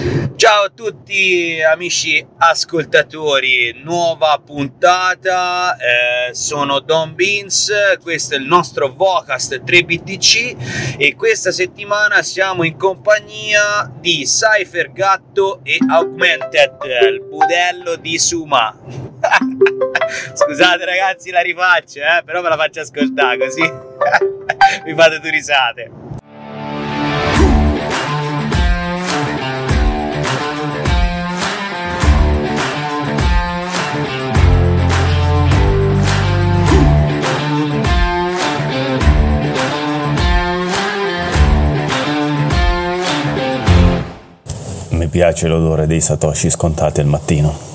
Ciao a tutti amici ascoltatori, nuova puntata, sono Don Beans, questo è il nostro Vocast 3BTC e questa settimana siamo in compagnia di Cypher Gatto e Augmented, il budello di Suma. Scusate ragazzi, la rifaccio, però me la faccio ascoltare così mi fate due risate. Mi piace l'odore dei satoshi scontati al mattino.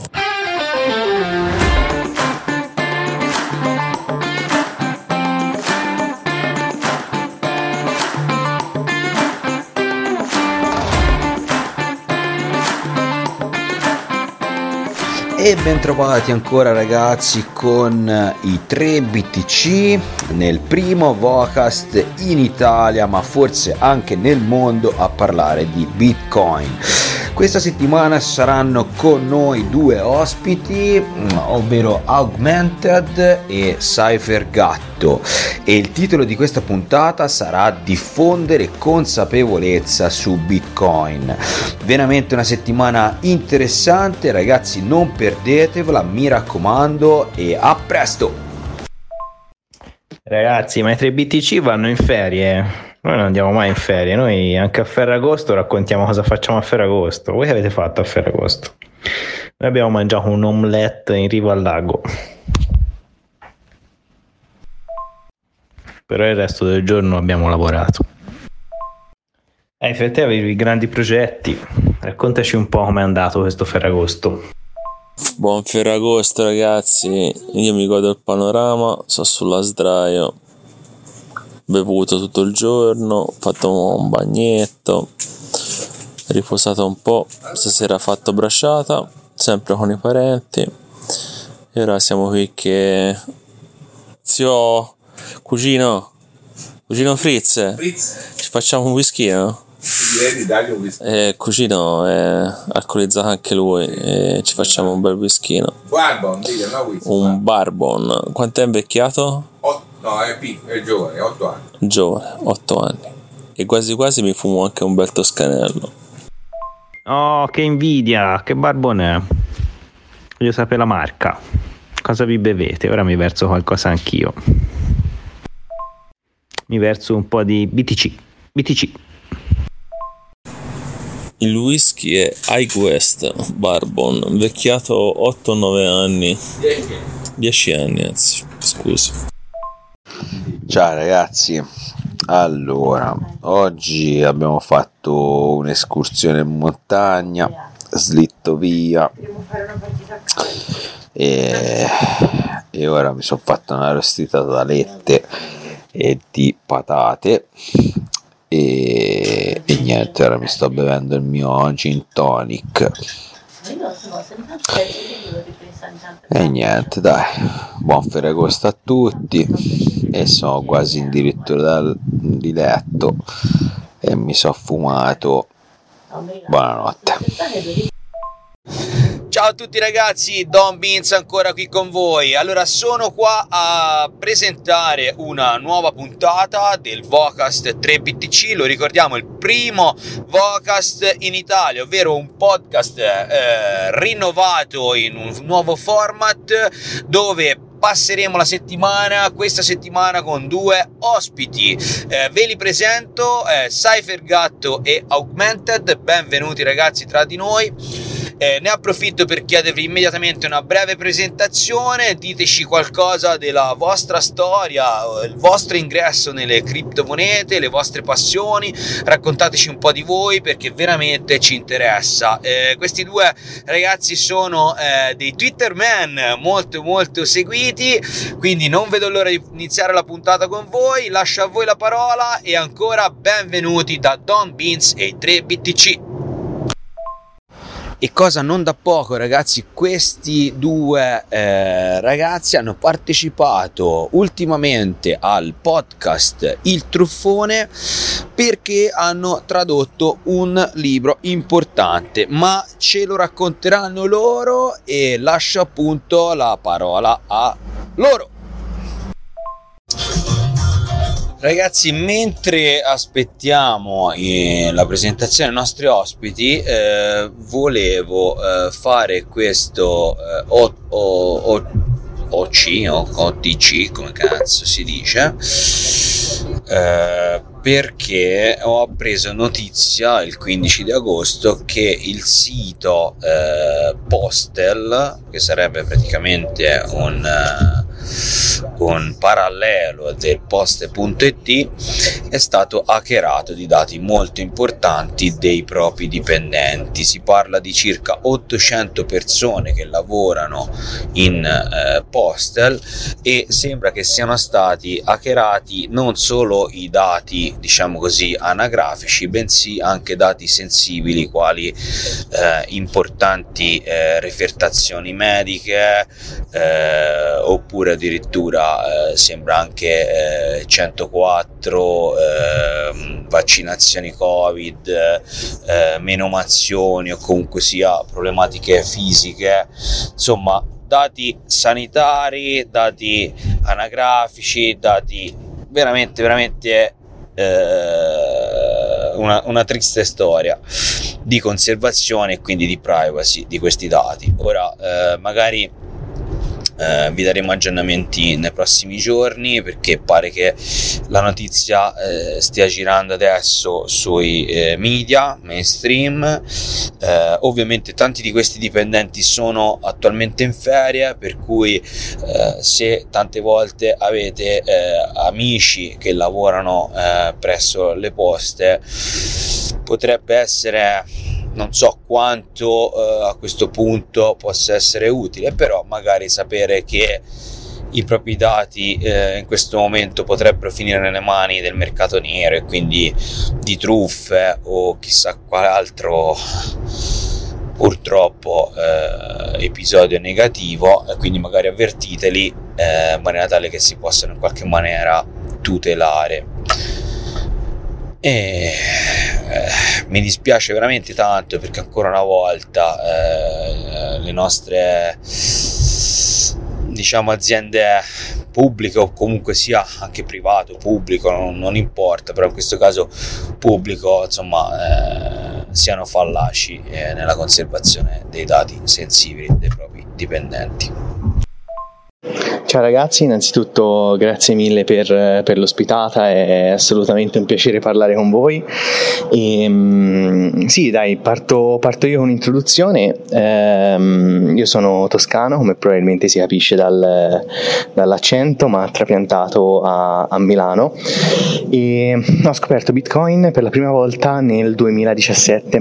E bentrovati ancora ragazzi con i 3BTC nel primo Vocast in Italia, ma forse anche nel mondo, a parlare di Bitcoin. Questa settimana saranno con noi due ospiti, ovvero Augmented e Cypher Gatto, e il titolo di questa puntata sarà Diffondere consapevolezza su Bitcoin. Veramente una settimana interessante ragazzi, non perdetevela, mi raccomando, e a presto! Ragazzi, ma i 3BTC vanno in ferie. Noi non andiamo mai in ferie, noi anche a Ferragosto raccontiamo cosa facciamo a Ferragosto. Voi che avete fatto a Ferragosto? Noi abbiamo mangiato un omelette in riva al lago. Però il resto del giorno abbiamo lavorato. Per te avevi grandi progetti. Raccontaci un po' com'è andato questo Ferragosto. Buon Ferragosto ragazzi, io mi godo il panorama, sto sulla sdraio, bevuto tutto il giorno, ho fatto un bagnetto, riposato un po', stasera ho fatto brasciata, sempre con i parenti, e ora siamo qui che... Zio, cugino Fritz, ci facciamo un whisky, no? Cugino è alcolizzato anche lui e ci facciamo un bel whisky. Un barbon. Quanto è invecchiato? No, è giovane, 8 anni. Giovane, 8 anni. E quasi quasi mi fumo anche un bel toscanello. Oh, che invidia, che barbon è. Voglio sapere la marca. Cosa vi bevete? Ora mi verso qualcosa anch'io. Mi verso un po' di BTC. Il whisky è High West Bourbon, invecchiato 8-9 anni. 10 anni, anzi, scusi. Ciao ragazzi, allora oggi abbiamo fatto un'escursione in montagna, slitto via e ora mi sono fatto una rostita d'alette e di patate e niente, ora mi sto bevendo il mio gin tonic e niente, dai, buon Ferragosto a tutti, e sono quasi addirittura di letto e mi sono fumato. Buonanotte. Ciao a tutti ragazzi, Don Beans ancora qui con voi. Allora, sono qua a presentare una nuova puntata del Vocast 3BTC, lo ricordiamo, il primo Vocast in Italia, ovvero un podcast rinnovato in un nuovo format dove passeremo la settimana, questa settimana, con due ospiti. Ve li presento, Cypher Gatto e Augmented. Benvenuti ragazzi tra di noi. Ne approfitto per chiedervi immediatamente una breve presentazione, diteci qualcosa della vostra storia, il vostro ingresso nelle criptomonete, le vostre passioni, raccontateci un po' di voi perché veramente ci interessa. Questi due ragazzi sono dei Twitter man molto molto seguiti, quindi non vedo l'ora di iniziare la puntata con voi, lascio a voi la parola e ancora benvenuti da Don Beans e i 3BTC. E cosa non da poco, ragazzi, questi due ragazzi hanno partecipato ultimamente al podcast Il Truffone perché hanno tradotto un libro importante, ma ce lo racconteranno loro e lascio appunto la parola a loro. Ragazzi, mentre aspettiamo la presentazione dei nostri ospiti, volevo fare questo OTC, come cazzo si dice, perché ho appreso notizia il 15 di agosto che il sito Postel, che sarebbe praticamente un parallelo del Poste.it, è stato hackerato di dati molto importanti dei propri dipendenti. Si parla di circa 800 persone che lavorano in Postel e sembra che siano stati hackerati non solo i dati, diciamo così, anagrafici, bensì anche dati sensibili quali importanti refertazioni mediche, oppure addirittura sembra anche 104 vaccinazioni Covid, menomazioni o comunque sia problematiche fisiche, insomma dati sanitari, dati anagrafici, dati veramente una triste storia di conservazione e quindi di privacy di questi dati. Ora magari vi daremo aggiornamenti nei prossimi giorni, perché pare che la notizia stia girando adesso sui media mainstream. Ovviamente tanti di questi dipendenti sono attualmente in ferie, per cui se tante volte avete amici che lavorano presso le poste, potrebbe essere, non so quanto a questo punto possa essere utile, però magari sapere che i propri dati in questo momento potrebbero finire nelle mani del mercato nero e quindi di truffe o chissà quale altro purtroppo episodio negativo, quindi magari avvertiteli in maniera tale che si possano in qualche maniera tutelare. E mi dispiace veramente tanto, perché ancora una volta le nostre, diciamo, aziende pubbliche o comunque sia anche privato, pubblico, non importa, però in questo caso pubblico, insomma, siano fallaci nella conservazione dei dati sensibili dei propri dipendenti. Ciao ragazzi, innanzitutto grazie mille per l'ospitata, è assolutamente un piacere parlare con voi. Sì, dai, parto io con un'introduzione. Io sono toscano, come probabilmente si capisce dall'accento, ma trapiantato a Milano, e ho scoperto Bitcoin per la prima volta nel 2017.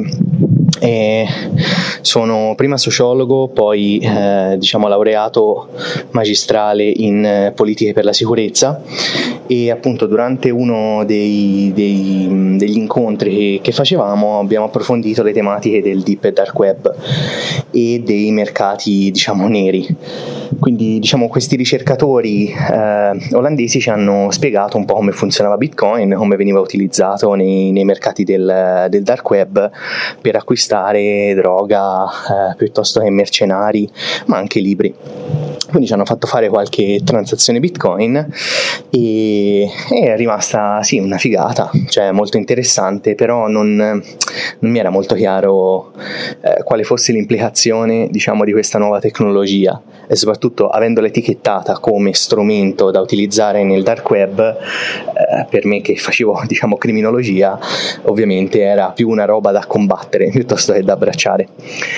Sono prima sociologo, poi laureato magistrale in politiche per la sicurezza, e appunto durante uno degli incontri che facevamo abbiamo approfondito le tematiche del deep e dark web e dei mercati, diciamo, neri. Quindi, diciamo, questi ricercatori olandesi ci hanno spiegato un po' come funzionava Bitcoin, come veniva utilizzato nei mercati del dark web per acquistare droga piuttosto che mercenari, ma anche libri. Quindi ci hanno fatto fare qualche transazione Bitcoin e è rimasta, sì, una figata, cioè molto interessante, però non mi era molto chiaro quale fosse l'implicazione, diciamo, di questa nuova tecnologia, e soprattutto avendola etichettata come strumento da utilizzare nel dark web, per me che facevo, diciamo, criminologia, ovviamente era più una roba da combattere piuttosto che da abbracciare.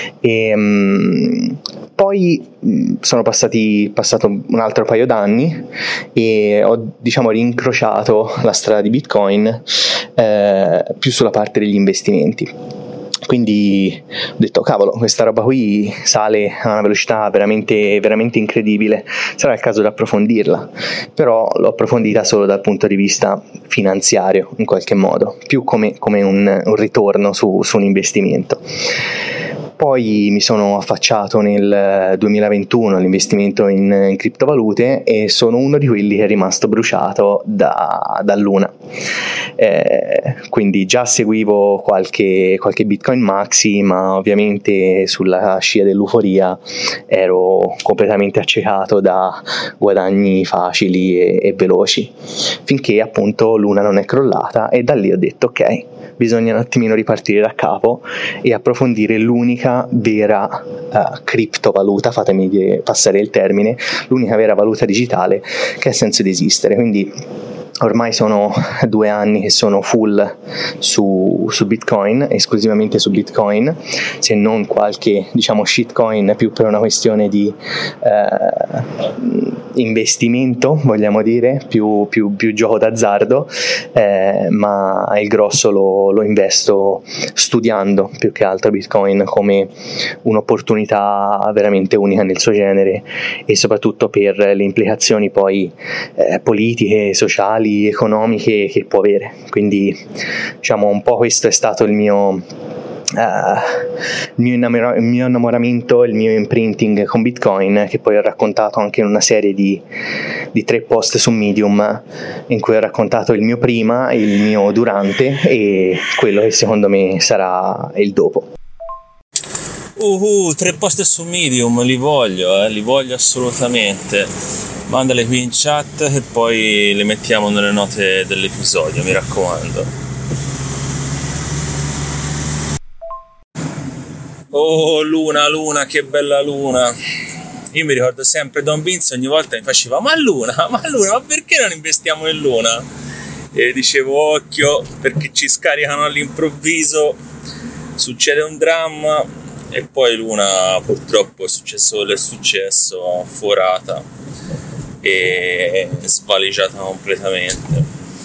Poi sono passato un altro paio d'anni e ho, diciamo, rincrociato la strada di Bitcoin più sulla parte degli investimenti. Quindi ho detto, cavolo, questa roba qui sale a una velocità veramente, veramente incredibile, sarà il caso di approfondirla. Però l'ho approfondita solo dal punto di vista finanziario, in qualche modo, più come un ritorno su un investimento. Poi mi sono affacciato nel 2021 all'investimento in criptovalute e sono uno di quelli che è rimasto bruciato da Luna. Quindi già seguivo qualche Bitcoin Maxi, ma ovviamente sulla scia dell'euforia ero completamente accecato da guadagni facili e veloci, finché appunto Luna non è crollata, e da lì ho detto ok, bisogna un attimino ripartire da capo e approfondire l'unica vera criptovaluta, fatemi passare il termine, l'unica vera valuta digitale che ha senso di esistere. Quindi ormai sono 2 anni che sono full su Bitcoin, esclusivamente su Bitcoin, se non qualche shitcoin, più per una questione di investimento, vogliamo dire, più gioco d'azzardo, ma il grosso lo investo studiando più che altro Bitcoin come un'opportunità veramente unica nel suo genere, e soprattutto per le implicazioni poi politiche, sociali, economiche che può avere. Quindi un po' questo è stato il mio innamoramento, il mio imprinting con Bitcoin, che poi ho raccontato anche in una serie di 3 post su Medium, in cui ho raccontato il mio prima, il mio durante e quello che secondo me sarà il dopo. 3 post su Medium, li voglio assolutamente. Mandale qui in chat e poi le mettiamo nelle note dell'episodio, mi raccomando. Oh Luna, che bella Luna. Io mi ricordo sempre Don Vince, ogni volta mi faceva ma Luna, ma perché non investiamo in Luna? E dicevo occhio, perché ci scaricano all'improvviso, succede un dramma, e poi Luna purtroppo è successo forata e svaligiata completamente.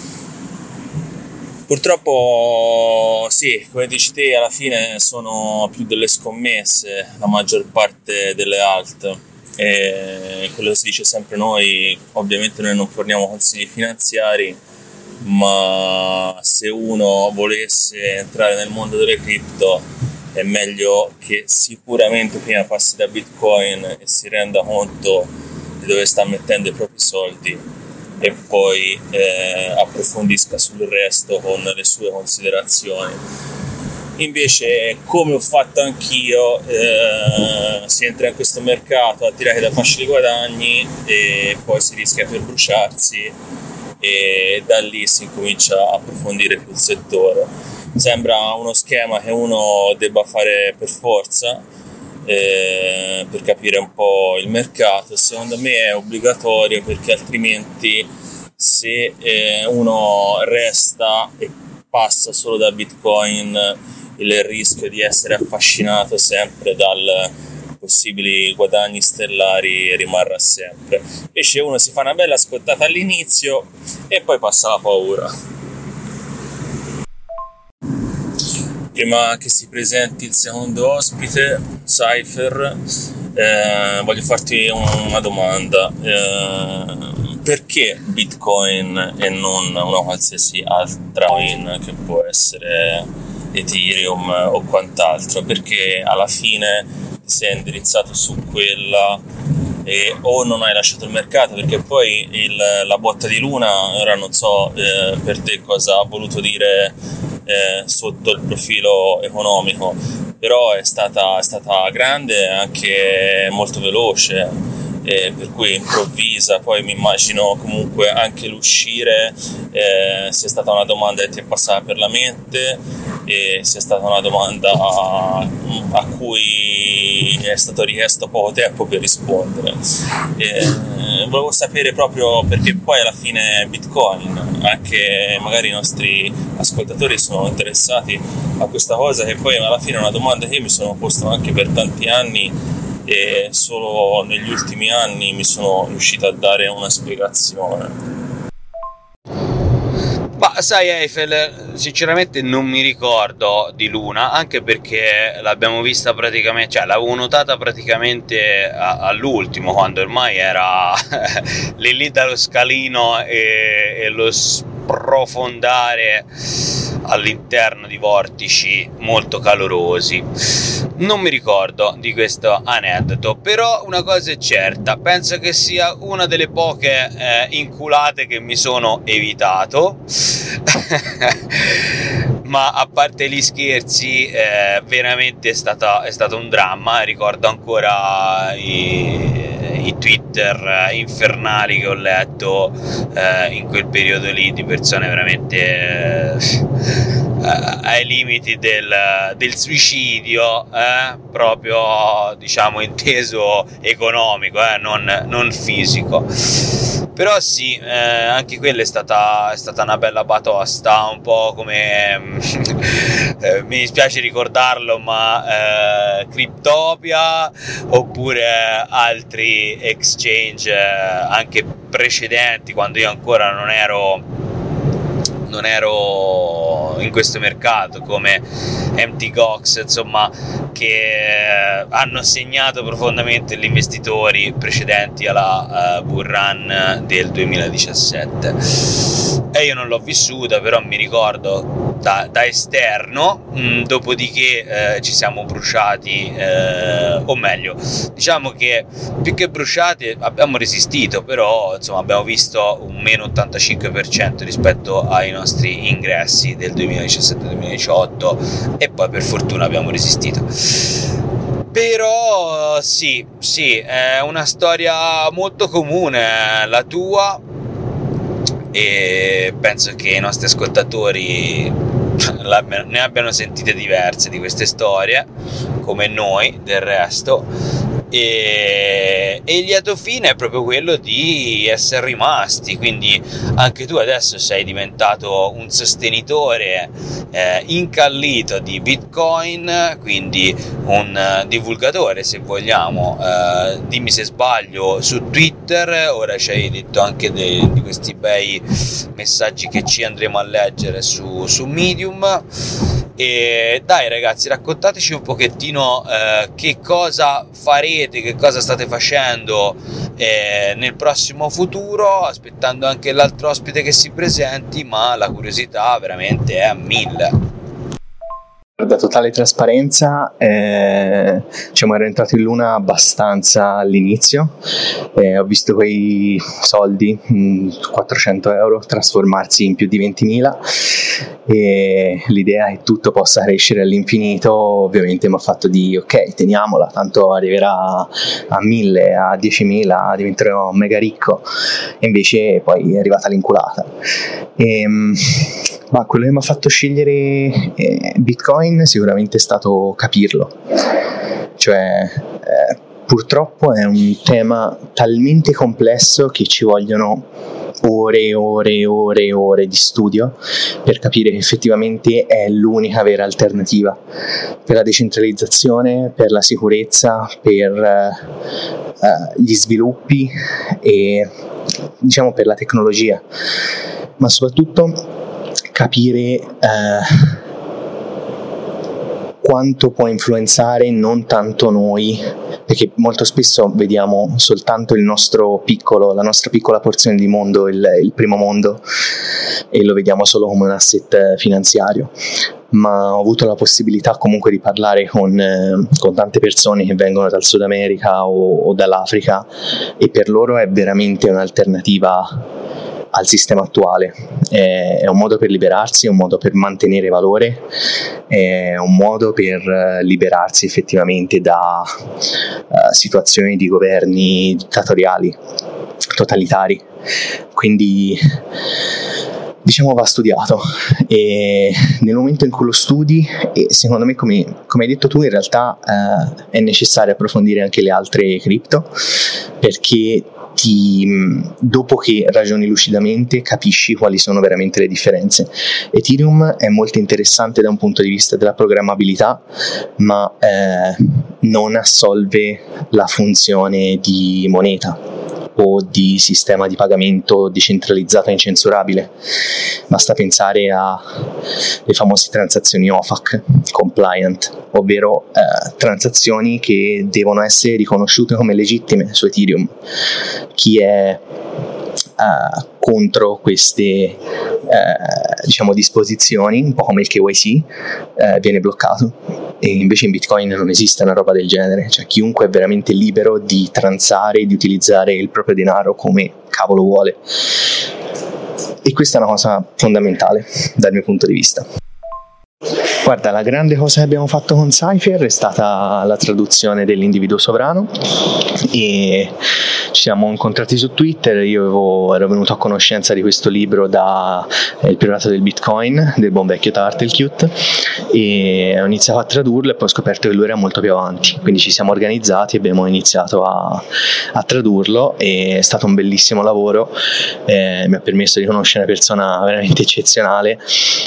Purtroppo sì, come dici te, alla fine sono più delle scommesse la maggior parte delle alt, e quello che si dice sempre noi, ovviamente noi non forniamo consigli finanziari, ma se uno volesse entrare nel mondo delle cripto è meglio che sicuramente prima passi da Bitcoin e si renda conto dove sta mettendo i propri soldi, e poi approfondisca sul resto con le sue considerazioni. Invece, come ho fatto anch'io, si entra in questo mercato a tirare da facili guadagni e poi si rischia per bruciarsi, e da lì si incomincia a approfondire più il settore. Sembra uno schema che uno debba fare per forza, per capire un po' il mercato. Secondo me è obbligatorio, perché altrimenti se uno resta e passa solo da Bitcoin, il rischio di essere affascinato sempre dal possibili guadagni stellari rimarrà sempre. Invece uno si fa una bella scottata all'inizio e poi passa la paura. Prima che si presenti il secondo ospite, Cypher, voglio farti una domanda. Perché Bitcoin e non una qualsiasi altra coin, che può essere Ethereum o quant'altro? Perché alla fine ti sei indirizzato su quella o non hai lasciato il mercato? Perché poi la botta di Luna, ora non so per te cosa ha voluto dire sotto il profilo economico, però è stata grande e anche molto veloce, per cui improvvisa. Poi mi immagino comunque anche l'uscire sia stata una domanda che ti è passata per la mente, e sia stata una domanda a cui è stato richiesto poco tempo per rispondere. Volevo sapere proprio perché poi alla fine è Bitcoin, anche magari i nostri ascoltatori sono interessati a questa cosa, che poi alla fine è una domanda che io mi sono posto anche per tanti anni, e solo negli ultimi anni mi sono riuscito a dare una spiegazione. Ma sai Eiffel, sinceramente non mi ricordo di Luna, anche perché l'abbiamo vista praticamente, cioè l'avevo notata praticamente all'ultimo, quando ormai era lì dallo scalino e lo sprofondare all'interno di vortici molto calorosi. Non mi ricordo di questo aneddoto, però una cosa è certa, penso che sia una delle poche inculate che mi sono evitato. Ma a parte gli scherzi, veramente è stato un dramma. Ricordo ancora i Twitter infernali che ho letto in quel periodo lì, di persone veramente ai limiti del suicidio, proprio, diciamo, inteso economico, non fisico. Però sì, anche quella è stata una bella batosta, un po' come mi dispiace ricordarlo, ma Cryptopia, oppure altri exchange anche precedenti, quando io ancora non ero in questo mercato, come Mt. Gox, insomma, che hanno segnato profondamente gli investitori precedenti alla bull run del 2017. E io non l'ho vissuta, però mi ricordo da esterno. Dopodiché ci siamo bruciati, o meglio, diciamo che più che bruciati abbiamo resistito, però insomma abbiamo visto un meno 85% rispetto ai nostri ingressi del 2017-2018, e poi per fortuna abbiamo resistito. Però sì, è una storia molto comune la tua, e penso che i nostri ascoltatori ne abbiano sentite diverse di queste storie, come noi del resto. E il lieto fine è proprio quello di essere rimasti, quindi anche tu adesso sei diventato un sostenitore incallito di Bitcoin, quindi un divulgatore, se vogliamo. Dimmi se sbaglio, su Twitter. Ora ci hai detto anche di questi bei messaggi che ci andremo a leggere su Medium. E dai ragazzi, raccontateci un pochettino che cosa farete, che cosa state facendo nel prossimo futuro, aspettando anche l'altro ospite che si presenti, ma la curiosità veramente è a 1000. Da totale trasparenza, diciamo, ero entrato in Luna abbastanza all'inizio, ho visto quei soldi, 400 euro, trasformarsi in più di 20.000, e l'idea che tutto possa crescere all'infinito ovviamente mi ha fatto di ok, teniamola, tanto arriverà a 1.000, a 10.000, diventerò mega ricco. E invece poi è arrivata l'inculata. Ma quello che mi ha fatto scegliere Bitcoin sicuramente è stato capirlo, cioè purtroppo è un tema talmente complesso che ci vogliono ore di studio per capire che effettivamente è l'unica vera alternativa per la decentralizzazione, per la sicurezza, per gli sviluppi e, diciamo, per la tecnologia, ma soprattutto capire quanto può influenzare non tanto noi, perché molto spesso vediamo soltanto la nostra piccola porzione di mondo, il primo mondo, e lo vediamo solo come un asset finanziario. Ma ho avuto la possibilità comunque di parlare con tante persone che vengono dal Sud America o dall'Africa, e per loro è veramente un'alternativa al sistema attuale. È un modo per liberarsi, è un modo per mantenere valore, è un modo per liberarsi effettivamente da situazioni di governi dittatoriali, totalitari. Quindi, diciamo, va studiato, e nel momento in cui lo studi, e secondo me, come hai detto tu, in realtà è necessario approfondire anche le altre cripto, perché dopo che ragioni lucidamente capisci quali sono veramente le differenze. Ethereum è molto interessante da un punto di vista della programmabilità, ma non assolve la funzione di moneta o di sistema di pagamento decentralizzato e incensurabile. Basta pensare alle famose transazioni OFAC compliant, ovvero transazioni che devono essere riconosciute come legittime su Ethereum. Chi è contro queste diciamo disposizioni, un po' come il KYC, viene bloccato, e invece in Bitcoin non esiste una roba del genere, cioè chiunque è veramente libero di transare, di utilizzare il proprio denaro come cavolo vuole, e questa è una cosa fondamentale dal mio punto di vista. Guarda, la grande cosa che abbiamo fatto con Cypher è stata la traduzione dell'individuo sovrano, e ci siamo incontrati su Twitter. Io ero venuto a conoscenza di questo libro da Il privato del Bitcoin del buon vecchio Turtlecute, e ho iniziato a tradurlo, e poi ho scoperto che lui era molto più avanti, quindi ci siamo organizzati e abbiamo iniziato a tradurlo, e è stato un bellissimo lavoro, mi ha permesso di conoscere una persona veramente eccezionale,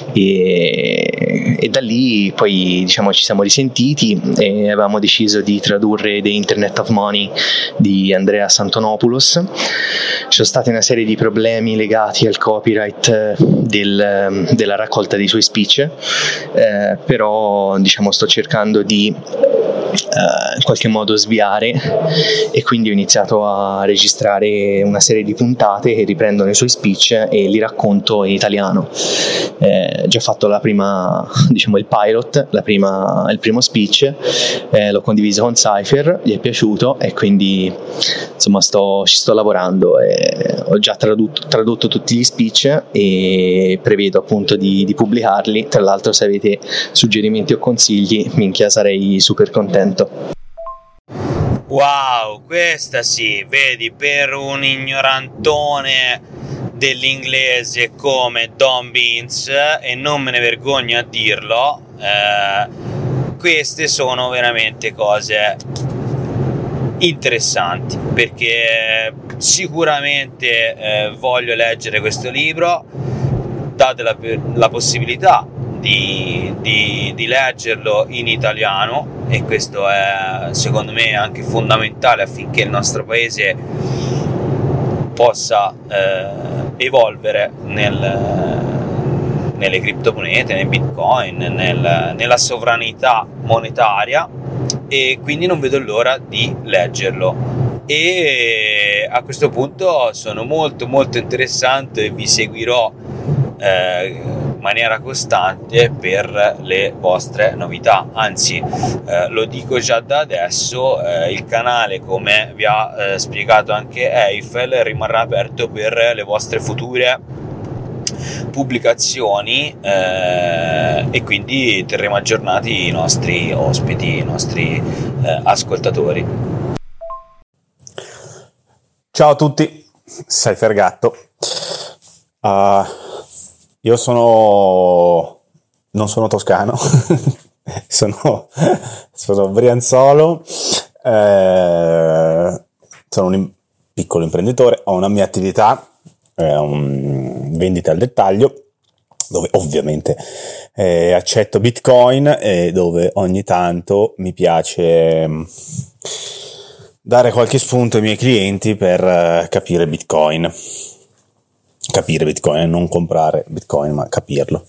e da lì poi diciamo ci siamo risentiti e avevamo deciso di tradurre The Internet of Money di Andrea Antonopoulos. Ci sono stati una serie di problemi legati al copyright della raccolta dei suoi speech, però diciamo sto cercando di in qualche modo sviare, e quindi ho iniziato a registrare una serie di puntate che riprendono i suoi speech e li racconto in italiano. Già fatto la prima, diciamo il pilot, il primo speech, l'ho condiviso con Cypher, gli è piaciuto, e quindi insomma ci sto lavorando, ho già tradotto tutti gli speech e prevedo appunto di pubblicarli. Tra l'altro, se avete suggerimenti o consigli, minchia, sarei super contento. Wow, questa sì, vedi, per un ignorantone dell'inglese come Don Beans, e non me ne vergogno a dirlo, queste sono veramente cose interessanti, perché sicuramente voglio leggere questo libro. Date la possibilità di leggerlo in italiano, e questo è secondo me anche fondamentale affinché il nostro paese possa evolvere nelle criptomonete, nel Bitcoin, nella sovranità monetaria, e quindi non vedo l'ora di leggerlo. E a questo punto sono molto molto interessante e vi seguirò in maniera costante per le vostre novità. Anzi, lo dico già da adesso, il canale, come vi ha spiegato anche Eiffel, rimarrà aperto per le vostre future pubblicazioni, e quindi terremo aggiornati i nostri ospiti, i nostri ascoltatori. Ciao a tutti, Cypher Gatto. Io non sono toscano, sono brianzolo, sono un piccolo imprenditore, ho una mia attività, vendita al dettaglio, dove ovviamente accetto Bitcoin, e dove ogni tanto mi piace dare qualche spunto ai miei clienti per capire Bitcoin, non comprare Bitcoin, ma capirlo.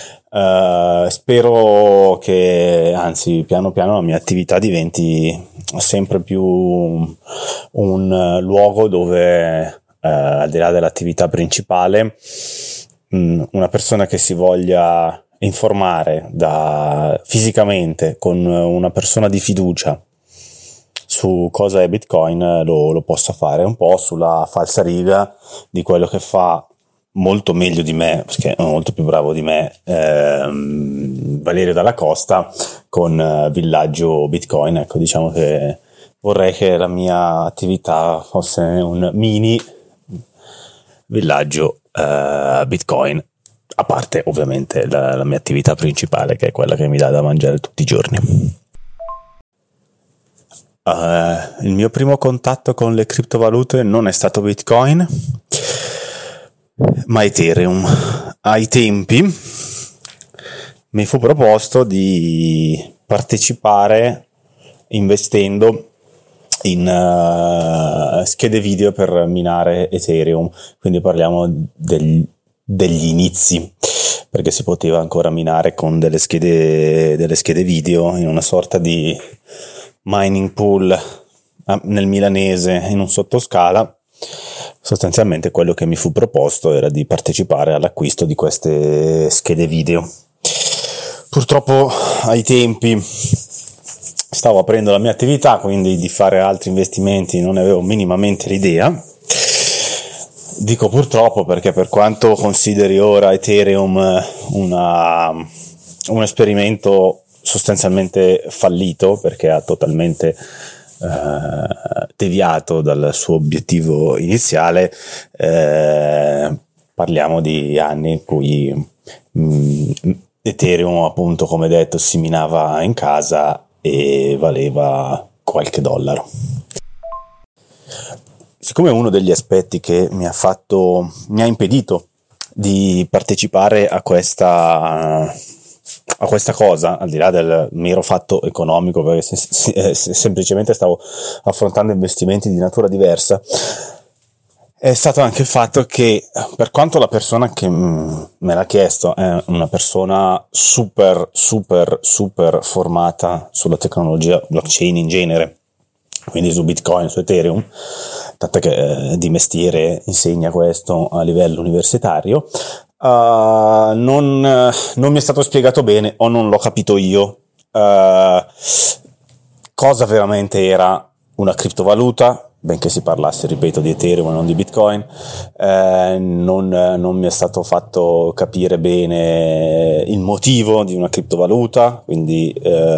Spero che, anzi, piano piano la mia attività diventi sempre più un luogo dove, al di là dell'attività principale, una persona che si voglia informare fisicamente con una persona di fiducia su cosa è Bitcoin lo possa fare, un po' sulla falsariga di quello che fa molto meglio di me, perché è molto più bravo di me, Valerio Dalla Costa con Villaggio Bitcoin. Ecco, diciamo che vorrei che la mia attività fosse un mini villaggio Bitcoin, a parte ovviamente la mia attività principale, che è quella che mi dà da mangiare tutti i giorni. Il mio primo contatto con le criptovalute non è stato Bitcoin, ma Ethereum. Ai tempi mi fu proposto di partecipare investendo in schede video per minare Ethereum, quindi parliamo degli inizi, perché si poteva ancora minare con delle schede video in una sorta di mining pool nel milanese, in un sottoscala. sostanzialmente quello che mi fu proposto era di partecipare all'acquisto di queste schede video. Purtroppo ai tempi stavo aprendo la mia attività, quindi di fare altri investimenti non ne avevo minimamente l'idea. Dico purtroppo perché, per quanto consideri ora Ethereum un esperimento sostanzialmente fallito, perché ha totalmente deviato dal suo obiettivo iniziale, parliamo di anni in cui Ethereum, appunto, come detto, si minava in casa e valeva qualche dollaro. Siccome uno degli aspetti che mi ha impedito di partecipare a questa cosa, al di là del mero fatto economico, perché semplicemente stavo affrontando investimenti di natura diversa, è stato anche il fatto che, per quanto la persona che me l'ha chiesto è una persona super formata sulla tecnologia blockchain in genere, quindi su Bitcoin, su Ethereum, tanto che di mestiere insegna questo a livello universitario, non mi è stato spiegato bene, o non l'ho capito io, cosa veramente era una criptovaluta, benché si parlasse, ripeto, di Ethereum e non di Bitcoin. Non mi è stato fatto capire bene il motivo di una criptovaluta, quindi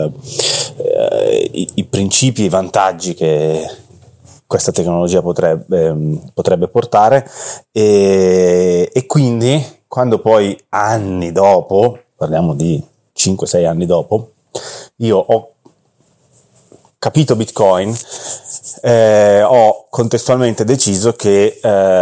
i principi e i vantaggi che questa tecnologia potrebbe portare, e quindi quando poi anni dopo, parliamo di 5-6 anni dopo, io ho capito Bitcoin, ho contestualmente deciso che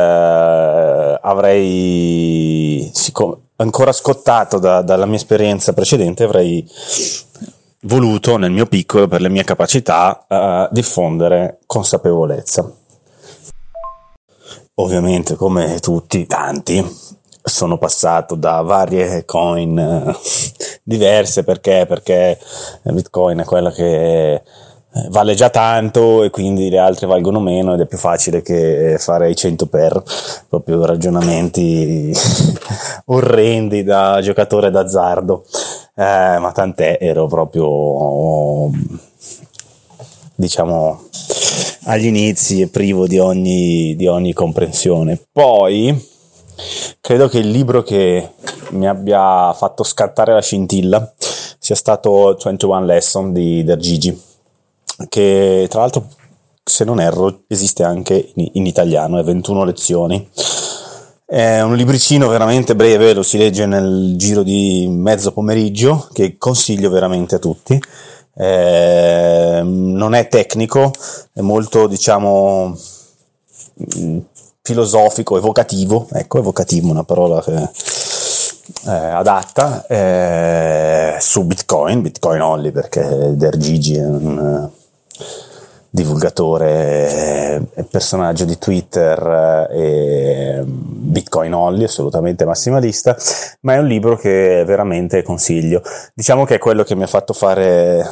avrei, ancora scottato dalla mia esperienza precedente, avrei voluto, nel mio piccolo, per le mie capacità, diffondere consapevolezza. Ovviamente, come tutti, tanti, sono passato da varie coin diverse, perché Bitcoin è quella che vale già tanto e quindi le altre valgono meno, ed è più facile che fare i 100 proprio ragionamenti orrendi da giocatore d'azzardo, ma tant'è, ero proprio, diciamo, agli inizi e privo di ogni comprensione. Poi credo che il libro che mi abbia fatto scattare la scintilla sia stato 21 Lesson di Der Gigi, che tra l'altro, se non erro, esiste anche in italiano, è 21 lezioni. È un libricino veramente breve, lo si legge nel giro di mezzo pomeriggio, che consiglio veramente a tutti. Non è tecnico, è molto, diciamo, filosofico, evocativo, ecco, evocativo, una parola che adatta, su Bitcoin only, perché Der Gigi è un divulgatore e personaggio di Twitter e Bitcoin only, assolutamente massimalista, ma è un libro che veramente consiglio. Diciamo che è quello che mi ha fatto fare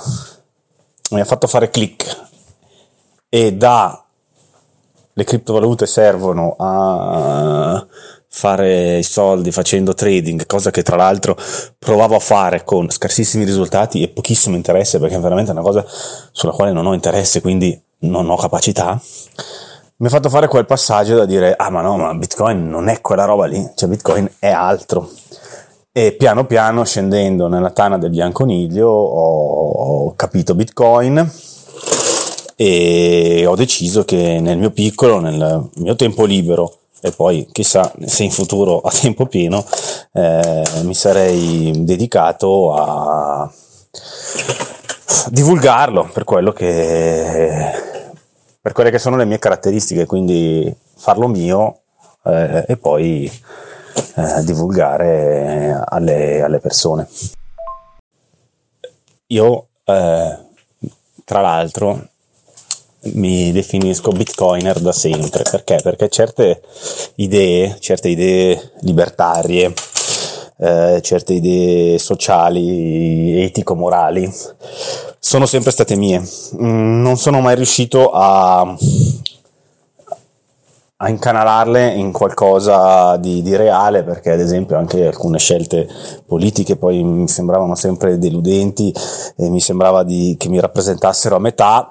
click, e le criptovalute servono a fare i soldi facendo trading, cosa che tra l'altro provavo a fare con scarsissimi risultati e pochissimo interesse, perché è veramente una cosa sulla quale non ho interesse, quindi non ho capacità. Mi ha fatto fare quel passaggio da dire: ma Bitcoin non è quella roba lì, cioè Bitcoin è altro. E piano piano, scendendo nella tana del bianconiglio, ho capito Bitcoin e ho deciso che nel mio piccolo, nel mio tempo libero, e poi chissà se in futuro a tempo pieno, mi sarei dedicato a divulgarlo per quelle che sono le mie caratteristiche, quindi farlo mio, e poi divulgare alle persone. Io tra l'altro mi definisco bitcoiner da sempre. Perché certe idee libertarie, certe idee sociali, etico-morali, sono sempre state mie. Non sono mai riuscito a a incanalarle in qualcosa di reale, perché ad esempio anche alcune scelte politiche poi mi sembravano sempre deludenti e mi sembrava che mi rappresentassero a metà.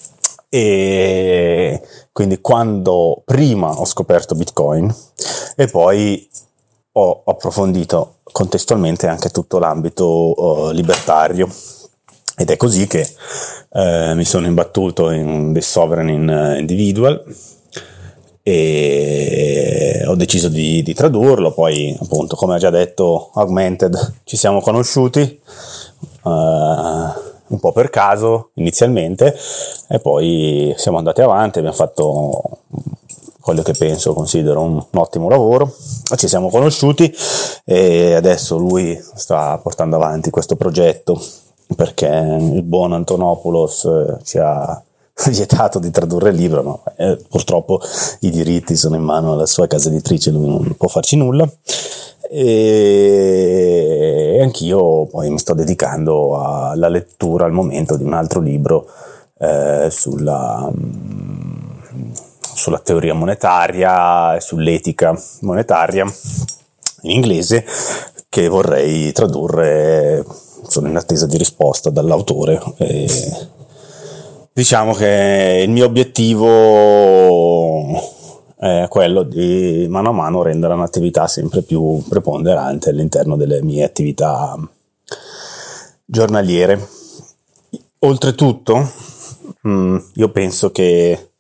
E quindi quando prima ho scoperto Bitcoin e poi ho approfondito contestualmente anche tutto l'ambito libertario, ed è così che mi sono imbattuto in The Sovereign Individual e ho deciso di tradurlo. Poi appunto, come ha già detto Augmented, ci siamo conosciuti un po' per caso inizialmente, e poi siamo andati avanti, abbiamo fatto quello che considero un ottimo lavoro, ci siamo conosciuti e adesso lui sta portando avanti questo progetto perché il buon Antonopoulos ci ha vietato di tradurre il libro, ma purtroppo i diritti sono in mano alla sua casa editrice, lui non può farci nulla. E anch'io poi mi sto dedicando alla lettura al momento di un altro libro sulla teoria monetaria e sull'etica monetaria in inglese, che vorrei tradurre. Sono in attesa di risposta dall'autore e diciamo che il mio obiettivo è quello di mano a mano rendere un'attività sempre più preponderante all'interno delle mie attività giornaliere. Oltretutto io penso che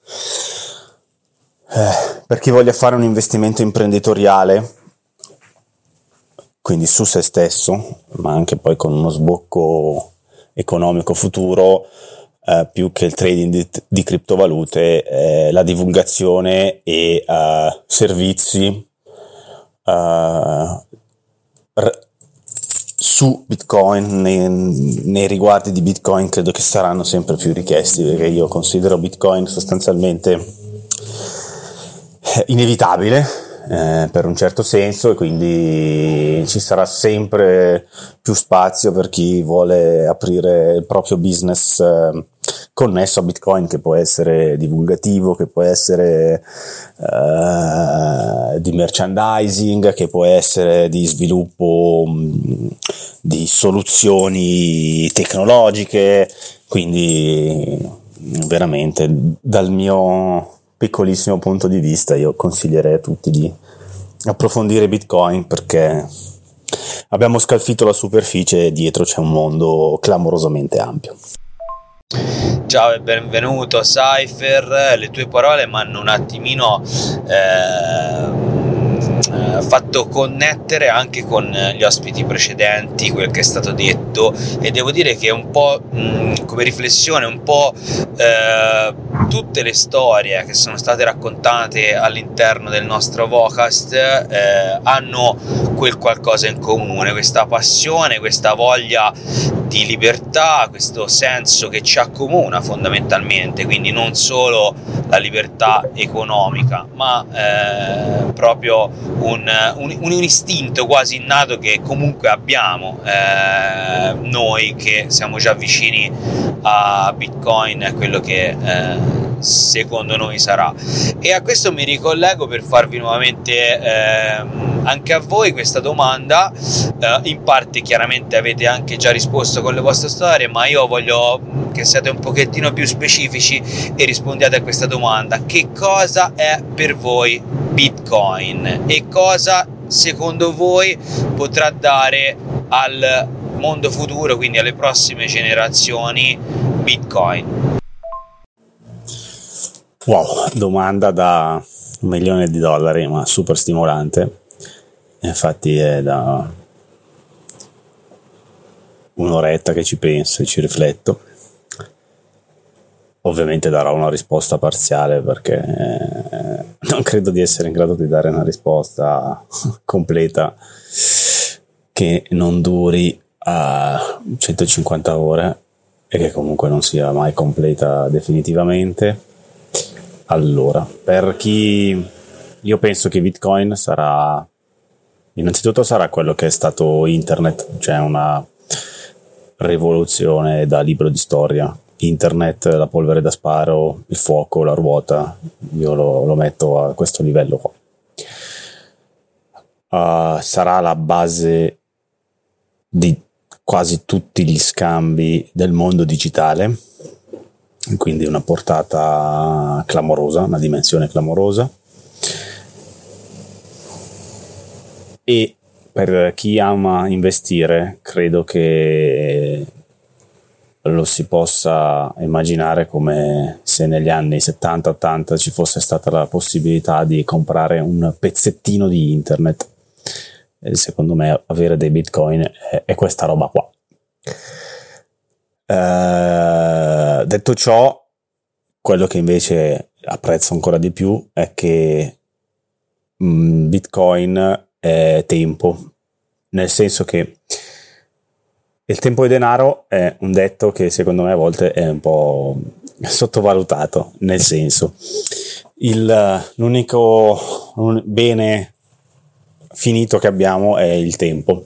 per chi voglia fare un investimento imprenditoriale, quindi su se stesso, ma anche poi con uno sbocco economico futuro, più che il trading di criptovalute, la divulgazione e servizi su Bitcoin, nei riguardi di Bitcoin, credo che saranno sempre più richiesti, perché io considero Bitcoin sostanzialmente inevitabile per un certo senso, e quindi ci sarà sempre più spazio per chi vuole aprire il proprio business connesso a Bitcoin, che può essere divulgativo, che può essere di merchandising, che può essere di sviluppo di soluzioni tecnologiche. Quindi veramente, dal mio piccolissimo punto di vista, io consiglierei a tutti di approfondire Bitcoin, perché abbiamo scalfito la superficie e dietro c'è un mondo clamorosamente ampio. Ciao e benvenuto Cypher, le tue parole mi hanno un attimino fatto connettere anche con gli ospiti precedenti quel che è stato detto, e devo dire che un po' come riflessione, un po' tutte le storie che sono state raccontate all'interno del nostro Vocast hanno quel qualcosa in comune, questa passione, questa voglia di libertà, questo senso che ci accomuna fondamentalmente, quindi non solo la libertà economica, ma proprio un istinto quasi innato che comunque abbiamo noi che siamo già vicini a Bitcoin, è quello che secondo noi sarà. E a questo mi ricollego per farvi nuovamente anche a voi questa domanda. In parte chiaramente avete anche già risposto con le vostre storie, ma io voglio che siate un pochettino più specifici e rispondiate a questa domanda: che cosa è per voi Bitcoin e cosa secondo voi potrà dare al mondo futuro, quindi alle prossime generazioni, Bitcoin? Wow, domanda da $1 milione, ma super stimolante. Infatti è da un'oretta che ci penso e ci rifletto. Ovviamente darò una risposta parziale, perché non credo di essere in grado di dare una risposta completa che non duri a 150 ore e che comunque non sia mai completa definitivamente. Allora, per chi, io penso che Bitcoin sarà, innanzitutto sarà quello che è stato internet, cioè una rivoluzione da libro di storia, internet, la polvere da sparo, il fuoco, la ruota. Io lo metto a questo livello qua. Sarà la base di quasi tutti gli scambi del mondo digitale, quindi una portata clamorosa, una dimensione clamorosa. E per chi ama investire, credo che lo si possa immaginare come se negli anni 70-80 ci fosse stata la possibilità di comprare un pezzettino di internet. E secondo me avere dei bitcoin è questa roba qua. Detto ciò, quello che invece apprezzo ancora di più è che bitcoin è tempo, nel senso che il tempo è denaro è un detto che secondo me a volte è un po' sottovalutato, nel senso l'unico bene finito che abbiamo è il tempo,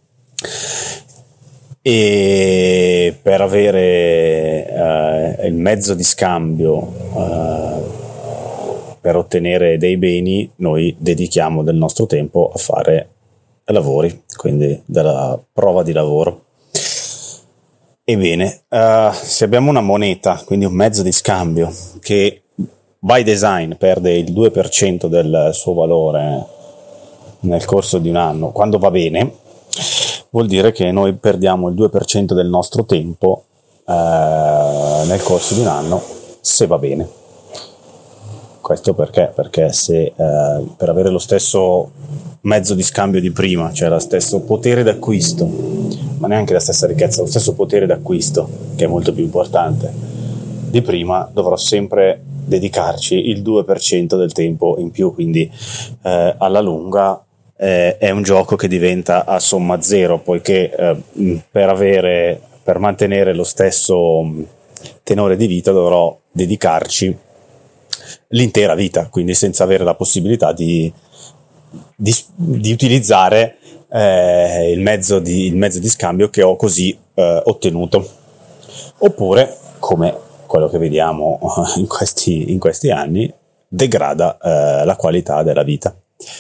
e per avere il mezzo di scambio per ottenere dei beni noi dedichiamo del nostro tempo a fare lavori, quindi della prova di lavoro. Ebbene, se abbiamo una moneta, quindi un mezzo di scambio che by design perde il 2% del suo valore nel corso di un anno, quando va bene, vuol dire che noi perdiamo il 2% del nostro tempo nel corso di un anno, se va bene. Questo perché? Perché se per avere lo stesso mezzo di scambio di prima, cioè lo stesso potere d'acquisto, ma neanche la stessa ricchezza, lo stesso potere d'acquisto, che è molto più importante di prima, dovrò sempre dedicarci il 2% del tempo in più, quindi alla lunga è un gioco che diventa a somma zero, poiché per mantenere lo stesso tenore di vita dovrò dedicarci l'intera vita, quindi senza avere la possibilità di utilizzare il mezzo di scambio che ho così ottenuto, oppure, come quello che vediamo in questi anni, degrada la qualità della vita.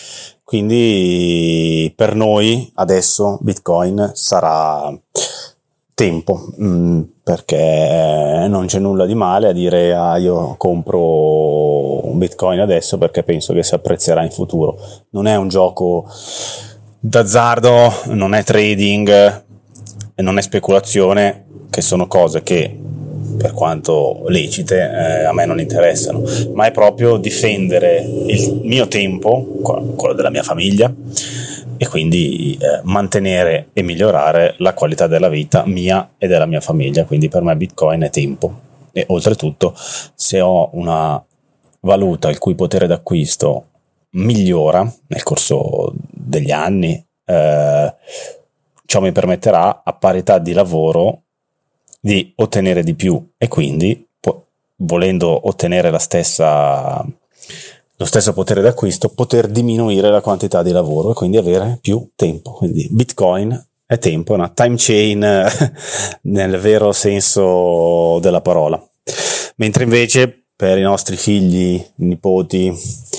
Quindi per noi adesso Bitcoin sarà tempo, perché non c'è nulla di male a dire io compro un Bitcoin adesso perché penso che si apprezzerà in futuro. Non è un gioco d'azzardo, non è trading e non è speculazione, che sono cose che, per quanto lecite, a me non interessano, ma è proprio difendere il mio tempo, quello della mia famiglia, e quindi mantenere e migliorare la qualità della vita mia e della mia famiglia. Quindi per me Bitcoin è tempo, e oltretutto se ho una valuta il cui potere d'acquisto migliora nel corso degli anni, ciò mi permetterà, a parità di lavoro, di ottenere di più, e quindi volendo ottenere lo stesso potere d'acquisto, poter diminuire la quantità di lavoro e quindi avere più tempo. Quindi Bitcoin è tempo, è una time chain nel vero senso della parola. Mentre invece per i nostri figli, nipoti,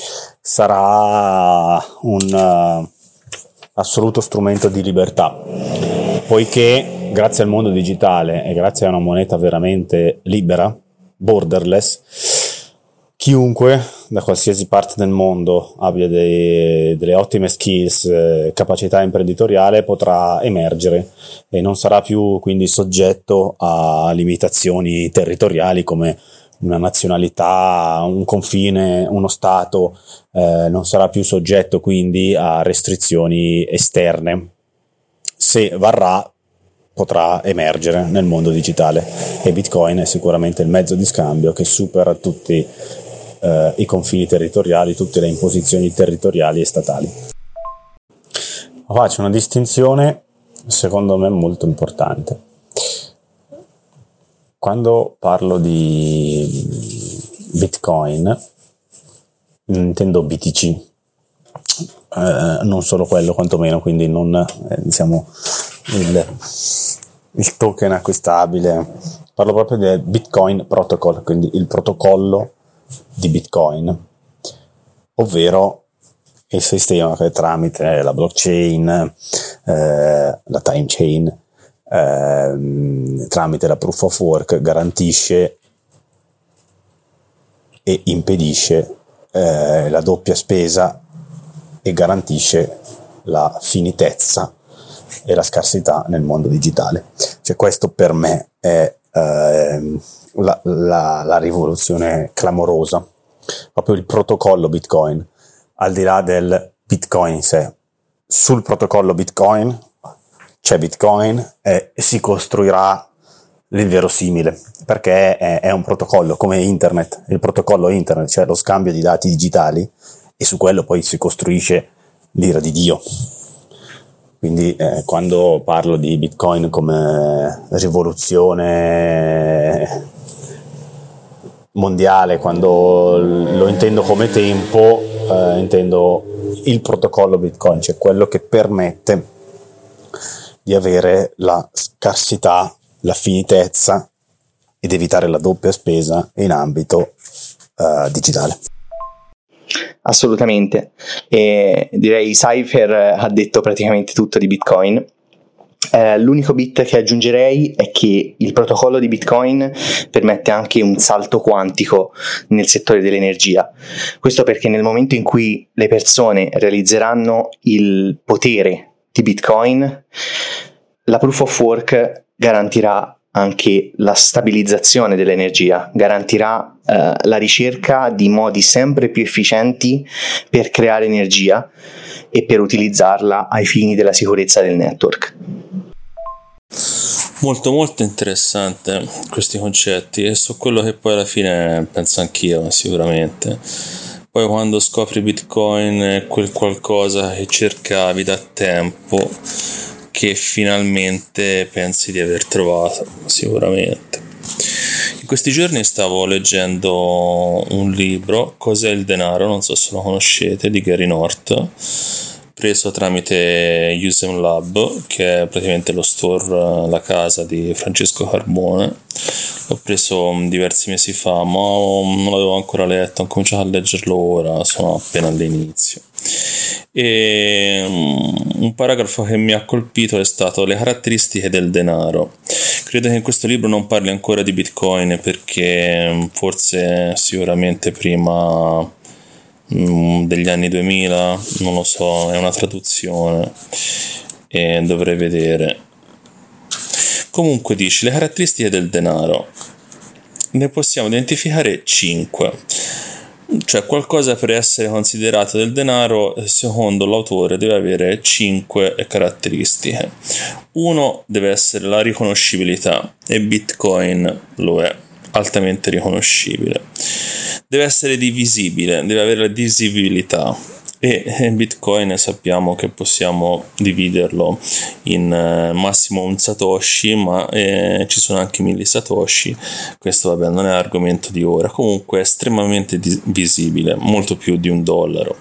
sarà un assoluto strumento di libertà, poiché grazie al mondo digitale e grazie a una moneta veramente libera, borderless, chiunque da qualsiasi parte del mondo abbia delle ottime skills, capacità imprenditoriale, potrà emergere e non sarà più quindi soggetto a limitazioni territoriali come una nazionalità, un confine, uno stato, non sarà più soggetto quindi a restrizioni esterne. Se varrà, potrà emergere nel mondo digitale, e Bitcoin è sicuramente il mezzo di scambio che supera tutti i confini territoriali, tutte le imposizioni territoriali e statali. Faccio una distinzione secondo me molto importante. Quando parlo di Bitcoin intendo BTC, non solo quello quantomeno, quindi non diciamo il token acquistabile parlo proprio del Bitcoin Protocol, quindi il protocollo di Bitcoin, ovvero il sistema che tramite la blockchain, la time chain, tramite la proof of work garantisce e impedisce la doppia spesa e garantisce la finitezza e la scarsità nel mondo digitale. Cioè, questo per me è la rivoluzione clamorosa, proprio il protocollo Bitcoin, al di là del Bitcoin in sé. Sul protocollo Bitcoin c'è Bitcoin e si costruirà l'inverosimile, perché è un protocollo come internet, il protocollo internet, cioè lo scambio di dati digitali, e su quello poi si costruisce l'ira di Dio. Quindi quando parlo di Bitcoin come rivoluzione mondiale, quando lo intendo come tempo, intendo il protocollo Bitcoin, cioè quello che permette di avere la scarsità, la finitezza ed evitare la doppia spesa in ambito digitale. Assolutamente, e direi Cypher ha detto praticamente tutto di Bitcoin. L'unico bit che aggiungerei è che il protocollo di Bitcoin permette anche un salto quantico nel settore dell'energia. Questo perché nel momento in cui le persone realizzeranno il potere di Bitcoin, la proof of work garantirà anche la stabilizzazione dell'energia, garantirà la ricerca di modi sempre più efficienti per creare energia e per utilizzarla ai fini della sicurezza del network. Molto molto interessante questi concetti, e su quello che poi alla fine penso anch'io sicuramente. Poi quando scopri Bitcoin è quel qualcosa che cercavi da tempo, che finalmente pensi di aver trovato sicuramente. In questi giorni stavo leggendo un libro, Cos'è il denaro? Non so se lo conoscete, di Gary North, preso tramite Usem Lab, che è praticamente lo store, la casa di Francesco Carbone. L'ho preso diversi mesi fa, ma non l'avevo ancora letto, ho cominciato a leggerlo ora, sono appena all'inizio. E un paragrafo che mi ha colpito è stato le caratteristiche del denaro. Credo che in questo libro non parli ancora di Bitcoin, perché forse sicuramente prima degli anni 2000, non lo so, è una traduzione e dovrei vedere. Comunque dici, le caratteristiche del denaro ne possiamo identificare 5, cioè qualcosa per essere considerato del denaro secondo l'autore deve avere 5 caratteristiche. 1 deve essere la riconoscibilità, e Bitcoin lo è, altamente riconoscibile. Deve essere divisibile, deve avere la divisibilità, e Bitcoin sappiamo che possiamo dividerlo in massimo un satoshi, ma ci sono anche 1000 satoshi. Questo vabbè non è argomento di ora. Comunque è estremamente visibile, molto più di $1.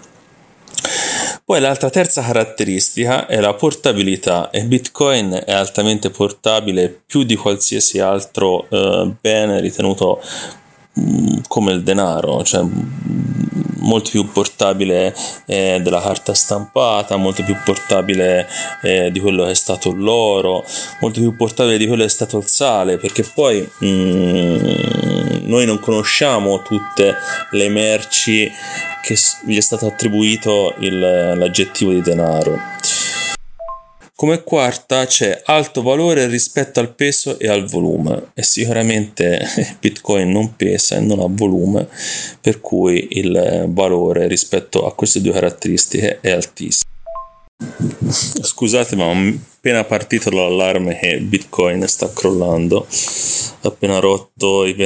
Poi l'altra terza caratteristica è la portabilità, e Bitcoin è altamente portabile più di qualsiasi altro bene ritenuto come il denaro, cioè molto più portabile della carta stampata, molto più portabile di quello che è stato l'oro, molto più portabile di quello che è stato il sale, perché poi noi non conosciamo tutte le merci che gli è stato attribuito l'aggettivo di denaro. Come quarta c'è alto valore rispetto al peso e al volume, e sicuramente Bitcoin non pesa e non ha volume, per cui il valore rispetto a queste due caratteristiche è altissimo. Scusate, ma ho appena partito l'allarme che Bitcoin sta crollando, ha appena rotto i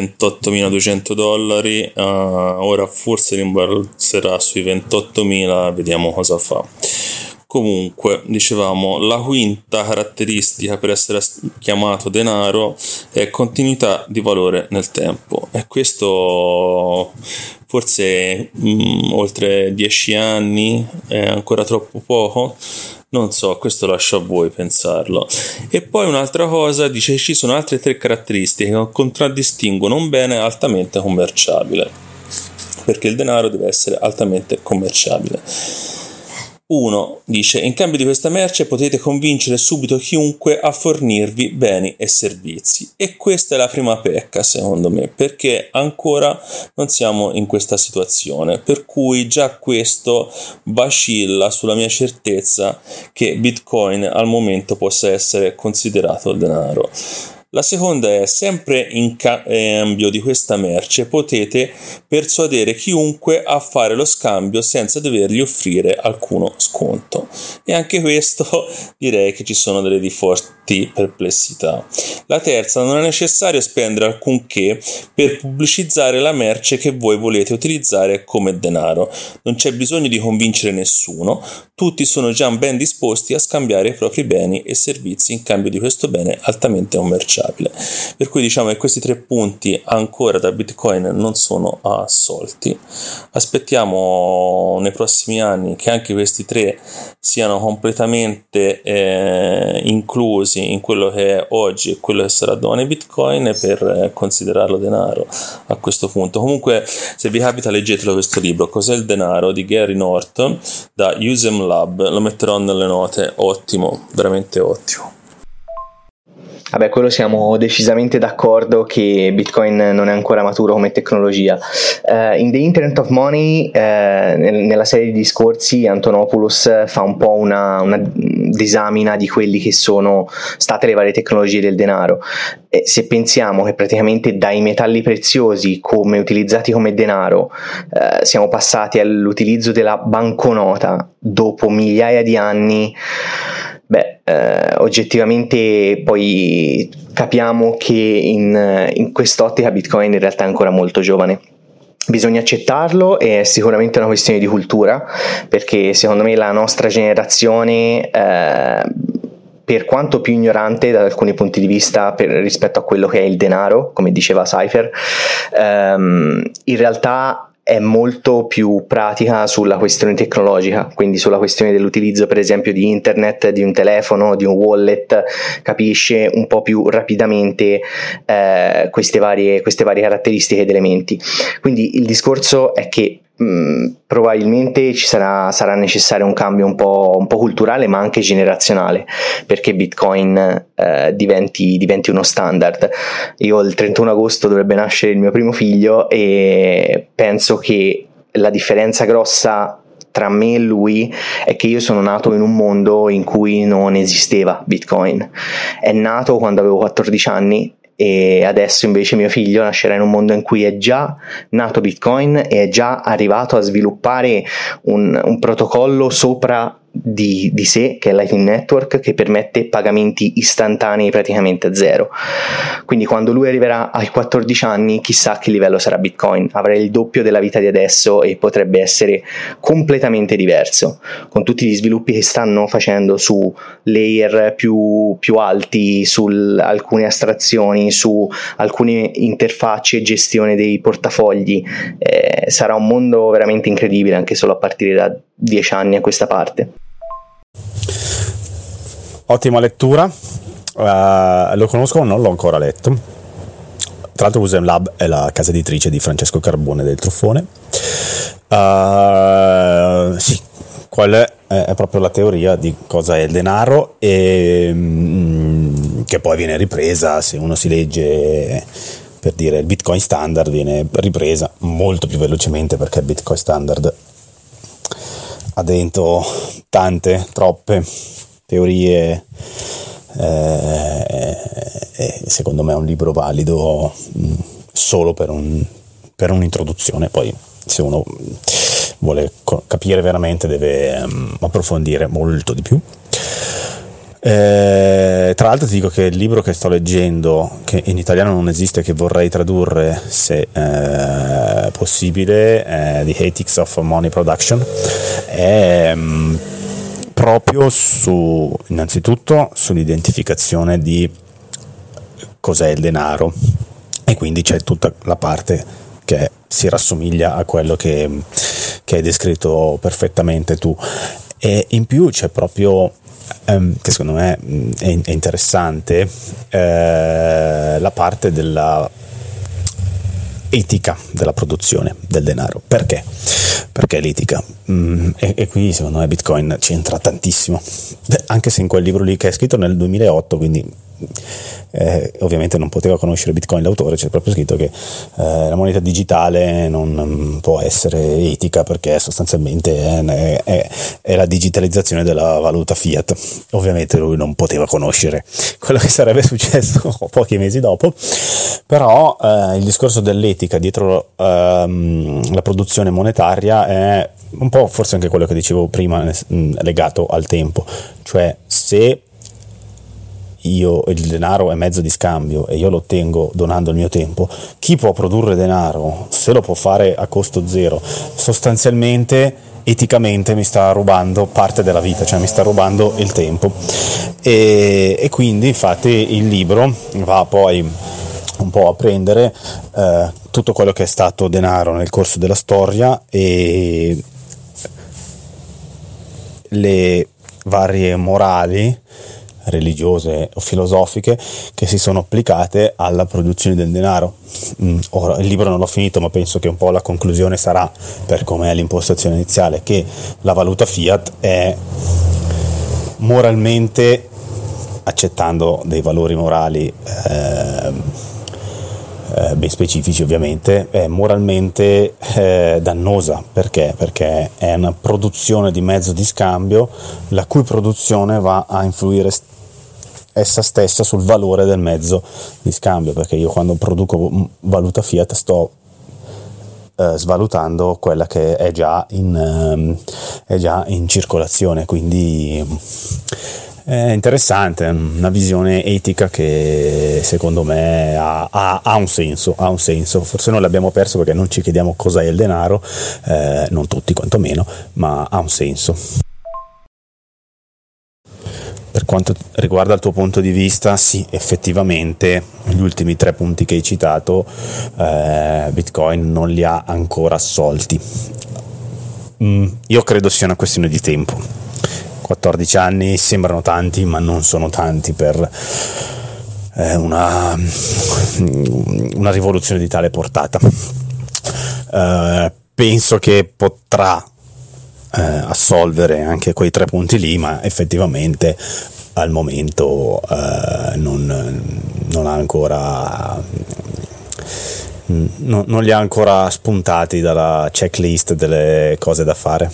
$28.200, ora forse rimbalzerà sui 28.000, vediamo cosa fa. Comunque, dicevamo, la quinta caratteristica per essere chiamato denaro è continuità di valore nel tempo, e questo forse oltre 10 anni è ancora troppo poco, Non so, questo lascio a voi pensarlo. E poi un'altra cosa, dice: ci sono altre 3 caratteristiche che contraddistinguono un bene altamente commerciabile, perché il denaro deve essere altamente commerciabile. 1. Dice: in cambio di questa merce potete convincere subito chiunque a fornirvi beni e servizi. E questa è la prima pecca, secondo me, perché ancora non siamo in questa situazione, per cui già questo vacilla sulla mia certezza che Bitcoin al momento possa essere considerato denaro. La seconda è: sempre in cambio di questa merce potete persuadere chiunque a fare lo scambio senza dovergli offrire alcuno sconto. E anche questo direi che ci sono delle forti perplessità. La terza: non è necessario spendere alcunché per pubblicizzare la merce che voi volete utilizzare come denaro. Non c'è bisogno di convincere nessuno, tutti sono già ben disposti a scambiare i propri beni e servizi in cambio di questo bene altamente commerciale. Per cui diciamo che questi 3 punti ancora da Bitcoin non sono assolti. Aspettiamo nei prossimi anni che anche questi 3 siano completamente inclusi in quello che è oggi e quello che sarà domani Bitcoin per considerarlo denaro a questo punto. Comunque, se vi capita, leggetelo questo libro, Cos'è il denaro, di Gary North, da Usem Lab, lo metterò nelle note. Ottimo, veramente ottimo. Vabbè, quello siamo decisamente d'accordo che Bitcoin non è ancora maturo come tecnologia. In The Internet of Money, nella serie di discorsi, Antonopoulos fa un po' una disamina di quelli che sono state le varie tecnologie del denaro. Se pensiamo che praticamente dai metalli preziosi come utilizzati come denaro siamo passati all'utilizzo della banconota dopo migliaia di anni, oggettivamente poi capiamo che in quest'ottica Bitcoin in realtà è ancora molto giovane. Bisogna accettarlo, e è sicuramente una questione di cultura, perché secondo me la nostra generazione, per quanto più ignorante da alcuni punti di vista rispetto a quello che è il denaro, come diceva Cypher, in realtà è molto più pratica sulla questione tecnologica, quindi sulla questione dell'utilizzo per esempio di internet, di un telefono, di un wallet, capisce un po' più rapidamente queste varie caratteristiche ed elementi. Quindi il discorso è che probabilmente sarà necessario un cambio un po' culturale, ma anche generazionale, perché Bitcoin diventi uno standard. Io il 31 agosto dovrebbe nascere il mio primo figlio e penso che la differenza grossa tra me e lui è che io sono nato in un mondo in cui non esisteva Bitcoin. È nato quando avevo 14 anni e adesso invece mio figlio nascerà in un mondo in cui è già nato Bitcoin e è già arrivato a sviluppare un protocollo sopra di sé, che è Lightning Network, che permette pagamenti istantanei praticamente a zero. Quindi quando lui arriverà ai 14 anni, chissà che livello sarà Bitcoin, avrà il doppio della vita di adesso e potrebbe essere completamente diverso, con tutti gli sviluppi che stanno facendo su layer più alti, su alcune astrazioni, su alcune interfacce e gestione dei portafogli. Sarà un mondo veramente incredibile anche solo a partire da 10 anni a questa parte. Ottima lettura, lo conosco ma non l'ho ancora letto. Tra l'altro Usem Lab è la casa editrice di Francesco Carbone del Truffone. Sì, quella è proprio la teoria di cosa è il denaro, e che poi viene ripresa, se uno si legge, per dire, il Bitcoin Standard viene ripresa molto più velocemente, perché il Bitcoin Standard ha dentro troppe teorie, secondo me è un libro valido solo per un'introduzione. Poi se uno vuole capire veramente deve approfondire molto di più. Tra l'altro ti dico che il libro che sto leggendo, che in italiano non esiste, che vorrei tradurre se possibile, The Ethics of Money Production, è proprio innanzitutto sull'identificazione di cos'è il denaro, e quindi c'è tutta la parte che si rassomiglia a quello che hai descritto perfettamente tu. E in più c'è proprio che secondo me è interessante, la parte della etica della produzione del denaro. Perché? Perché l'etica? E qui secondo me Bitcoin c'entra tantissimo, anche se in quel libro lì, che è scritto nel 2008, quindi ovviamente non poteva conoscere Bitcoin l'autore, c'è proprio scritto che la moneta digitale non può essere etica perché sostanzialmente è la digitalizzazione della valuta fiat. Ovviamente lui non poteva conoscere quello che sarebbe successo pochi mesi dopo, però il discorso dell'etica dietro la produzione monetaria è un po' forse anche quello che dicevo prima, legato al tempo, cioè se il denaro è mezzo di scambio e io lo ottengo donando il mio tempo, chi può produrre denaro, se lo può fare a costo zero, sostanzialmente eticamente mi sta rubando parte della vita, cioè mi sta rubando il tempo, e quindi infatti il libro va poi un po' a prendere tutto quello che è stato denaro nel corso della storia e le varie morali religiose o filosofiche che si sono applicate alla produzione del denaro. Ora il libro non l'ho finito, ma penso che un po' la conclusione sarà, per come è l'impostazione iniziale, che la valuta fiat è moralmente, accettando dei valori morali ben specifici ovviamente, è moralmente dannosa. Perché? Perché è una produzione di mezzo di scambio la cui produzione va a influire essa stessa sul valore del mezzo di scambio, perché io quando produco valuta fiat sto svalutando quella che è già in circolazione, quindi è interessante, una visione etica che secondo me ha un senso, forse noi l'abbiamo perso perché non ci chiediamo cos'è il denaro, non tutti quantomeno, ma ha un senso. Per quanto riguarda il tuo punto di vista, sì, effettivamente gli ultimi 3 punti che hai citato Bitcoin non li ha ancora assolti. Io credo sia una questione di tempo. 14 anni sembrano tanti, ma non sono tanti per una rivoluzione di tale portata. Penso che potrà assolvere anche quei 3 punti lì, ma effettivamente al momento non ha ancora non li ha ancora spuntati dalla checklist delle cose da fare.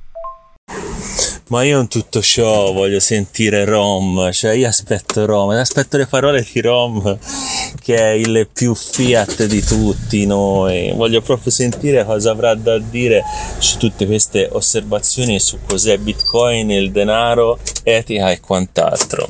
Ma io in tutto ciò voglio sentire Rom, cioè io aspetto Rom, aspetto le parole di Rom, che è il più fiat di tutti noi. Voglio proprio sentire cosa avrà da dire su tutte queste osservazioni e su cos'è Bitcoin, il denaro, etica e quant'altro.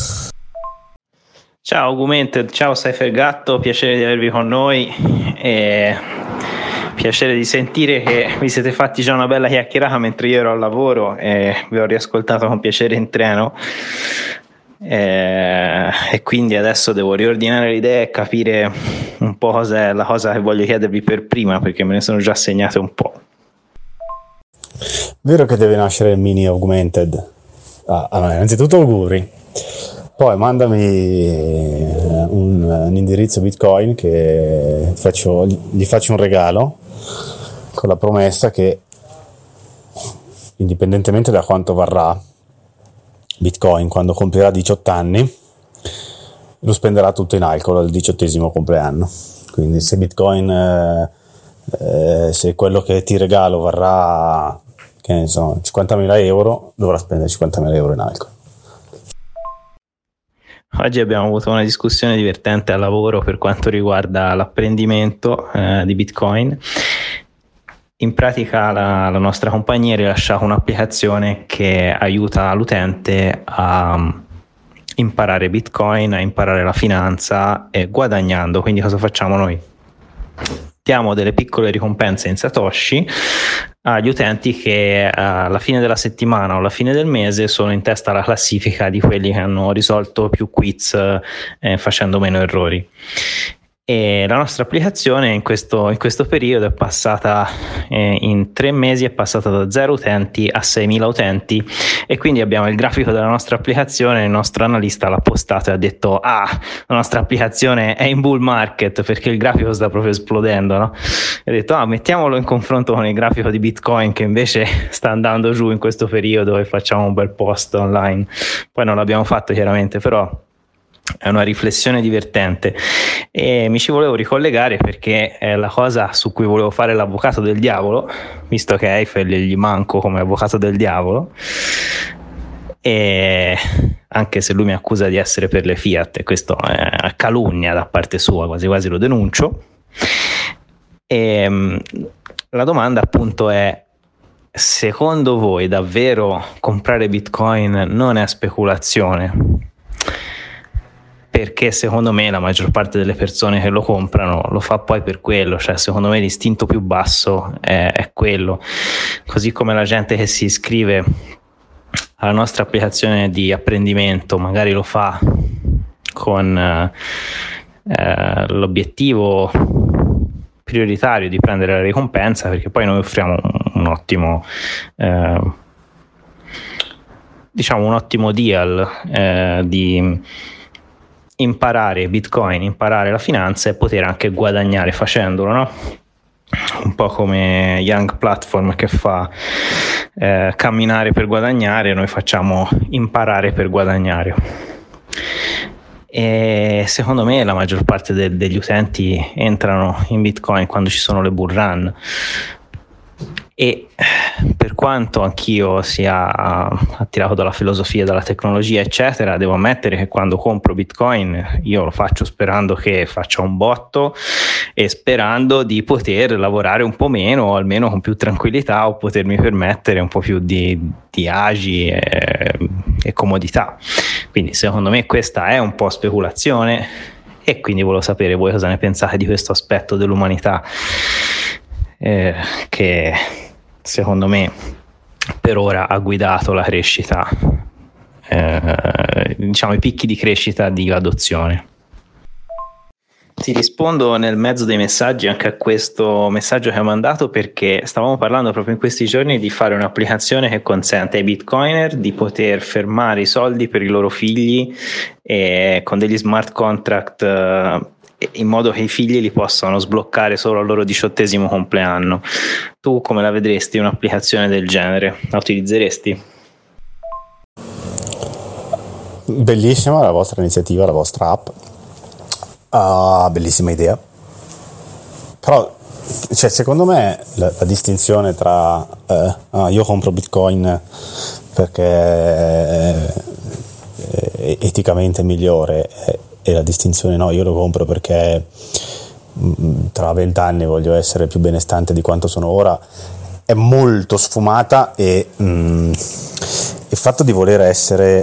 Ciao Augmented, ciao Cypher Gatto, piacere di avervi con noi e piacere di sentire che vi siete fatti già una bella chiacchierata mentre io ero al lavoro e vi ho riascoltato con piacere in treno, e quindi adesso devo riordinare le idee e capire un po' cos'è la cosa che voglio chiedervi per prima, perché me ne sono già segnate un po'. Vero che deve nascere il mini Augmented? Innanzitutto auguri, poi mandami un indirizzo Bitcoin che gli faccio un regalo con la promessa che, indipendentemente da quanto varrà Bitcoin quando compierà 18 anni, lo spenderà tutto in alcol al 18° compleanno. Quindi se Bitcoin se quello che ti regalo varrà, che ne so, 50.000 euro, dovrà spendere 50.000 euro in alcol. Oggi abbiamo avuto una discussione divertente al lavoro per quanto riguarda l'apprendimento di Bitcoin. In pratica la nostra compagnia ha rilasciato un'applicazione che aiuta l'utente a imparare Bitcoin, a imparare la finanza guadagnando. Quindi cosa facciamo noi? Diamo delle piccole ricompense in Satoshi agli utenti che alla fine della settimana o alla fine del mese sono in testa alla classifica di quelli che hanno risolto più quiz facendo meno errori. E la nostra applicazione in questo periodo è passata, in 3 mesi è passata da 0 utenti a 6.000 utenti, e quindi abbiamo il grafico della nostra applicazione. Il nostro analista l'ha postato e ha detto: la nostra applicazione è in bull market perché il grafico sta proprio esplodendo, no? E ha detto: mettiamolo in confronto con il grafico di Bitcoin che invece sta andando giù in questo periodo, e facciamo un bel post online. Poi non l'abbiamo fatto chiaramente, però è una riflessione divertente e mi ci volevo ricollegare perché è la cosa su cui volevo fare l'avvocato del diavolo, visto che a Eiffel gli manco come avvocato del diavolo, e anche se lui mi accusa di essere per le Fiat, e questo è calunnia da parte sua, quasi quasi lo denuncio. E la domanda appunto è: secondo voi davvero comprare Bitcoin non è speculazione? Perché secondo me la maggior parte delle persone che lo comprano lo fa poi per quello, cioè secondo me l'istinto più basso è quello, così come la gente che si iscrive alla nostra applicazione di apprendimento magari lo fa con l'obiettivo prioritario di prendere la ricompensa, perché poi noi offriamo un ottimo un ottimo deal di imparare Bitcoin, imparare la finanza e poter anche guadagnare facendolo, no? Un po' come Young Platform che fa camminare per guadagnare, noi facciamo imparare per guadagnare. E secondo me la maggior parte degli utenti entrano in Bitcoin quando ci sono le bull run, e per quanto anch'io sia attirato dalla filosofia, dalla tecnologia eccetera, devo ammettere che quando compro Bitcoin io lo faccio sperando che faccia un botto e sperando di poter lavorare un po' meno, o almeno con più tranquillità, o potermi permettere un po' più di agi e comodità. Quindi secondo me questa è un po' speculazione, e quindi volevo sapere voi cosa ne pensate di questo aspetto dell'umanità che secondo me per ora ha guidato la crescita, i picchi di crescita di adozione. Ti rispondo nel mezzo dei messaggi anche a questo messaggio che hai mandato, perché stavamo parlando proprio in questi giorni di fare un'applicazione che consente ai bitcoiner di poter fermare i soldi per i loro figli con degli smart contract, in modo che i figli li possano sbloccare solo al loro 18° compleanno. Tu come la vedresti un'applicazione del genere? La utilizzeresti? Bellissima la vostra iniziativa, la vostra app, bellissima idea, però secondo me la distinzione tra io compro Bitcoin perché è eticamente migliore e la distinzione no, io lo compro perché tra 20 anni voglio essere più benestante di quanto sono ora, è molto sfumata, e il fatto di voler essere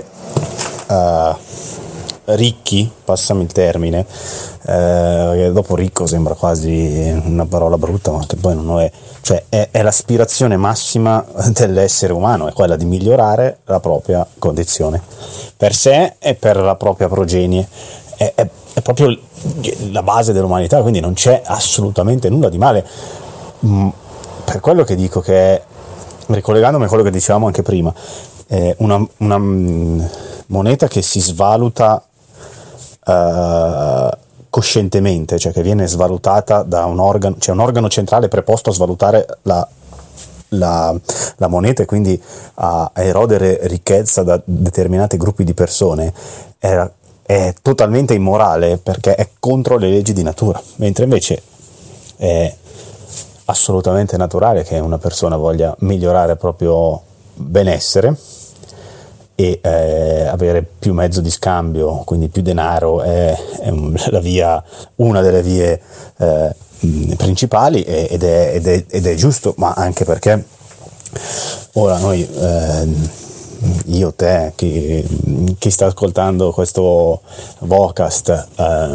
ricchi, passami il termine, dopo ricco sembra quasi una parola brutta, ma che poi non lo è, cioè è l'aspirazione massima dell'essere umano, è quella di migliorare la propria condizione per sé e per la propria progenie. È proprio la base dell'umanità, quindi non c'è assolutamente nulla di male. Per quello che dico che, ricollegandomi a quello che dicevamo anche prima, una moneta che si svaluta coscientemente, cioè che viene svalutata da un organo, cioè un organo centrale preposto a svalutare la moneta e quindi a erodere ricchezza da determinati gruppi di persone, è totalmente immorale perché è contro le leggi di natura, mentre invece è assolutamente naturale che una persona voglia migliorare il proprio benessere e avere più mezzo di scambio, quindi più denaro è una delle vie principali, ed è giusto, ma anche perché ora noi io, te, chi sta ascoltando questo podcast,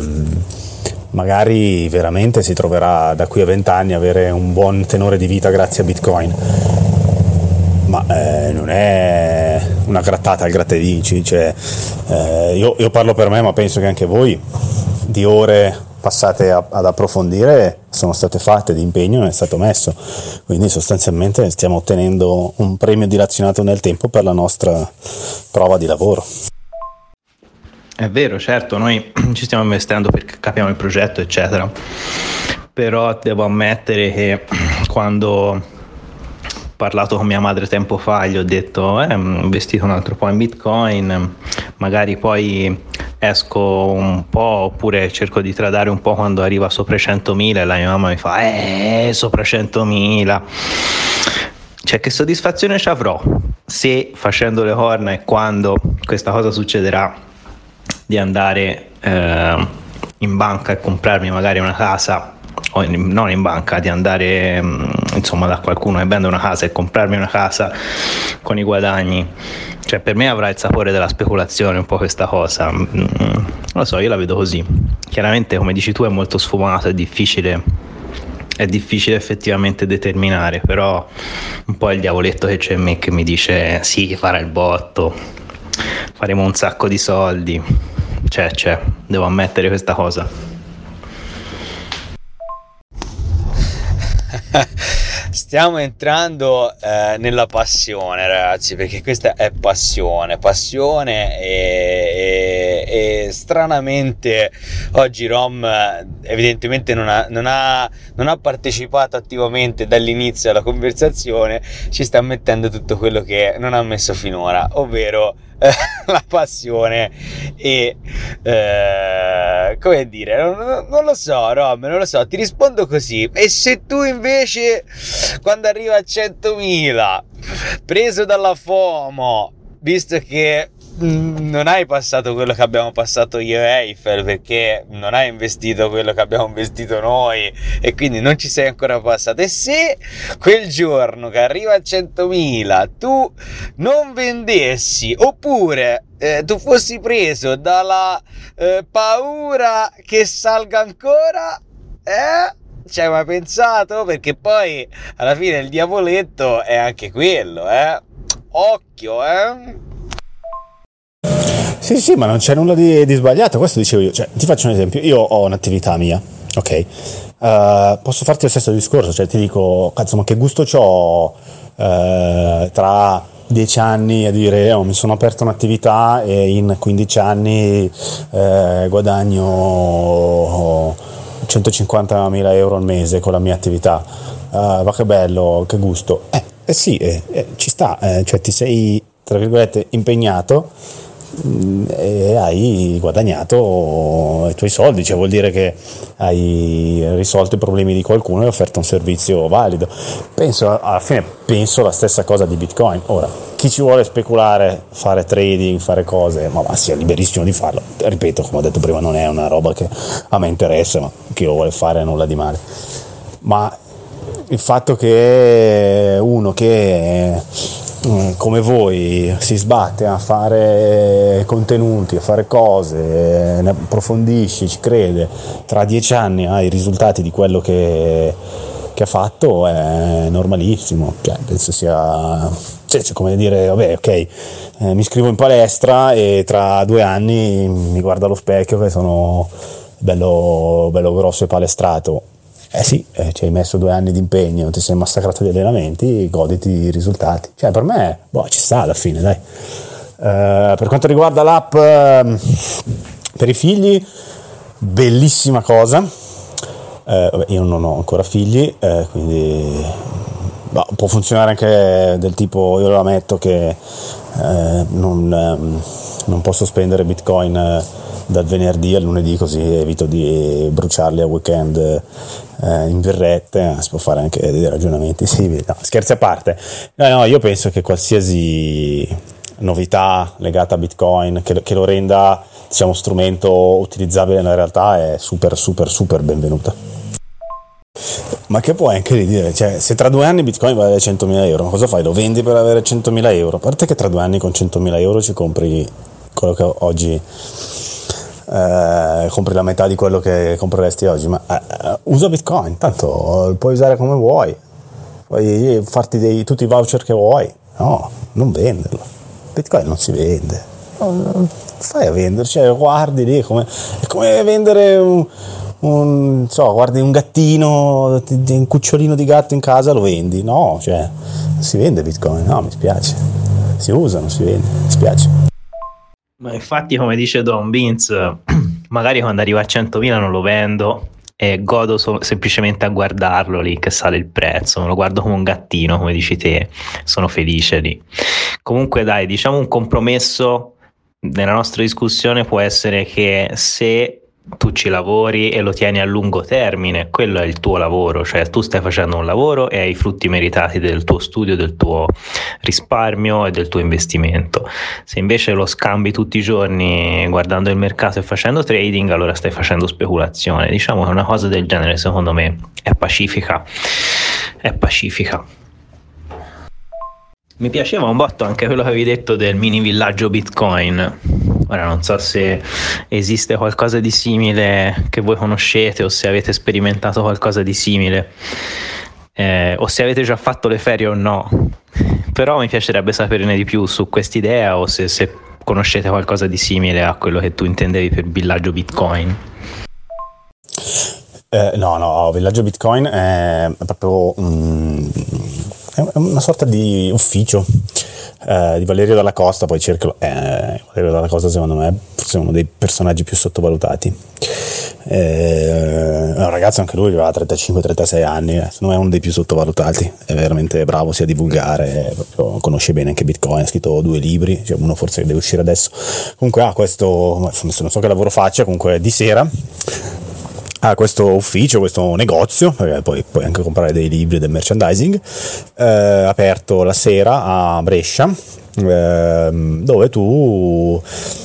magari veramente si troverà da qui a 20 anni avere un buon tenore di vita grazie a Bitcoin, ma non è una grattata al gratta e vinci, cioè, io parlo per me, ma penso che anche voi di ore passate ad approfondire sono state fatte, di impegno è stato messo, quindi sostanzialmente stiamo ottenendo un premio dilazionato nel tempo per la nostra prova di lavoro. È vero, certo, noi ci stiamo investendo perché capiamo il progetto, eccetera, però devo ammettere che quando ho parlato con mia madre tempo fa, gli ho detto ho investito un altro po' in Bitcoin, magari poi esco un po' oppure cerco di tradare un po' quando arriva sopra i 100.000 e la mia mamma mi fa sopra 100.000. Cioè, che soddisfazione ci avrò se, facendo le corna e quando questa cosa succederà, di andare in banca e comprarmi magari una casa, o non in banca, di andare insomma da qualcuno che vende una casa e comprarmi una casa con i guadagni. Cioè, per me avrà il sapore della speculazione un po' questa cosa, non lo so, io la vedo così. Chiaramente, come dici tu, è molto sfumato, è difficile effettivamente determinare, però un po' il diavoletto che c'è in me che mi dice sì, farà il botto, faremo un sacco di soldi. Devo ammettere questa cosa. Stiamo entrando nella passione, ragazzi, perché questa è passione e stranamente oggi Rom evidentemente non ha partecipato attivamente dall'inizio alla conversazione, ci sta mettendo tutto quello che non ha messo finora, ovvero la passione e come dire, non lo so, Rom, non lo so, ti rispondo così. E se tu invece, quando arriva a 100.000, preso dalla FOMO, visto che non hai passato quello che abbiamo passato io e Eiffel, perché non hai investito quello che abbiamo investito noi e quindi non ci sei ancora passato, e se quel giorno che arriva a 100.000 tu non vendessi, oppure tu fossi preso dalla paura che salga ancora, ci hai mai pensato? Perché poi alla fine il diavoletto è anche quello, occhio, Sì, ma non c'è nulla di sbagliato, questo dicevo io. Cioè, ti faccio un esempio, io ho un'attività mia, ok? Posso farti lo stesso discorso, cioè ti dico, cazzo, ma che gusto c'ho tra 10 anni a dire mi sono aperto un'attività e in 15 anni guadagno 150.000 euro al mese con la mia attività, ma che bello, che gusto. Sì, ci sta, cioè ti sei, tra virgolette, impegnato e hai guadagnato i tuoi soldi, cioè vuol dire che hai risolto i problemi di qualcuno e offerto un servizio valido. Alla fine penso la stessa cosa di Bitcoin. Ora, chi ci vuole speculare, fare trading, fare cose, ma sia liberissimo di farlo, ripeto, come ho detto prima, non è una roba che a me interessa, ma chi lo vuole fare nulla di male. Ma il fatto che uno che come voi si sbatte a fare contenuti, a fare cose, ne approfondisci, ci crede, tra 10 anni hai i risultati di quello che ha fatto, è normalissimo. Cioè, penso sia come dire, vabbè, ok, mi iscrivo in palestra e tra 2 anni mi guardo allo specchio che sono bello grosso e palestrato. Sì, ci hai messo 2 anni di impegno, ti sei massacrato di allenamenti, goditi i risultati. Cioè, per me, ci sta alla fine, dai. Per quanto riguarda l'app per i figli, bellissima cosa. Io non ho ancora figli, quindi può funzionare anche del tipo, io lo ammetto che non posso spendere Bitcoin dal venerdì al lunedì, così evito di bruciarli a weekend in birrette. Si può fare anche dei ragionamenti simili, no, scherzi a parte. No, io penso che qualsiasi novità legata a Bitcoin che lo renda, diciamo, strumento utilizzabile nella realtà è super benvenuta. Ma che puoi anche dire, cioè, se tra 2 anni Bitcoin vale 100.000 euro, ma cosa fai? Lo vendi per avere 100.000 euro? A parte che tra 2 anni con 100.000 euro ci compri quello che oggi compri la metà di quello che compreresti oggi, ma usa Bitcoin, tanto lo puoi usare come vuoi, puoi farti tutti i voucher che vuoi. No, non venderlo. Bitcoin non si vende, fai a vendere, cioè guardi lì, è come vendere guardi un gattino, un cucciolino di gatto in casa, lo vendi? No, cioè, si vende Bitcoin? No, mi spiace. Si usa, non si vende, mi spiace. Ma infatti, come dice Don Vince, magari quando arriva a 100.000 non lo vendo e godo semplicemente a guardarlo lì che sale il prezzo, me lo guardo come un gattino, come dici te, sono felice lì. Comunque dai, diciamo un compromesso nella nostra discussione può essere che se tu ci lavori e lo tieni a lungo termine, quello è il tuo lavoro, cioè tu stai facendo un lavoro e hai i frutti meritati del tuo studio, del tuo risparmio e del tuo investimento. Se invece lo scambi tutti i giorni guardando il mercato e facendo trading, allora stai facendo speculazione. Diciamo che una cosa del genere secondo me è pacifica. Mi piaceva un botto anche quello che avevi detto del mini villaggio Bitcoin. Ora non so se esiste qualcosa di simile che voi conoscete o se avete sperimentato qualcosa di simile, o se avete già fatto le ferie o no. Però mi piacerebbe saperne di più su quest'idea o se conoscete qualcosa di simile a quello che tu intendevi per villaggio Bitcoin. No, villaggio Bitcoin è proprio è una sorta di ufficio di Valerio Dalla Costa, poi cercalo. Valerio Dalla Costa secondo me forse è uno dei personaggi più sottovalutati. È un ragazzo, anche lui aveva 35-36 anni, secondo me è uno dei più sottovalutati, è veramente bravo sia a divulgare, proprio conosce bene anche Bitcoin, ha scritto 2 libri, cioè uno forse deve uscire adesso. Comunque questo, non so che lavoro faccia, comunque di sera ha questo ufficio, questo negozio, perché poi puoi anche comprare dei libri, del merchandising, aperto la sera a Brescia, dove tu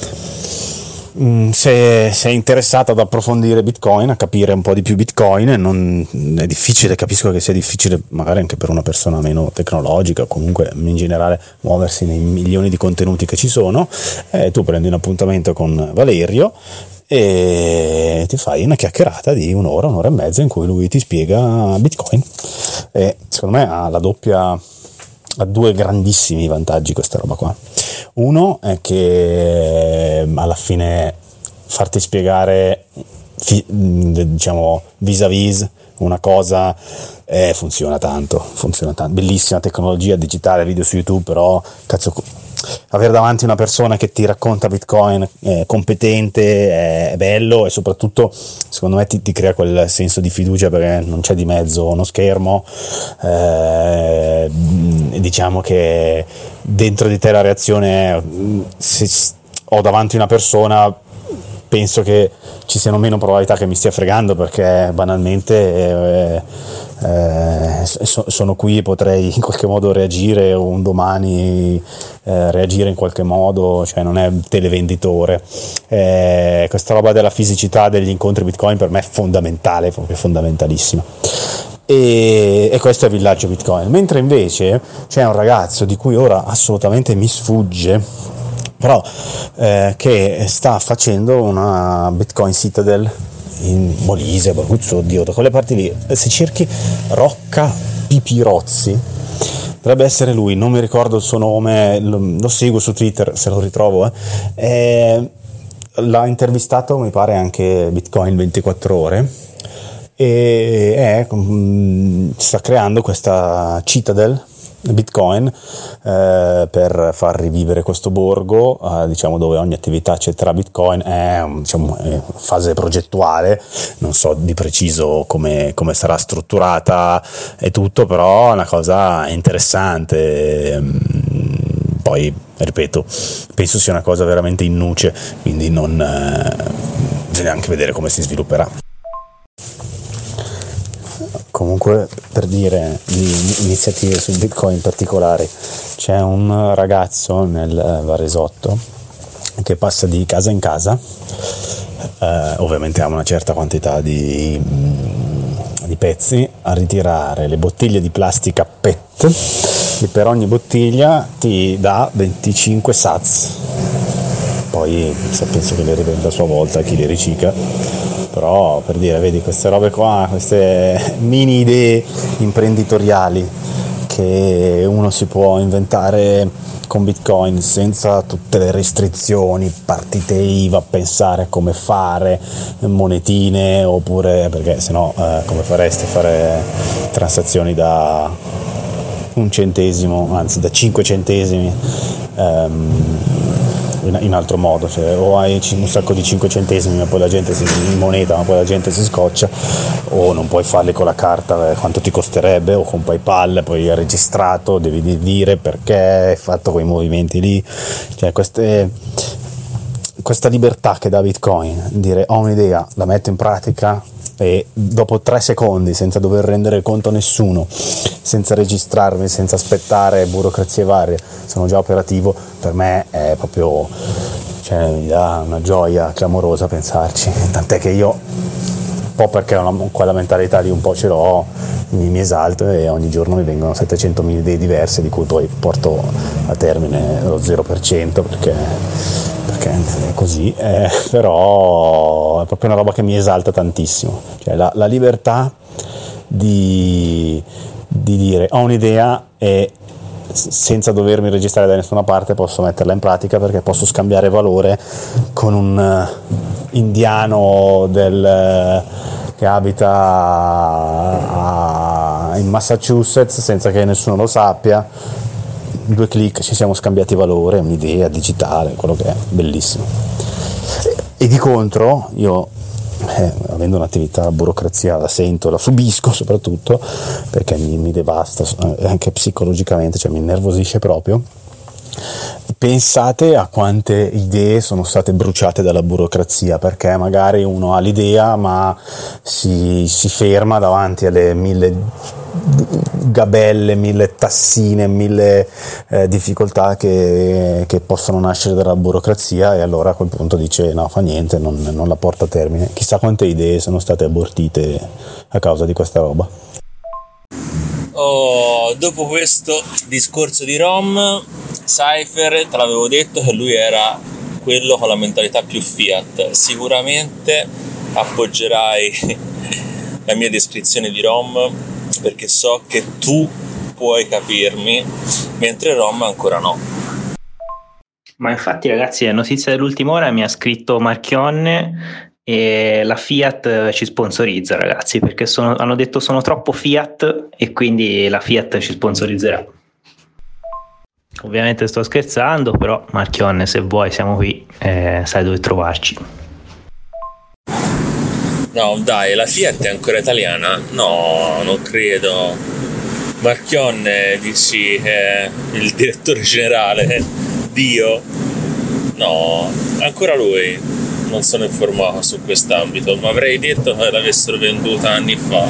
se sei interessato ad approfondire Bitcoin, a capire un po' di più Bitcoin, è difficile, capisco che sia difficile magari anche per una persona meno tecnologica, o comunque in generale muoversi nei milioni di contenuti che ci sono, tu prendi un appuntamento con Valerio e ti fai una chiacchierata di un'ora e mezza in cui lui ti spiega Bitcoin, e secondo me ha 2 grandissimi vantaggi questa roba qua. Uno è che alla fine farti spiegare diciamo vis-à-vis una cosa funziona tanto, bellissima tecnologia digitale, video su YouTube, però cazzo, avere davanti una persona che ti racconta Bitcoin competente è bello, e soprattutto secondo me ti crea quel senso di fiducia, perché non c'è di mezzo uno schermo, diciamo che dentro di te la reazione se ho davanti una persona penso che ci siano meno probabilità che mi stia fregando, perché banalmente sono qui e potrei in qualche modo reagire, o un domani reagire in qualche modo, cioè non è un televenditore. Questa roba della fisicità degli incontri Bitcoin per me è fondamentale, proprio fondamentalissima. E questo è il villaggio Bitcoin. Mentre invece c'è un ragazzo di cui ora assolutamente mi sfugge, però che sta facendo una Bitcoin Citadel in Molise, Abruzzo, oddio, da quelle parti lì. Se cerchi Rocca Pipirozzi dovrebbe essere lui, non mi ricordo il suo nome, lo seguo su Twitter se lo ritrovo. L'ha intervistato, mi pare, anche Bitcoin 24 ore, e sta creando questa Citadel Bitcoin per far rivivere questo borgo, diciamo, dove ogni attività accetterà Bitcoin. È fase progettuale, non so di preciso come sarà strutturata e tutto, però è una cosa interessante. Poi ripeto, penso sia una cosa veramente in nuce, quindi bisogna anche vedere come si svilupperà. Comunque, per dire di iniziative su Bitcoin particolari, c'è un ragazzo nel Varesotto che passa di casa in casa, ovviamente ha una certa quantità di pezzi, a ritirare le bottiglie di plastica PET, e per ogni bottiglia ti dà 25 sats. Poi penso che le rivenda a sua volta chi le ricicla. Però, per dire, vedi, queste robe qua, queste mini idee imprenditoriali che uno si può inventare con Bitcoin senza tutte le restrizioni, partite IVA, pensare come fare, monetine, oppure perché sennò come faresti a fare transazioni da un centesimo, anzi da 5 centesimi in altro modo, cioè o hai un sacco di 5 centesimi ma poi la gente in moneta, ma poi la gente si scoccia, o non puoi farli con la carta, quanto ti costerebbe, o con PayPal, poi è registrato, devi dire perché hai fatto quei movimenti lì, cioè questa libertà che dà Bitcoin, dire ho un'idea, la metto in pratica e dopo 3 secondi, senza dover rendere conto a nessuno, senza registrarmi, senza aspettare burocrazie varie, sono già operativo, per me è proprio, cioè, mi dà una gioia clamorosa pensarci, tant'è che io, un po' perché quella mentalità lì un po' ce l'ho, mi esalto e ogni giorno mi vengono 700.000 idee diverse, di cui poi porto a termine lo 0%, perché è così, però è proprio una roba che mi esalta tantissimo, cioè la libertà di dire ho un'idea e senza dovermi registrare da nessuna parte posso metterla in pratica, perché posso scambiare valore con un indiano che abita in Massachusetts senza che nessuno lo sappia. 2 clic ci siamo scambiati valore, un'idea digitale, quello che è bellissimo. E di contro io, avendo un'attività, la burocrazia la sento, la subisco soprattutto perché mi devasta anche psicologicamente, cioè mi innervosisce proprio. Pensate a quante idee sono state bruciate dalla burocrazia, perché magari uno ha l'idea ma si ferma davanti alle 1000 gabelle, 1000 tassine, 1000 difficoltà che possono nascere dalla burocrazia, e allora a quel punto dice no, fa niente, non la porta a termine. Chissà quante idee sono state abortite a causa di questa roba. Dopo questo discorso di Rom, Cypher, te l'avevo detto che lui era quello con la mentalità più fiat. Sicuramente appoggerai la mia descrizione di Rom, perché so che tu puoi capirmi, mentre Rom ancora no. Ma infatti, ragazzi, la notizia dell'ultima ora mi ha scritto Marchionne e la Fiat ci sponsorizza, ragazzi, perché hanno detto sono troppo Fiat e quindi la Fiat ci sponsorizzerà. Ovviamente sto scherzando, però Marchionne, se vuoi siamo qui, sai dove trovarci. No dai, la Fiat è ancora italiana? No, non credo. Marchionne dici il direttore generale, Dio? No, ancora lui. Non sono informato su quest'ambito, ma avrei detto che l'avessero venduta anni fa.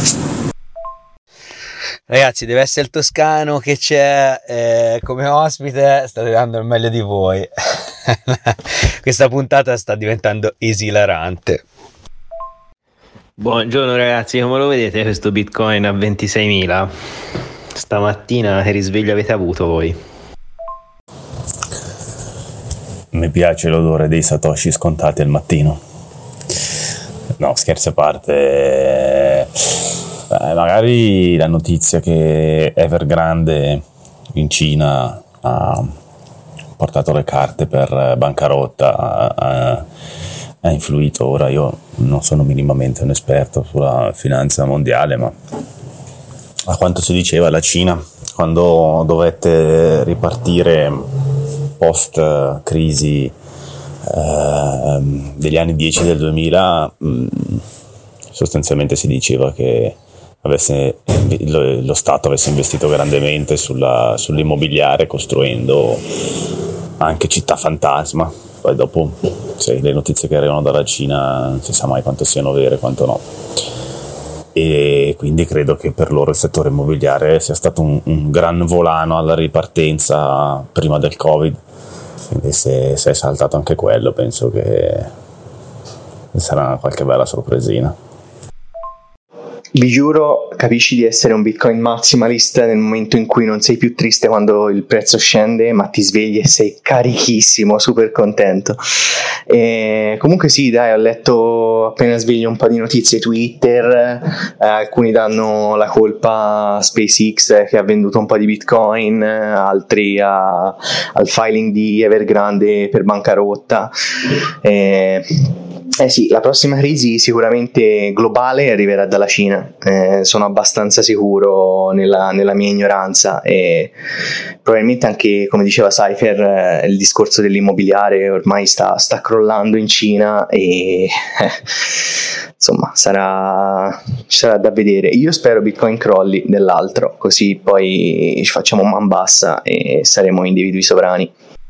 Ragazzi, deve essere il toscano che c'è come ospite, state dando il meglio di voi. Questa puntata sta diventando esilarante. Buongiorno ragazzi, come lo vedete questo Bitcoin a 26.000? Stamattina che risveglio avete avuto voi? Mi piace l'odore dei satoshi scontati al mattino. No, scherzi a parte, magari la notizia che Evergrande in Cina ha portato le carte per bancarotta ha influito. Ora io non sono minimamente un esperto sulla finanza mondiale, ma a quanto si diceva, la Cina, quando dovette ripartire post crisi degli anni 10 del 2000, sostanzialmente si diceva che lo Stato avesse investito grandemente sull'immobiliare, costruendo anche città fantasma. Poi dopo le notizie che arrivano dalla Cina non si sa mai quanto siano vere, quanto no. E quindi credo che per loro il settore immobiliare sia stato un gran volano alla ripartenza prima del Covid. Quindi se è saltato anche quello, penso che sarà qualche bella sorpresina. Vi giuro, capisci di essere un Bitcoin maximalist nel momento in cui non sei più triste quando il prezzo scende, ma ti svegli e sei carichissimo, super contento. E comunque sì, dai, ho letto appena sveglio un po' di notizie Twitter, alcuni danno la colpa a SpaceX che ha venduto un po' di Bitcoin, altri al filing di Evergrande per bancarotta. Sì, la prossima crisi sicuramente globale arriverà dalla Cina, sono abbastanza sicuro nella mia ignoranza, e probabilmente anche, come diceva Cypher, il discorso dell'immobiliare ormai sta crollando in Cina e insomma ci sarà da vedere. Io spero Bitcoin crolli dell'altro, così poi ci facciamo man bassa e saremo individui sovrani.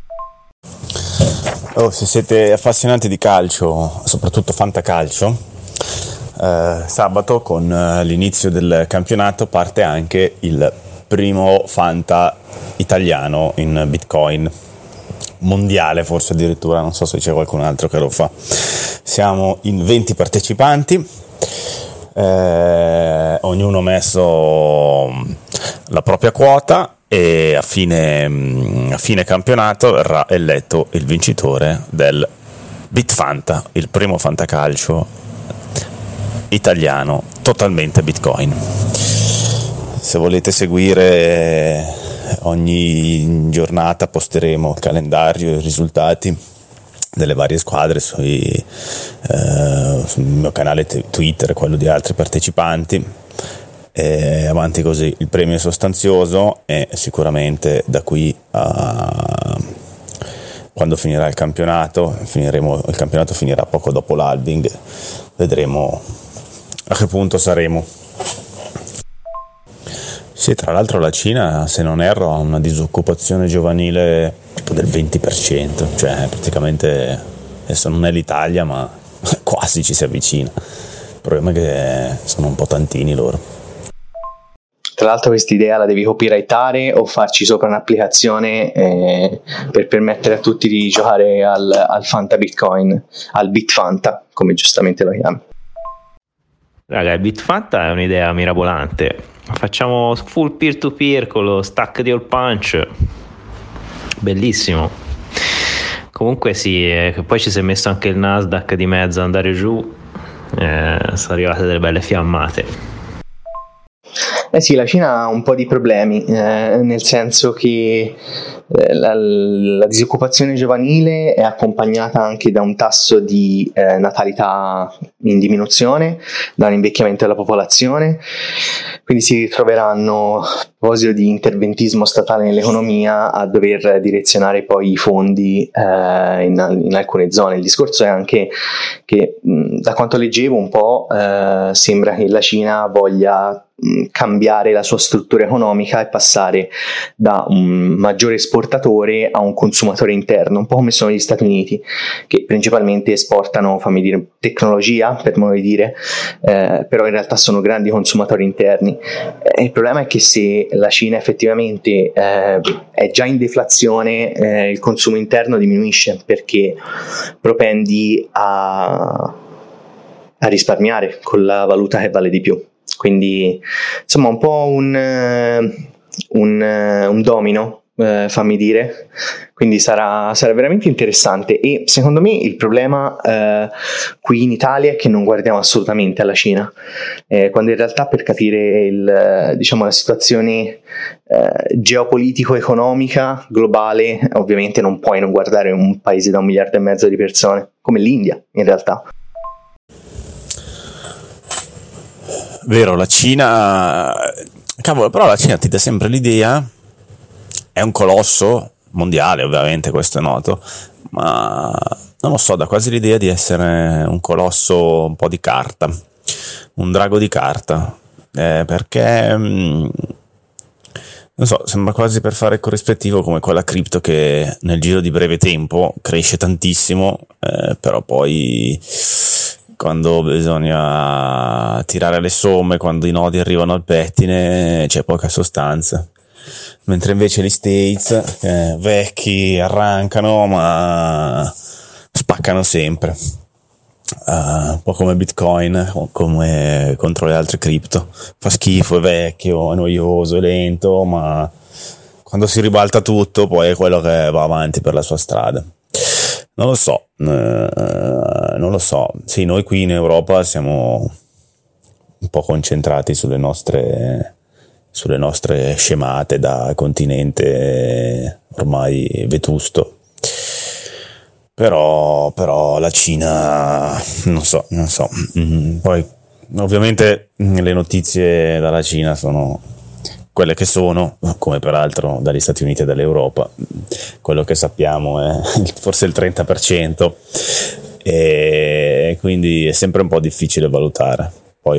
Se siete appassionati di calcio, soprattutto fantacalcio, sabato con l'inizio del campionato parte anche il primo Fanta italiano in Bitcoin, mondiale forse addirittura, non so se c'è qualcun altro che lo fa. Siamo in 20 partecipanti, ognuno ha messo la propria quota, e a fine campionato verrà eletto il vincitore del Bitfanta, il primo fantacalcio italiano totalmente Bitcoin. Se volete seguire, ogni giornata posteremo il calendario e i risultati delle varie squadre sul mio canale Twitter e quello di altri partecipanti. Avanti così, il premio è sostanzioso e sicuramente da qui a quando finirà il campionato, il campionato finirà poco dopo l'halving, vedremo a che punto saremo. Sì, tra l'altro la Cina, se non erro, ha una disoccupazione giovanile tipo del 20%, cioè praticamente adesso non è l'Italia ma quasi ci si avvicina. Il problema è che sono un po' tantini loro. Tra l'altro questa idea la devi copyrightare o farci sopra un'applicazione per permettere a tutti di giocare al Fanta Bitcoin, al Bitfanta, come giustamente lo chiami. Raga, il Bitfanta è un'idea mirabolante. Facciamo full peer-to-peer con lo stack di All Punch. Bellissimo. Comunque sì, poi ci si è messo anche il Nasdaq di mezzo ad andare giù. Sono arrivate delle belle fiammate. Sì, la Cina ha un po' di problemi, nel senso che la disoccupazione giovanile è accompagnata anche da un tasso di natalità in diminuzione, da un invecchiamento della popolazione, quindi si ritroveranno, a proposito di interventismo statale nell'economia, a dover direzionare poi i fondi in alcune zone. Il discorso è anche che, da quanto leggevo un po', sembra che la Cina voglia cambiare la sua struttura economica e passare da un maggiore esportatore a un consumatore interno, un po' come sono gli Stati Uniti, che principalmente esportano, fammi dire, tecnologia, per modo di dire, però in realtà sono grandi consumatori interni. Il problema è che se la Cina effettivamente è già in deflazione, il consumo interno diminuisce, perché propendi a risparmiare con la valuta che vale di più. Quindi insomma un po' un domino, fammi dire, quindi sarà veramente interessante. E secondo me il problema qui in Italia è che non guardiamo assolutamente alla Cina, quando in realtà, per capire la situazione geopolitico-economica globale, ovviamente non puoi non guardare un paese da 1,5 miliardi di persone come l'India, in realtà. Vero, la Cina, cavolo, però la Cina ti dà sempre l'idea, è un colosso mondiale, ovviamente, questo è noto, ma non lo so, dà quasi l'idea di essere un colosso un po' di carta, un drago di carta, perché non so, sembra quasi, per fare il corrispettivo, come quella cripto che nel giro di breve tempo cresce tantissimo, però poi quando bisogna tirare le somme, quando i nodi arrivano al pettine, c'è poca sostanza. Mentre invece gli States, vecchi, arrancano, ma spaccano sempre. un po' come Bitcoin, come contro le altre cripto. Fa schifo, è vecchio, è noioso, è lento, ma quando si ribalta tutto poi è quello che va avanti per la sua strada. Non lo so. Sì, noi qui in Europa siamo un po' concentrati sulle nostre scemate da continente ormai vetusto. Però la Cina non so. Poi ovviamente le notizie dalla Cina sono quelle che sono, come peraltro dagli Stati Uniti e dall'Europa. Quello che sappiamo è forse il 30%, e quindi è sempre un po' difficile valutare. Poi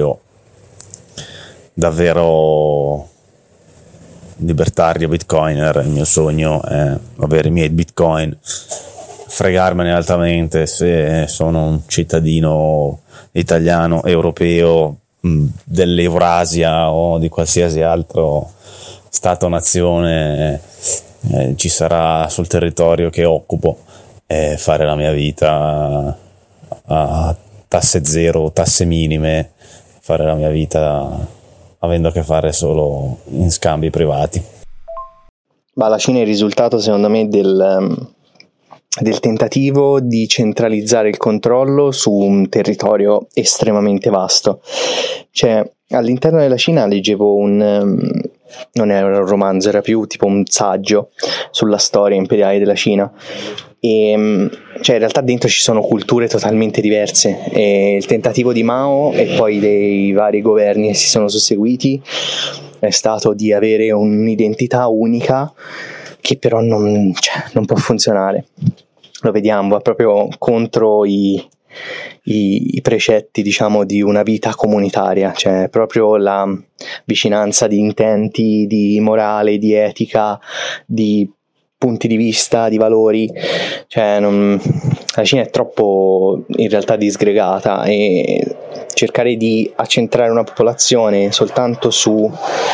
davvero libertario bitcoiner, il mio sogno è avere i miei bitcoin, fregarmene altamente se sono un cittadino italiano, europeo, dell'Eurasia o di qualsiasi altro stato nazione ci sarà sul territorio che occupo, fare la mia vita a tasse zero, tasse minime, fare la mia vita avendo a che fare solo in scambi privati. Ma la Cina è il risultato, secondo me, del tentativo di centralizzare il controllo su un territorio estremamente vasto. Cioè, all'interno della Cina leggevo non era un romanzo, era più tipo un saggio sulla storia imperiale della Cina, e cioè in realtà dentro ci sono culture totalmente diverse, e il tentativo di Mao e poi dei vari governi che si sono susseguiti è stato di avere un'identità unica che però non può funzionare. Lo vediamo, va proprio contro i precetti, diciamo, di una vita comunitaria, cioè proprio la vicinanza di intenti, di morale, di etica, di punti di vista, di valori. Cioè la Cina è troppo in realtà disgregata, e cercare di accentrare una popolazione soltanto su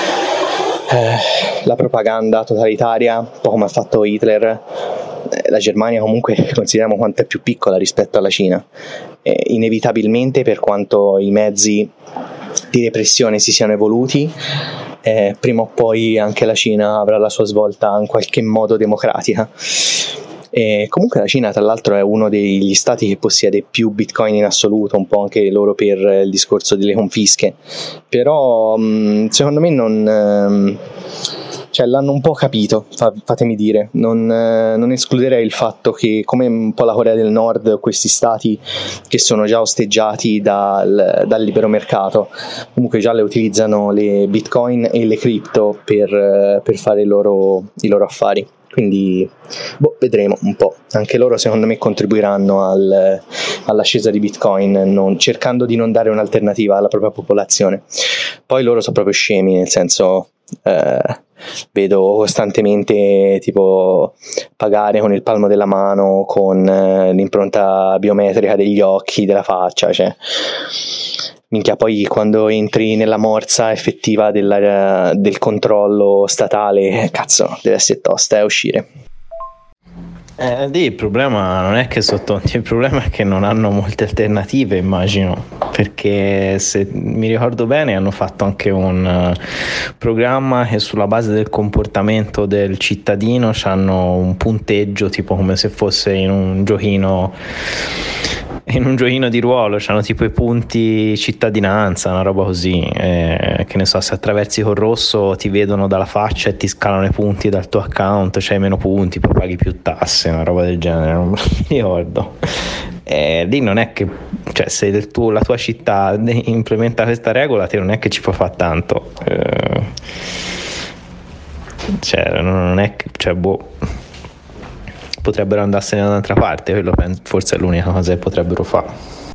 la propaganda totalitaria, un po' come ha fatto Hitler. La Germania comunque consideriamo quanto è più piccola rispetto alla Cina, inevitabilmente, per quanto i mezzi di repressione si siano evoluti, prima o poi anche la Cina avrà la sua svolta in qualche modo democratica. E comunque la Cina, tra l'altro, è uno degli stati che possiede più bitcoin in assoluto, un po' anche loro per il discorso delle confische, però secondo me l'hanno un po' capito, fatemi dire. Non escluderei il fatto che, come un po' la Corea del Nord, questi stati che sono già osteggiati dal libero mercato, comunque già le utilizzano le bitcoin e le cripto per fare i loro affari. Quindi vedremo un po'. Anche loro secondo me contribuiranno all'ascesa di Bitcoin, cercando di non dare un'alternativa alla propria popolazione. Poi loro sono proprio scemi, nel senso, vedo costantemente tipo pagare con il palmo della mano, con l'impronta biometrica degli occhi, della faccia, cioè minchia. Poi quando entri nella morsa effettiva del controllo statale, cazzo, deve essere tosta uscire. Il problema non è che sono tonti, il problema è che non hanno molte alternative, immagino, perché se mi ricordo bene hanno fatto anche un programma che sulla base del comportamento del cittadino hanno un punteggio, tipo come se fosse in un giochino di ruolo, c'hanno tipo i punti cittadinanza, una roba così, che ne so, se attraversi col rosso ti vedono dalla faccia e ti scalano i punti dal tuo account, c'hai meno punti, poi paghi più tasse, una roba del genere, non me lo ricordo. Lì non è che, cioè, se la tua città implementa questa regola, te non è che ci può fare tanto, cioè non è che, cioè potrebbero andarsene da un'altra parte, quello forse è l'unica cosa che potrebbero fare.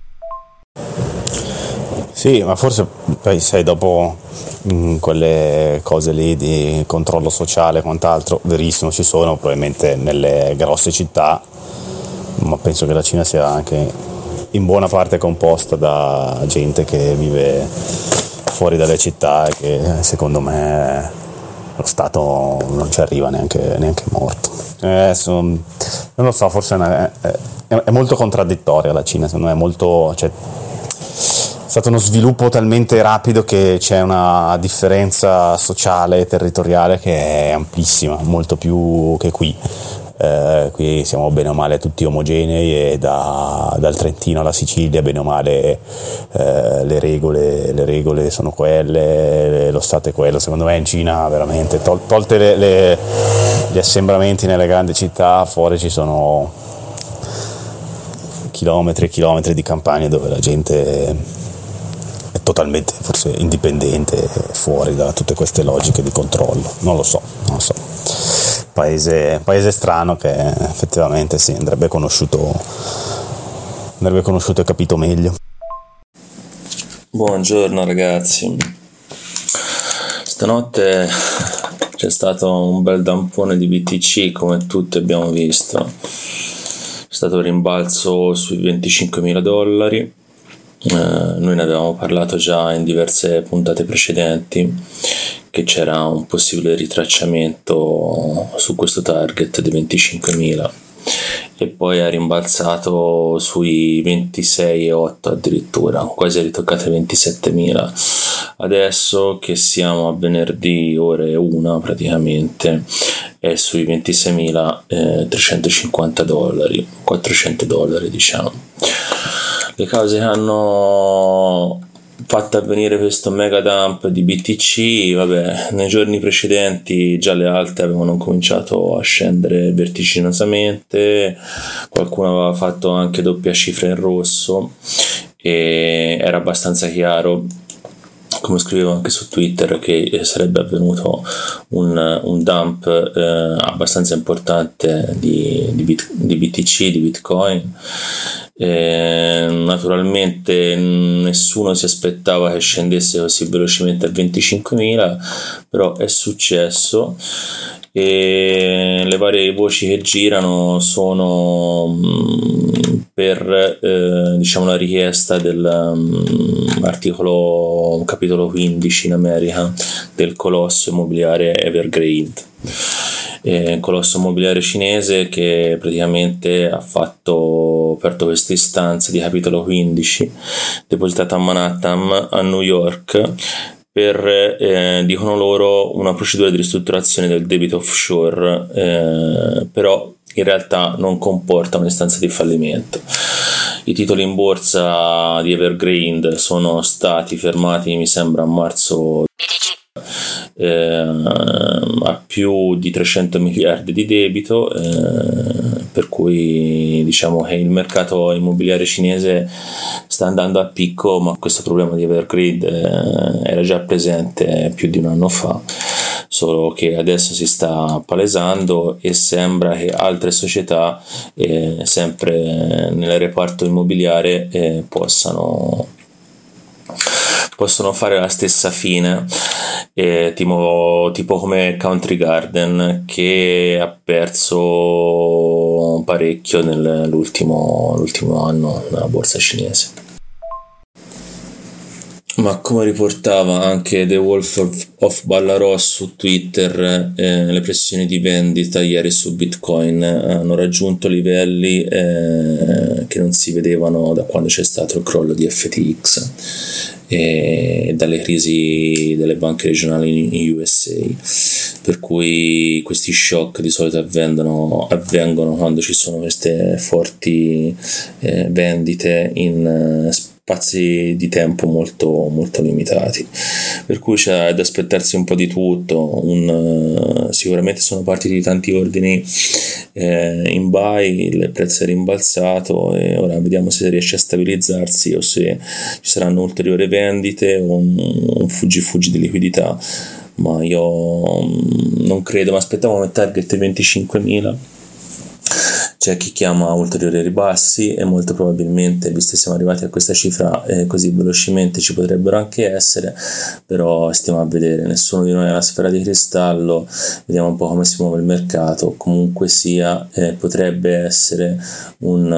Sì, ma forse poi sai, dopo quelle cose lì di controllo sociale e quant'altro, verissimo, ci sono probabilmente nelle grosse città, ma penso che la Cina sia anche in buona parte composta da gente che vive fuori dalle città e che secondo me lo Stato non ci arriva neanche morto. Non lo so, forse è molto contraddittoria la Cina, secondo me è molto, cioè, è stato uno sviluppo talmente rapido che c'è una differenza sociale e territoriale che è amplissima, molto più che qui. Qui siamo bene o male tutti omogenei e dal Trentino alla Sicilia bene o male le regole sono quelle, lo Stato è quello. Secondo me in Cina veramente tolte gli assembramenti nelle grandi città, fuori ci sono chilometri e chilometri di campagne dove la gente è totalmente forse indipendente, fuori da tutte queste logiche di controllo. Non lo so. Paese strano che effettivamente sì, andrebbe conosciuto e capito meglio. Buongiorno ragazzi, stanotte c'è stato un bel dampone di BTC come tutti abbiamo visto, c'è stato un rimbalzo sui $25.000. Noi ne avevamo parlato già in diverse puntate precedenti che c'era un possibile ritracciamento su questo target dei 25.000 e poi ha rimbalzato sui 26,8 addirittura, quasi ritoccato ai 27.000. Adesso che siamo a venerdì ore 1 praticamente è sui $26.350, $400 diciamo. Le cause che hanno fatto avvenire questo mega dump di BTC, vabbè, nei giorni precedenti già le alte avevano cominciato a scendere vertiginosamente, qualcuno aveva fatto anche doppia cifra in rosso e era abbastanza chiaro, come scrivevo anche su Twitter, che sarebbe avvenuto un dump abbastanza importante di BTC, di Bitcoin. Naturalmente nessuno si aspettava che scendesse così velocemente a 25.000, però è successo e le varie voci che girano sono per diciamo la richiesta dell'articolo capitolo 15 in America del colosso immobiliare Evergrande, colosso immobiliare cinese che praticamente ha aperto questa istanza di capitolo 15 depositata a Manhattan, a New York, per dicono loro una procedura di ristrutturazione del debito offshore, però in realtà non comporta un'istanza di fallimento. I titoli in borsa di Evergrande sono stati fermati, mi sembra, a marzo, a più di 300 miliardi di debito, per cui diciamo che il mercato immobiliare cinese sta andando a picco, ma questo problema di Evergrande era già presente più di un anno fa, solo che adesso si sta palesando e sembra che altre società sempre nel reparto immobiliare possano fare la stessa fine, tipo come Country Garden, che ha perso parecchio nell'ultimo anno nella borsa cinese. Ma come riportava anche The Wolf of Ballaros su Twitter, le pressioni di vendita ieri su Bitcoin hanno raggiunto livelli che non si vedevano da quando c'è stato il crollo di FTX e dalle crisi delle banche regionali in USA, per cui questi shock di solito avvengono quando ci sono queste forti vendite in spazi di tempo molto, molto limitati, per cui c'è da aspettarsi un po' di tutto. Sicuramente sono partiti tanti ordini in buy, il prezzo è rimbalzato e ora vediamo se riesce a stabilizzarsi o se ci saranno ulteriori vendite o un fuggi di liquidità, ma io non credo, mi aspettavo come target 25.000. C'è chi chiama ulteriori ribassi e molto probabilmente, visto che siamo arrivati a questa cifra così velocemente, ci potrebbero anche essere, però stiamo a vedere, nessuno di noi ha la sfera di cristallo, vediamo un po' come si muove il mercato. Comunque sia, potrebbe essere un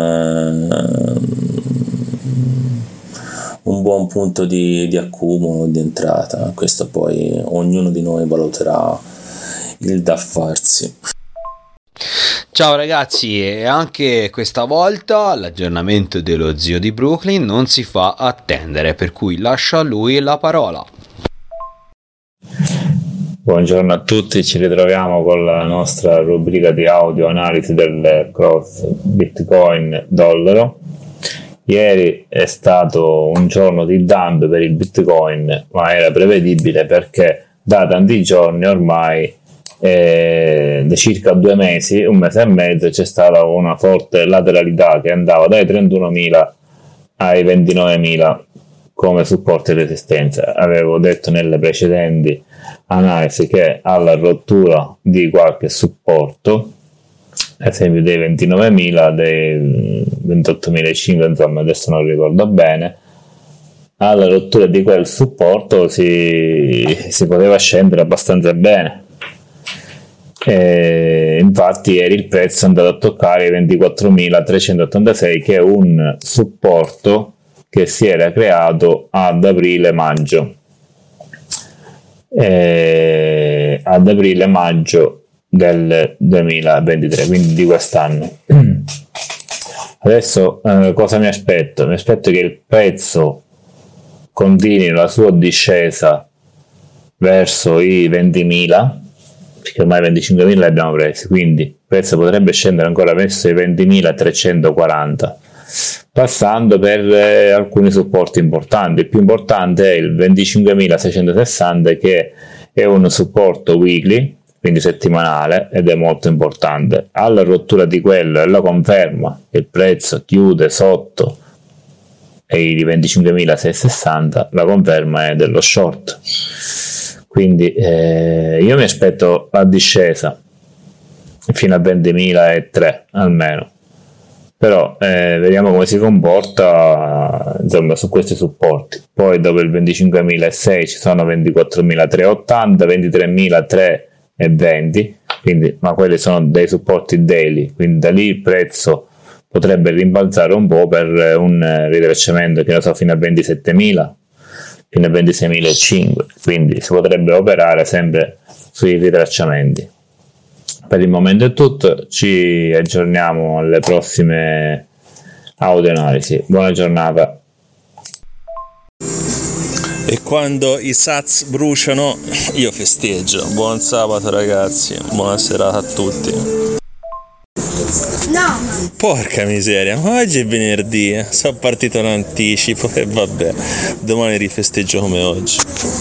buon punto di accumulo, di entrata. Questo poi ognuno di noi valuterà il da farsi. Ciao ragazzi, e anche questa volta l'aggiornamento dello zio di Brooklyn non si fa attendere, per cui lascio a lui la parola. Buongiorno a tutti, ci ritroviamo con la nostra rubrica di audio analisi del cross Bitcoin dollaro. Ieri è stato un giorno di dump per il Bitcoin, ma era prevedibile perché da tanti giorni ormai, da circa 2 mesi, 1 mese e mezzo, c'è stata una forte lateralità che andava dai 31.000 ai 29.000 come supporto e resistenza. Avevo detto nelle precedenti analisi che alla rottura di qualche supporto, ad esempio dei 29.000, dei 28.500, insomma adesso non ricordo bene, alla rottura di quel supporto si poteva scendere abbastanza bene. Infatti ieri il prezzo è andato a toccare i 24.386, che è un supporto che si era creato ad aprile-maggio. Ad aprile-maggio del 2023, quindi di quest'anno. Adesso cosa mi aspetto? Mi aspetto che il prezzo continui la sua discesa verso i 20.000, perché ormai 25.000 li abbiamo presi, quindi il prezzo potrebbe scendere ancora verso i 20.340, passando per alcuni supporti importanti. Il più importante è il 25.660, che è un supporto weekly, quindi settimanale, ed è molto importante. Alla rottura di quello e la conferma che il prezzo chiude sotto i 25.660, la conferma è dello short. Quindi io mi aspetto la discesa fino a 20.003 almeno, però vediamo come si comporta, insomma, su questi supporti. Poi dopo il 25.006 ci sono 24.380, 23.320, quindi, ma quelli sono dei supporti daily, quindi da lì il prezzo potrebbe rimbalzare un po' per un ritracciamento, che ne so, fino a 27.000, fino a 26.500, quindi si potrebbe operare sempre sui ritracciamenti. Per il momento è tutto, ci aggiorniamo alle prossime audio analisi. Buona giornata. E quando i sats bruciano io festeggio. Buon sabato ragazzi, buona serata a tutti. No. Porca miseria, ma oggi è venerdì, sono partito in anticipo e vabbè, domani rifesteggio come oggi.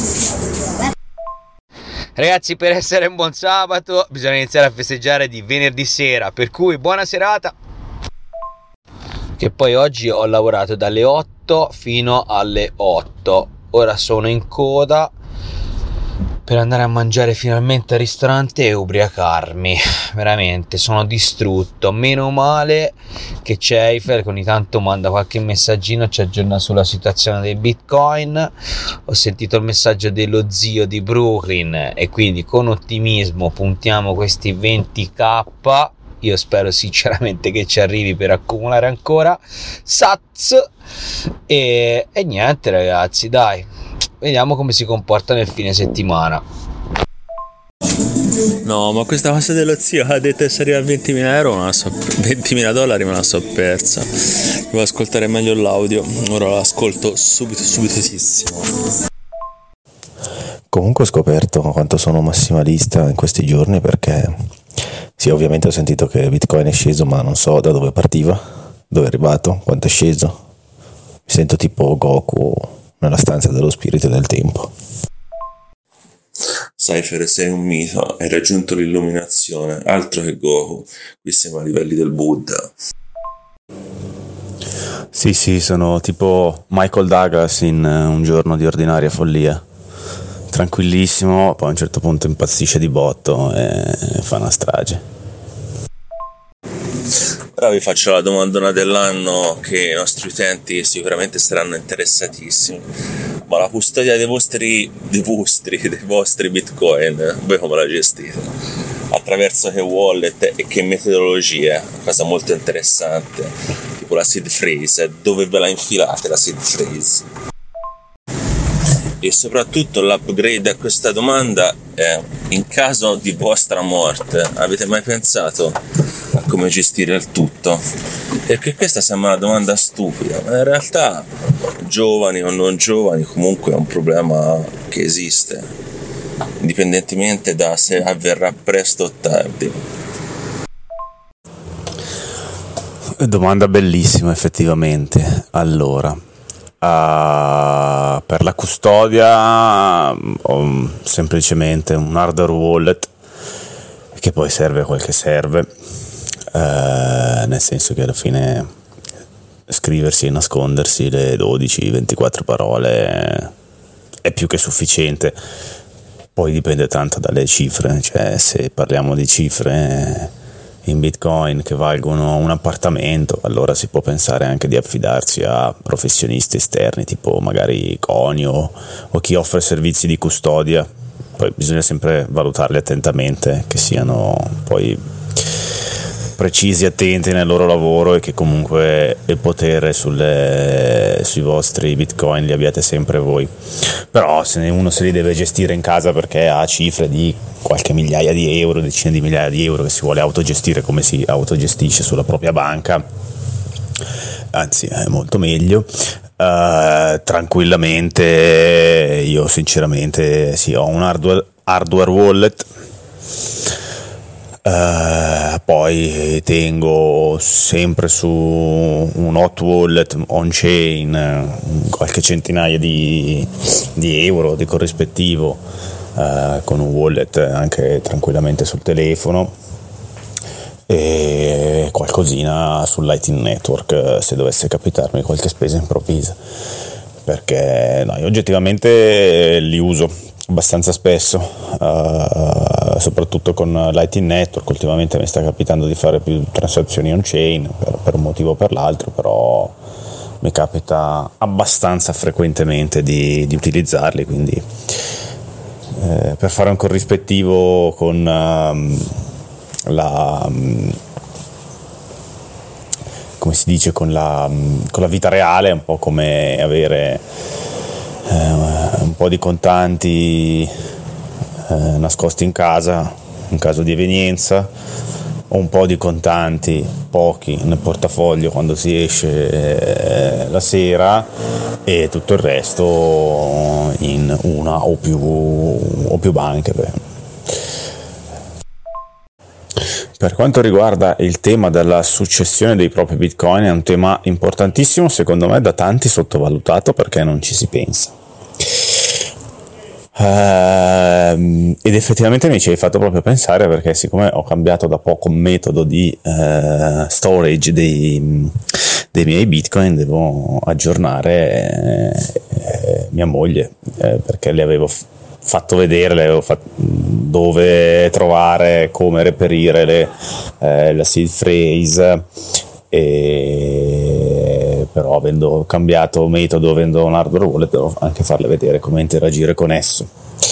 Ragazzi, per essere un buon sabato bisogna iniziare a festeggiare di venerdì sera, per cui buona serata. Che poi oggi ho lavorato dalle 8 fino alle 8, ora sono in coda per andare a mangiare finalmente al ristorante e ubriacarmi. Veramente sono distrutto. Meno male che c'è Eiffel che ogni tanto manda qualche messaggino, ci aggiorna sulla situazione dei Bitcoin. Ho sentito il messaggio dello zio di Brooklyn e quindi con ottimismo puntiamo questi 20k. Io spero sinceramente che ci arrivi per accumulare ancora sats e niente ragazzi, dai, vediamo come si comporta nel fine settimana. No, ma questa cosa dello zio ha detto che si arriva a 20.000 dollari me la so persa. Devo ascoltare meglio l'audio, ora l'ascolto subitissimo. Comunque ho scoperto quanto sono massimalista in questi giorni, perché sì, ovviamente ho sentito che Bitcoin è sceso, ma non so da dove partiva, dove è arrivato, quanto è sceso. Mi sento tipo Goku nella stanza dello spirito del tempo. Cypher, sei un mito, hai raggiunto l'illuminazione, altro che Goku, qui siamo a livelli del Buddha. Sì, sono tipo Michael Douglas in Un giorno di ordinaria follia. Tranquillissimo, poi a un certo punto impazzisce di botto e fa una strage. Ora vi faccio la domandona dell'anno che i nostri utenti sicuramente saranno interessatissimi. Ma la custodia dei vostri Bitcoin, voi come la gestite? Attraverso che wallet e che metodologie? Una cosa molto interessante, tipo la seed phrase, dove ve la infilate la seed phrase? E soprattutto l'upgrade a questa domanda è in caso di vostra morte, avete mai pensato a come gestire il tutto? Perché questa sembra una domanda stupida, ma in realtà, giovani o non giovani, comunque è un problema che esiste, indipendentemente da se avverrà presto o tardi. Domanda bellissima, effettivamente. Allora, per la custodia ho semplicemente un hardware wallet che poi serve quel che serve, nel senso che alla fine scriversi e nascondersi le 12-24 parole è più che sufficiente. Poi dipende tanto dalle cifre, cioè se parliamo di cifre in Bitcoin che valgono un appartamento, allora si può pensare anche di affidarsi a professionisti esterni, tipo magari Conio o chi offre servizi di custodia. Poi bisogna sempre valutarli attentamente, che siano poi precisi, attenti nel loro lavoro e che comunque il potere sui vostri Bitcoin li abbiate sempre voi. Però se uno se li deve gestire in casa perché ha cifre di qualche migliaia di euro, decine di migliaia di euro che si vuole autogestire come si autogestisce sulla propria banca, anzi è molto meglio, tranquillamente. Io sinceramente sì, ho un hardware wallet, poi tengo sempre su un hot wallet on chain qualche centinaia di euro di corrispettivo, con un wallet anche tranquillamente sul telefono, e qualcosina sul Lightning Network se dovesse capitarmi qualche spesa improvvisa, perché no, io oggettivamente li uso abbastanza spesso, soprattutto con Lightning Network. Ultimamente mi sta capitando di fare più transazioni on chain per un motivo o per l'altro, però mi capita abbastanza frequentemente di utilizzarli, quindi per fare un corrispettivo con come si dice, con la vita reale, è un po' come avere un po' di contanti nascosti in casa in caso di evenienza, o un po' di contanti, pochi, nel portafoglio quando si esce la sera, e tutto il resto in una o più banche. Per quanto riguarda il tema della successione dei propri Bitcoin, è un tema importantissimo, secondo me da tanti sottovalutato, perché non ci si pensa. Ed effettivamente mi ci hai fatto proprio pensare, perché siccome ho cambiato da poco metodo di storage dei miei Bitcoin, devo aggiornare mia moglie, perché le avevo fatto vedere, dove trovare, come reperire la seed phrase, però avendo cambiato metodo, avendo un hardware wallet, devo anche farle vedere come interagire con esso,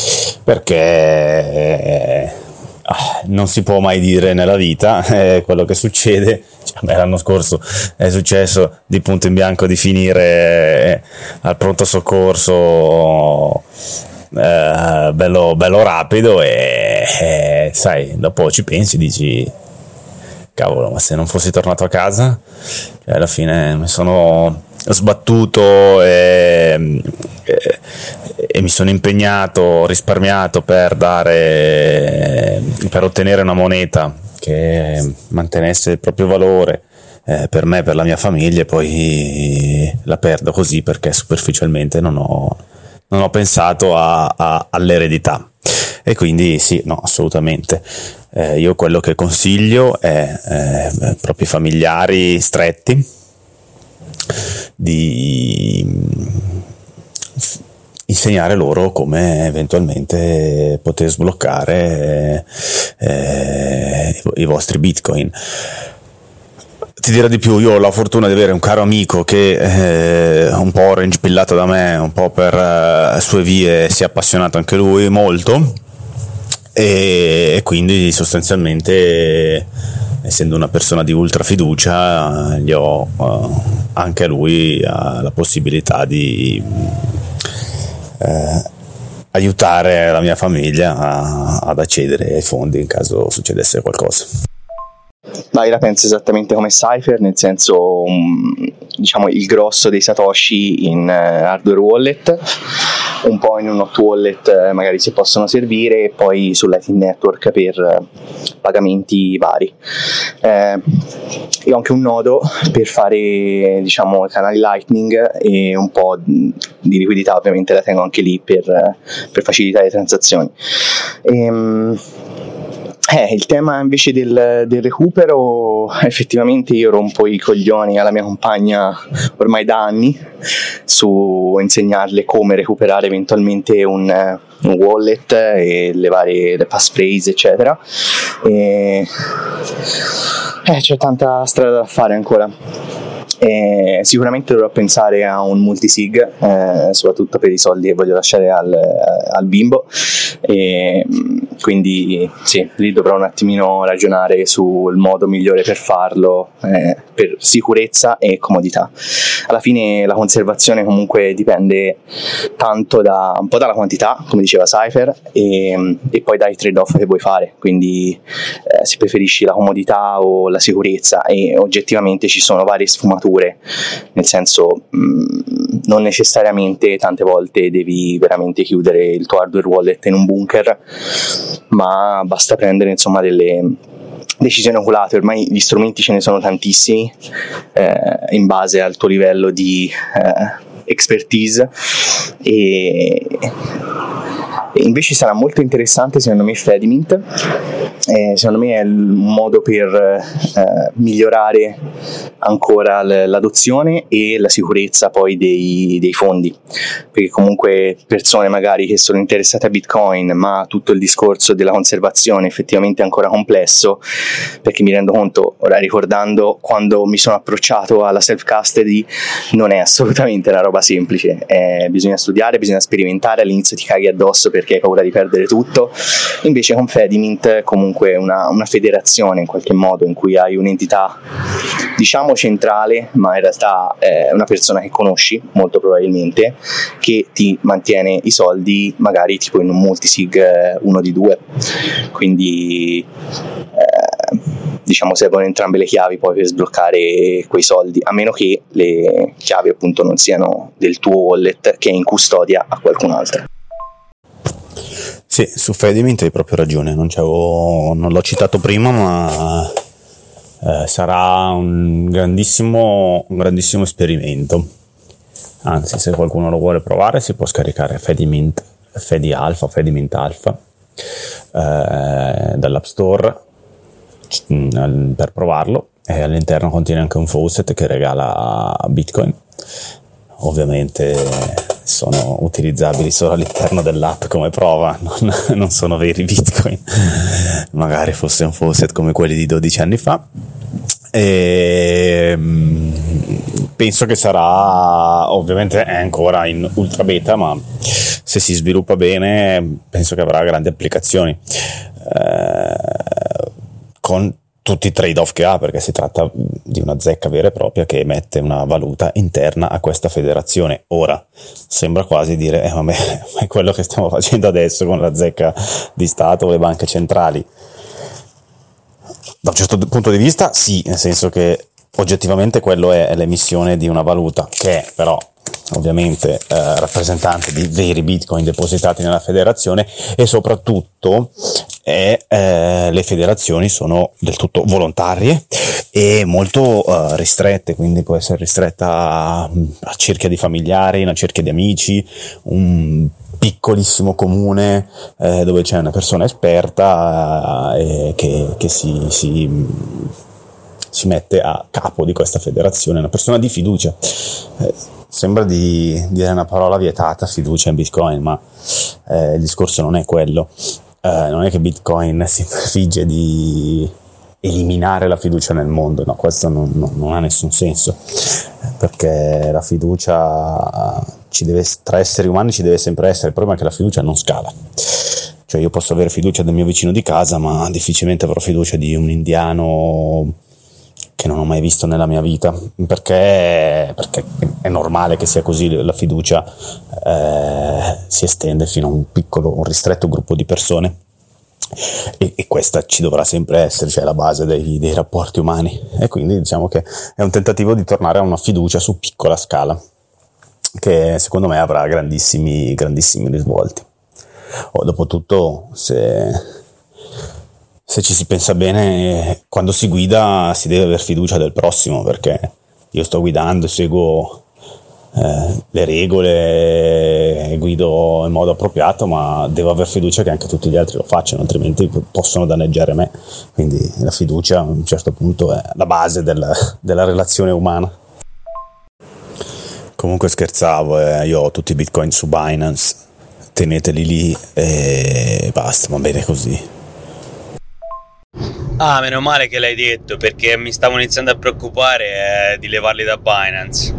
perché non si può mai dire nella vita quello che succede. Cioè, l'anno scorso è successo di punto in bianco di finire al pronto soccorso bello rapido, e sai, dopo ci pensi, dici cavolo, ma se non fossi tornato a casa, cioè alla fine mi sono sbattuto e mi sono impegnato, ho risparmiato per ottenere una moneta che mantenesse il proprio valore per me, per la mia famiglia, e poi la perdo così perché superficialmente non ho pensato all'eredità. E quindi sì, no, assolutamente. Io quello che consiglio è proprio i familiari stretti di insegnare loro come eventualmente poter sbloccare i vostri Bitcoin. Ti dirò di più, io ho la fortuna di avere un caro amico che un po' orange pillato da me, un po' per sue vie, si è appassionato anche lui molto, e quindi sostanzialmente, essendo una persona di ultra fiducia, gli ho a lui la possibilità di aiutare la mia famiglia ad accedere ai fondi in caso succedesse qualcosa. Ma io la penso esattamente come Cypher, nel senso, diciamo, il grosso dei Satoshi in hardware wallet, un po' in un hot wallet magari si possono servire, e poi sul Lightning Network per pagamenti vari. Io ho anche un nodo per fare, diciamo, canali Lightning, e un po' di liquidità ovviamente la tengo anche lì per facilitare le transazioni. Il tema invece del recupero, effettivamente io rompo i coglioni alla mia compagna ormai da anni su insegnarle come recuperare eventualmente un wallet e le passphrase eccetera, e c'è tanta strada da fare ancora. Sicuramente dovrò pensare a un multisig, soprattutto per i soldi che voglio lasciare al bimbo, quindi sì, lì dovrò un attimino ragionare sul modo migliore per farlo, per sicurezza e comodità. Alla fine la conservazione comunque dipende tanto un po' dalla quantità, come diceva Cypher, e poi dai trade-off che vuoi fare, quindi se preferisci la comodità o la sicurezza, e oggettivamente ci sono varie sfumature, nel senso, non necessariamente tante volte devi veramente chiudere il tuo hardware wallet in un bunker, ma basta prendere insomma delle decisioni oculate. Ormai gli strumenti ce ne sono tantissimi, in base al tuo livello di expertise, e invece sarà molto interessante secondo me Fedimint. Secondo me è il modo per migliorare ancora l'adozione e la sicurezza poi dei fondi, perché comunque persone magari che sono interessate a Bitcoin, ma tutto il discorso della conservazione effettivamente è ancora complesso, perché mi rendo conto, ora ricordando quando mi sono approcciato alla self-custody, non è assolutamente una roba semplice, bisogna studiare, bisogna sperimentare, all'inizio ti caghi addosso perché hai paura di perdere tutto. Invece con Fedimint comunque una federazione in qualche modo, in cui hai un'entità diciamo centrale, ma in realtà è una persona che conosci molto probabilmente, che ti mantiene i soldi magari tipo in un multisig 1 di 2, quindi diciamo servono entrambe le chiavi poi per sbloccare quei soldi, a meno che le chiavi appunto non siano del tuo wallet che è in custodia a qualcun altro. Sì, su Fedimint hai proprio ragione, non l'ho citato prima, ma sarà un grandissimo esperimento. Anzi, se qualcuno lo vuole provare, si può scaricare Fedimint Alpha dall'App Store per provarlo, e all'interno contiene anche un faucet che regala Bitcoin. Ovviamente sono utilizzabili solo all'interno dell'app come prova, non sono veri Bitcoin. Magari fosse un faucet come quelli di 12 anni fa. E penso che sarà, ovviamente è ancora in ultra beta, ma se si sviluppa bene penso che avrà grandi applicazioni, con tutti i trade-off che ha, perché si tratta di una zecca vera e propria che emette una valuta interna a questa federazione. Ora sembra quasi dire vabbè, è quello che stiamo facendo adesso con la zecca di Stato o le banche centrali. Da un certo punto di vista sì, nel senso che oggettivamente quello è l'emissione di una valuta che è però ovviamente rappresentante di veri Bitcoin depositati nella federazione, e soprattutto le federazioni sono del tutto volontarie e molto ristrette, quindi può essere ristretta a cerchia di familiari, una cerchia di amici, un piccolissimo comune dove c'è una persona esperta che si mette a capo di questa federazione, una persona di fiducia. Sembra di dire una parola vietata, fiducia in Bitcoin, ma il discorso non è quello. Non è che Bitcoin si prefigge di eliminare la fiducia nel mondo, no, questo non ha nessun senso, perché la fiducia tra esseri umani ci deve sempre essere. Il problema è che la fiducia non scala, cioè io posso avere fiducia del mio vicino di casa, ma difficilmente avrò fiducia di un indiano che non ho mai visto nella mia vita, perché è normale che sia così. La fiducia si estende fino a un ristretto gruppo di persone, e questa ci dovrà sempre essere, cioè la base dei rapporti umani, e quindi diciamo che è un tentativo di tornare a una fiducia su piccola scala, che secondo me avrà grandissimi risvolti. Dopotutto, se ci si pensa bene, quando si guida si deve aver fiducia del prossimo, perché io sto guidando e seguo le regole, guido in modo appropriato, ma devo aver fiducia che anche tutti gli altri lo facciano, altrimenti possono danneggiare me. Quindi la fiducia a un certo punto è la base della relazione umana. Comunque scherzavo, io ho tutti i bitcoin su Binance, teneteli lì e basta, va bene così. Ah, meno male che l'hai detto, perché mi stavo iniziando a preoccupare di levarli da Binance.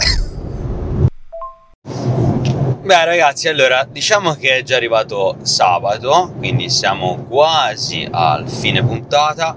Beh ragazzi, allora diciamo che è già arrivato sabato, quindi siamo quasi al fine puntata.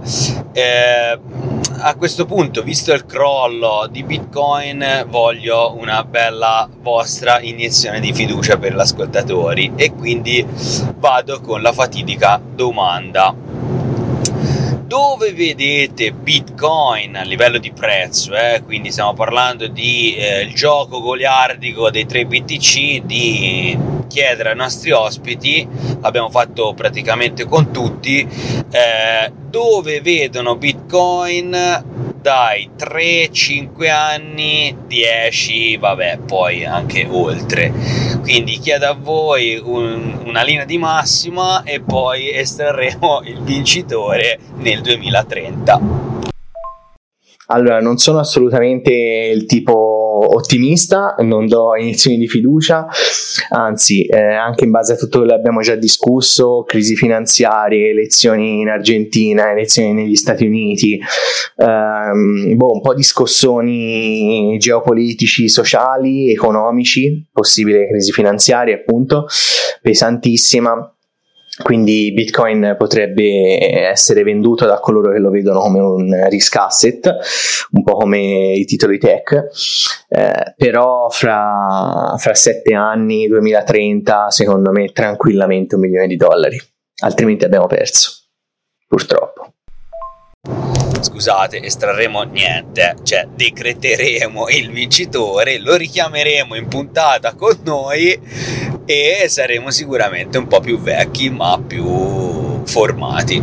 A questo punto, visto il crollo di Bitcoin, voglio una bella vostra iniezione di fiducia per gli ascoltatori, e quindi vado con la fatidica domanda: dove vedete Bitcoin a livello di prezzo? Quindi stiamo parlando di il gioco goliardico dei 3 BTC, di chiedere ai nostri ospiti, l'abbiamo fatto praticamente con tutti, dove vedono Bitcoin dai 3-5 anni, 10, vabbè, poi anche oltre. Quindi chiedo a voi una linea di massima e poi estrarremo il vincitore nel 2030. Allora, non sono assolutamente il tipo ottimista, non do iniezioni di fiducia, anzi, anche in base a tutto quello che abbiamo già discusso, crisi finanziarie, elezioni in Argentina, elezioni negli Stati Uniti, un po' di scossoni geopolitici, sociali, economici, possibile crisi finanziaria appunto, pesantissima. Quindi Bitcoin potrebbe essere venduto da coloro che lo vedono come un risk asset, un po' come i titoli tech, però fra 7 anni, 2030, secondo me tranquillamente $1 milione, altrimenti abbiamo perso, purtroppo. Scusate, estrarremo niente, cioè decreteremo il vincitore, lo richiameremo in puntata con noi e saremo sicuramente un po' più vecchi ma più formati.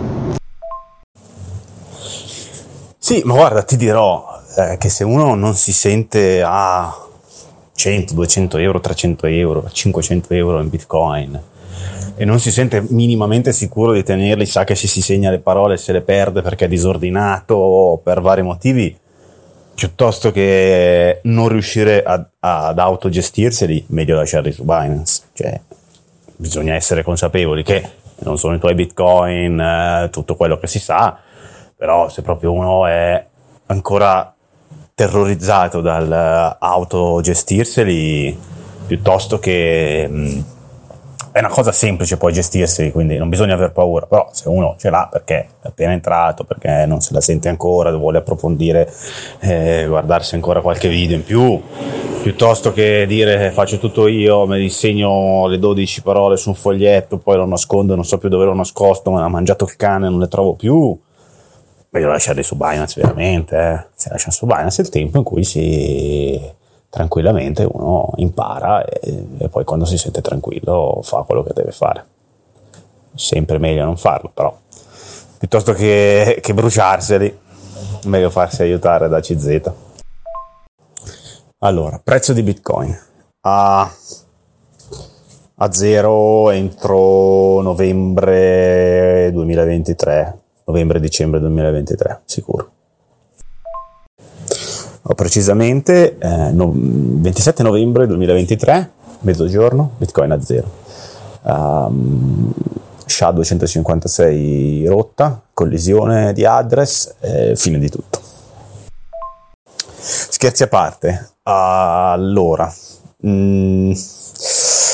Sì, ma guarda, ti dirò che se uno non si sente a 100, 200 euro, 300 euro, 500 euro in Bitcoin e non si sente minimamente sicuro di tenerli, sa che se si segna le parole se le perde perché è disordinato o per vari motivi, piuttosto che non riuscire ad autogestirseli, meglio lasciarli su Binance. Cioè, bisogna essere consapevoli che non sono i tuoi Bitcoin, tutto quello che si sa, però se proprio uno è ancora terrorizzato dal autogestirseli, piuttosto che è una cosa semplice poi gestirsi, quindi non bisogna aver paura, però se uno ce l'ha perché è appena entrato, perché non se la sente ancora, vuole approfondire, guardarsi ancora qualche video in più, piuttosto che dire faccio tutto io, mi disegno le 12 parole su un foglietto, poi lo nascondo, non so più dove l'ho nascosto, me l'ha mangiato il cane, non le trovo più, meglio lasciarli su Binance veramente. Si lascia su Binance il tempo in cui tranquillamente uno impara e poi quando si sente tranquillo fa quello che deve fare. Sempre meglio non farlo, però piuttosto che bruciarseli, meglio farsi aiutare da CZ. Allora, prezzo di Bitcoin a zero entro novembre 2023, novembre-dicembre 2023, sicuro. Precisamente 27 novembre 2023, mezzogiorno, Bitcoin a zero. SHA-256 rotta, collisione di address, fine di tutto. Scherzi a parte, allora,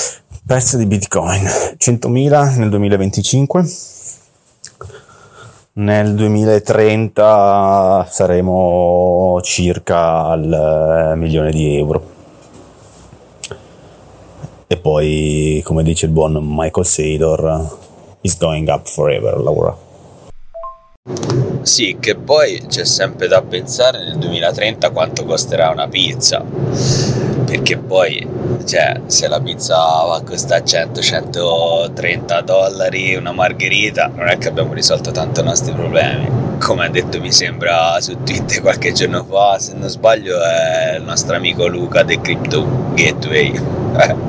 prezzo di Bitcoin 100.000 nel 2025, nel 2030 saremo circa al €1.000.000. E poi, come dice il buon Michael Saylor, it's going up forever, Laura. Sì, che poi c'è sempre da pensare nel 2030 quanto costerà una pizza, perché poi, cioè, se la pizza va a costare $100-130 una margherita, non è che abbiamo risolto tanto i nostri problemi. Come ha detto, mi sembra, su Twitter qualche giorno fa, se non sbaglio è il nostro amico Luca del Crypto Gateway.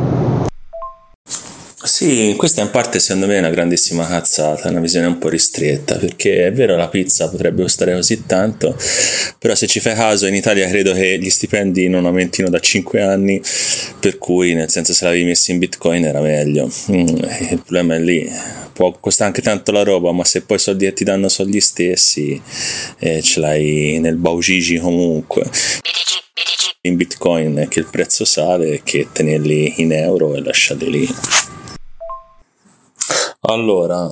Sì, questa in parte secondo me è una grandissima cazzata, una visione un po' ristretta, perché è vero la pizza potrebbe costare così tanto, però se ci fai caso in Italia credo che gli stipendi non aumentino da 5 anni, per cui nel senso se l'avevi messo in Bitcoin era meglio. Il problema è lì, può costare anche tanto la roba, ma se poi i soldi che ti danno sono gli stessi, ce l'hai nel baucigi comunque. In Bitcoin è che il prezzo sale, che tenerli in euro e lasciarli lì. Allora,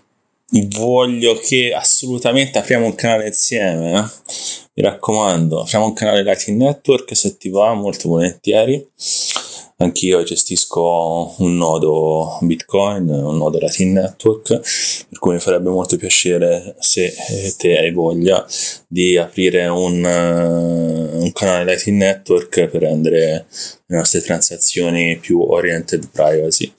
voglio che assolutamente apriamo un canale insieme, mi raccomando, apriamo un canale Lightning Network se ti va, molto volentieri. Anch'io gestisco un nodo Bitcoin, un nodo Lightning Network, per cui mi farebbe molto piacere se te hai voglia di aprire un canale Lightning Network per rendere le nostre transazioni più oriented privacy.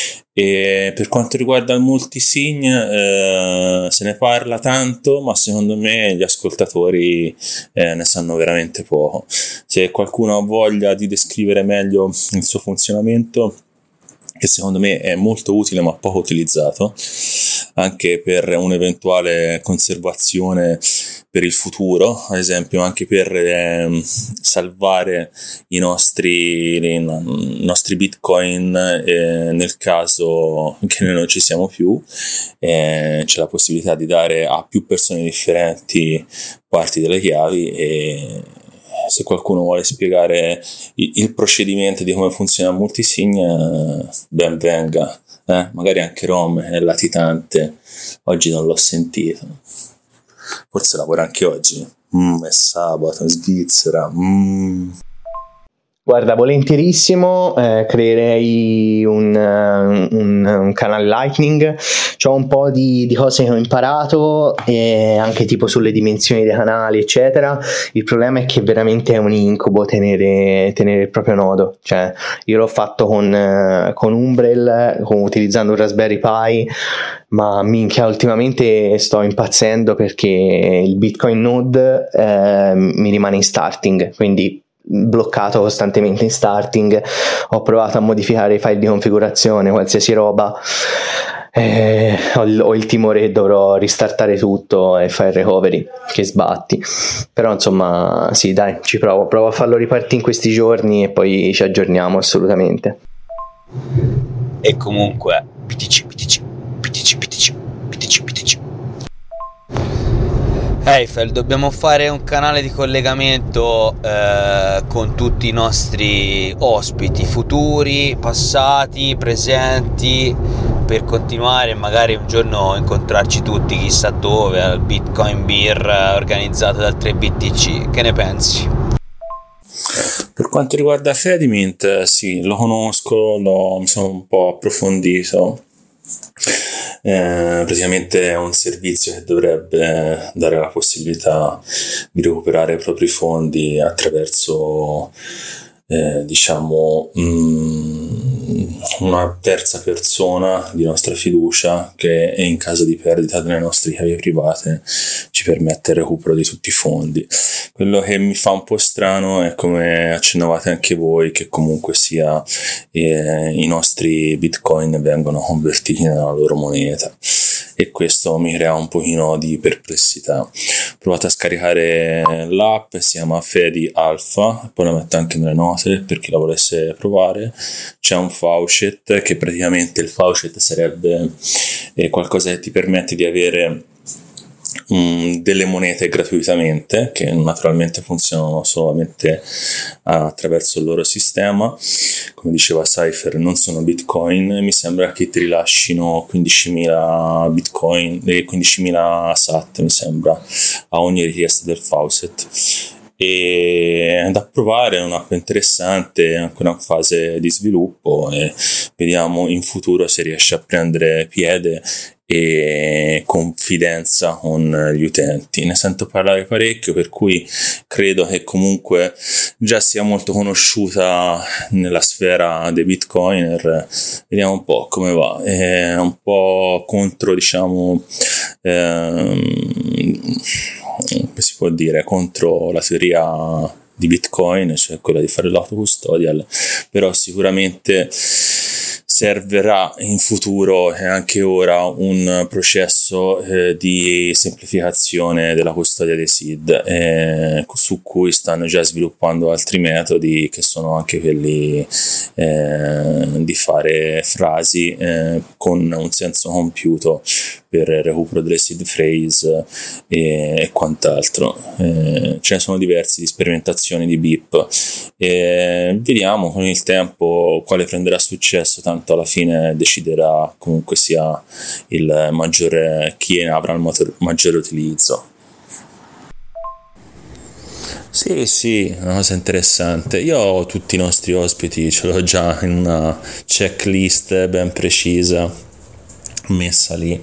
E per quanto riguarda il multisig, se ne parla tanto, ma secondo me gli ascoltatori ne sanno veramente poco. Se qualcuno ha voglia di descrivere meglio il suo funzionamento, che secondo me è molto utile ma poco utilizzato, anche per un'eventuale conservazione per il futuro, ad esempio anche per salvare i nostri bitcoin nel caso che noi non ci siamo più, c'è la possibilità di dare a più persone differenti parti delle chiavi, e se qualcuno vuole spiegare il procedimento di come funziona il multisig, ben venga, magari anche Rom è latitante, oggi non l'ho sentito, forse lavora anche oggi, è sabato in Svizzera. Guarda, volentierissimo, creerei un canale Lightning. C'ho un po' di cose che ho imparato, anche tipo sulle dimensioni dei canali, eccetera. Il problema è che veramente è un incubo tenere il proprio nodo. Cioè, io l'ho fatto con Umbrel, utilizzando un Raspberry Pi, ma minchia, ultimamente sto impazzendo perché il Bitcoin Node mi rimane in starting, quindi bloccato costantemente in starting. Ho provato a modificare i file di configurazione, qualsiasi roba, ho il timore che dovrò ristartare tutto e fare il recovery, che sbatti. Però insomma sì, dai, ci provo a farlo ripartire in questi giorni e poi ci aggiorniamo assolutamente. E comunque PTC. Eiffel, dobbiamo fare un canale di collegamento con tutti i nostri ospiti futuri, passati, presenti, per continuare e magari un giorno incontrarci tutti chissà dove, al Bitcoin Beer organizzato dal 3BTC. Che ne pensi? Per quanto riguarda Fedimint, sì, lo conosco, mi sono un po' approfondito. Praticamente è un servizio che dovrebbe dare la possibilità di recuperare i propri fondi attraverso una terza persona di nostra fiducia, che in caso di perdita delle nostre chiavi private ci permette il recupero di tutti i fondi. Quello che mi fa un po' strano è, come accennavate anche voi, che comunque sia i nostri bitcoin vengono convertiti nella loro moneta, e questo mi crea un pochino di perplessità. Ho provato a scaricare l'app, si chiama Fedi Alpha, poi la metto anche nelle note per chi la volesse provare. C'è un faucet, che praticamente il faucet sarebbe qualcosa che ti permette di avere delle monete gratuitamente, che naturalmente funzionano solamente attraverso il loro sistema. Come diceva Cypher, non sono Bitcoin. Mi sembra che ti rilascino 15.000 Bitcoin, 15.000 SAT, mi sembra, a ogni richiesta del faucet. E da provare, è un'app interessante, è ancora in fase di sviluppo e vediamo in futuro se riesce a prendere piede e confidenza con gli utenti. Ne sento parlare parecchio, per cui credo che comunque già sia molto conosciuta nella sfera dei bitcoiner. Vediamo un po' come va. È un po' contro, diciamo, come si può dire, contro la teoria di Bitcoin, cioè quella di fare l'autocustodial, però sicuramente servirà in futuro e anche ora un processo di semplificazione della custodia dei SID, su cui stanno già sviluppando altri metodi, che sono anche quelli di fare frasi con un senso compiuto per il recupero delle seed phrase e quant'altro. Ce ne sono diversi di sperimentazioni di BIP, vediamo con il tempo quale prenderà successo, tanto alla fine deciderà comunque sia il maggiore, chi avrà il maggiore utilizzo. Sì, una cosa interessante. Io ho tutti i nostri ospiti, ce l'ho già in una checklist ben precisa messa lì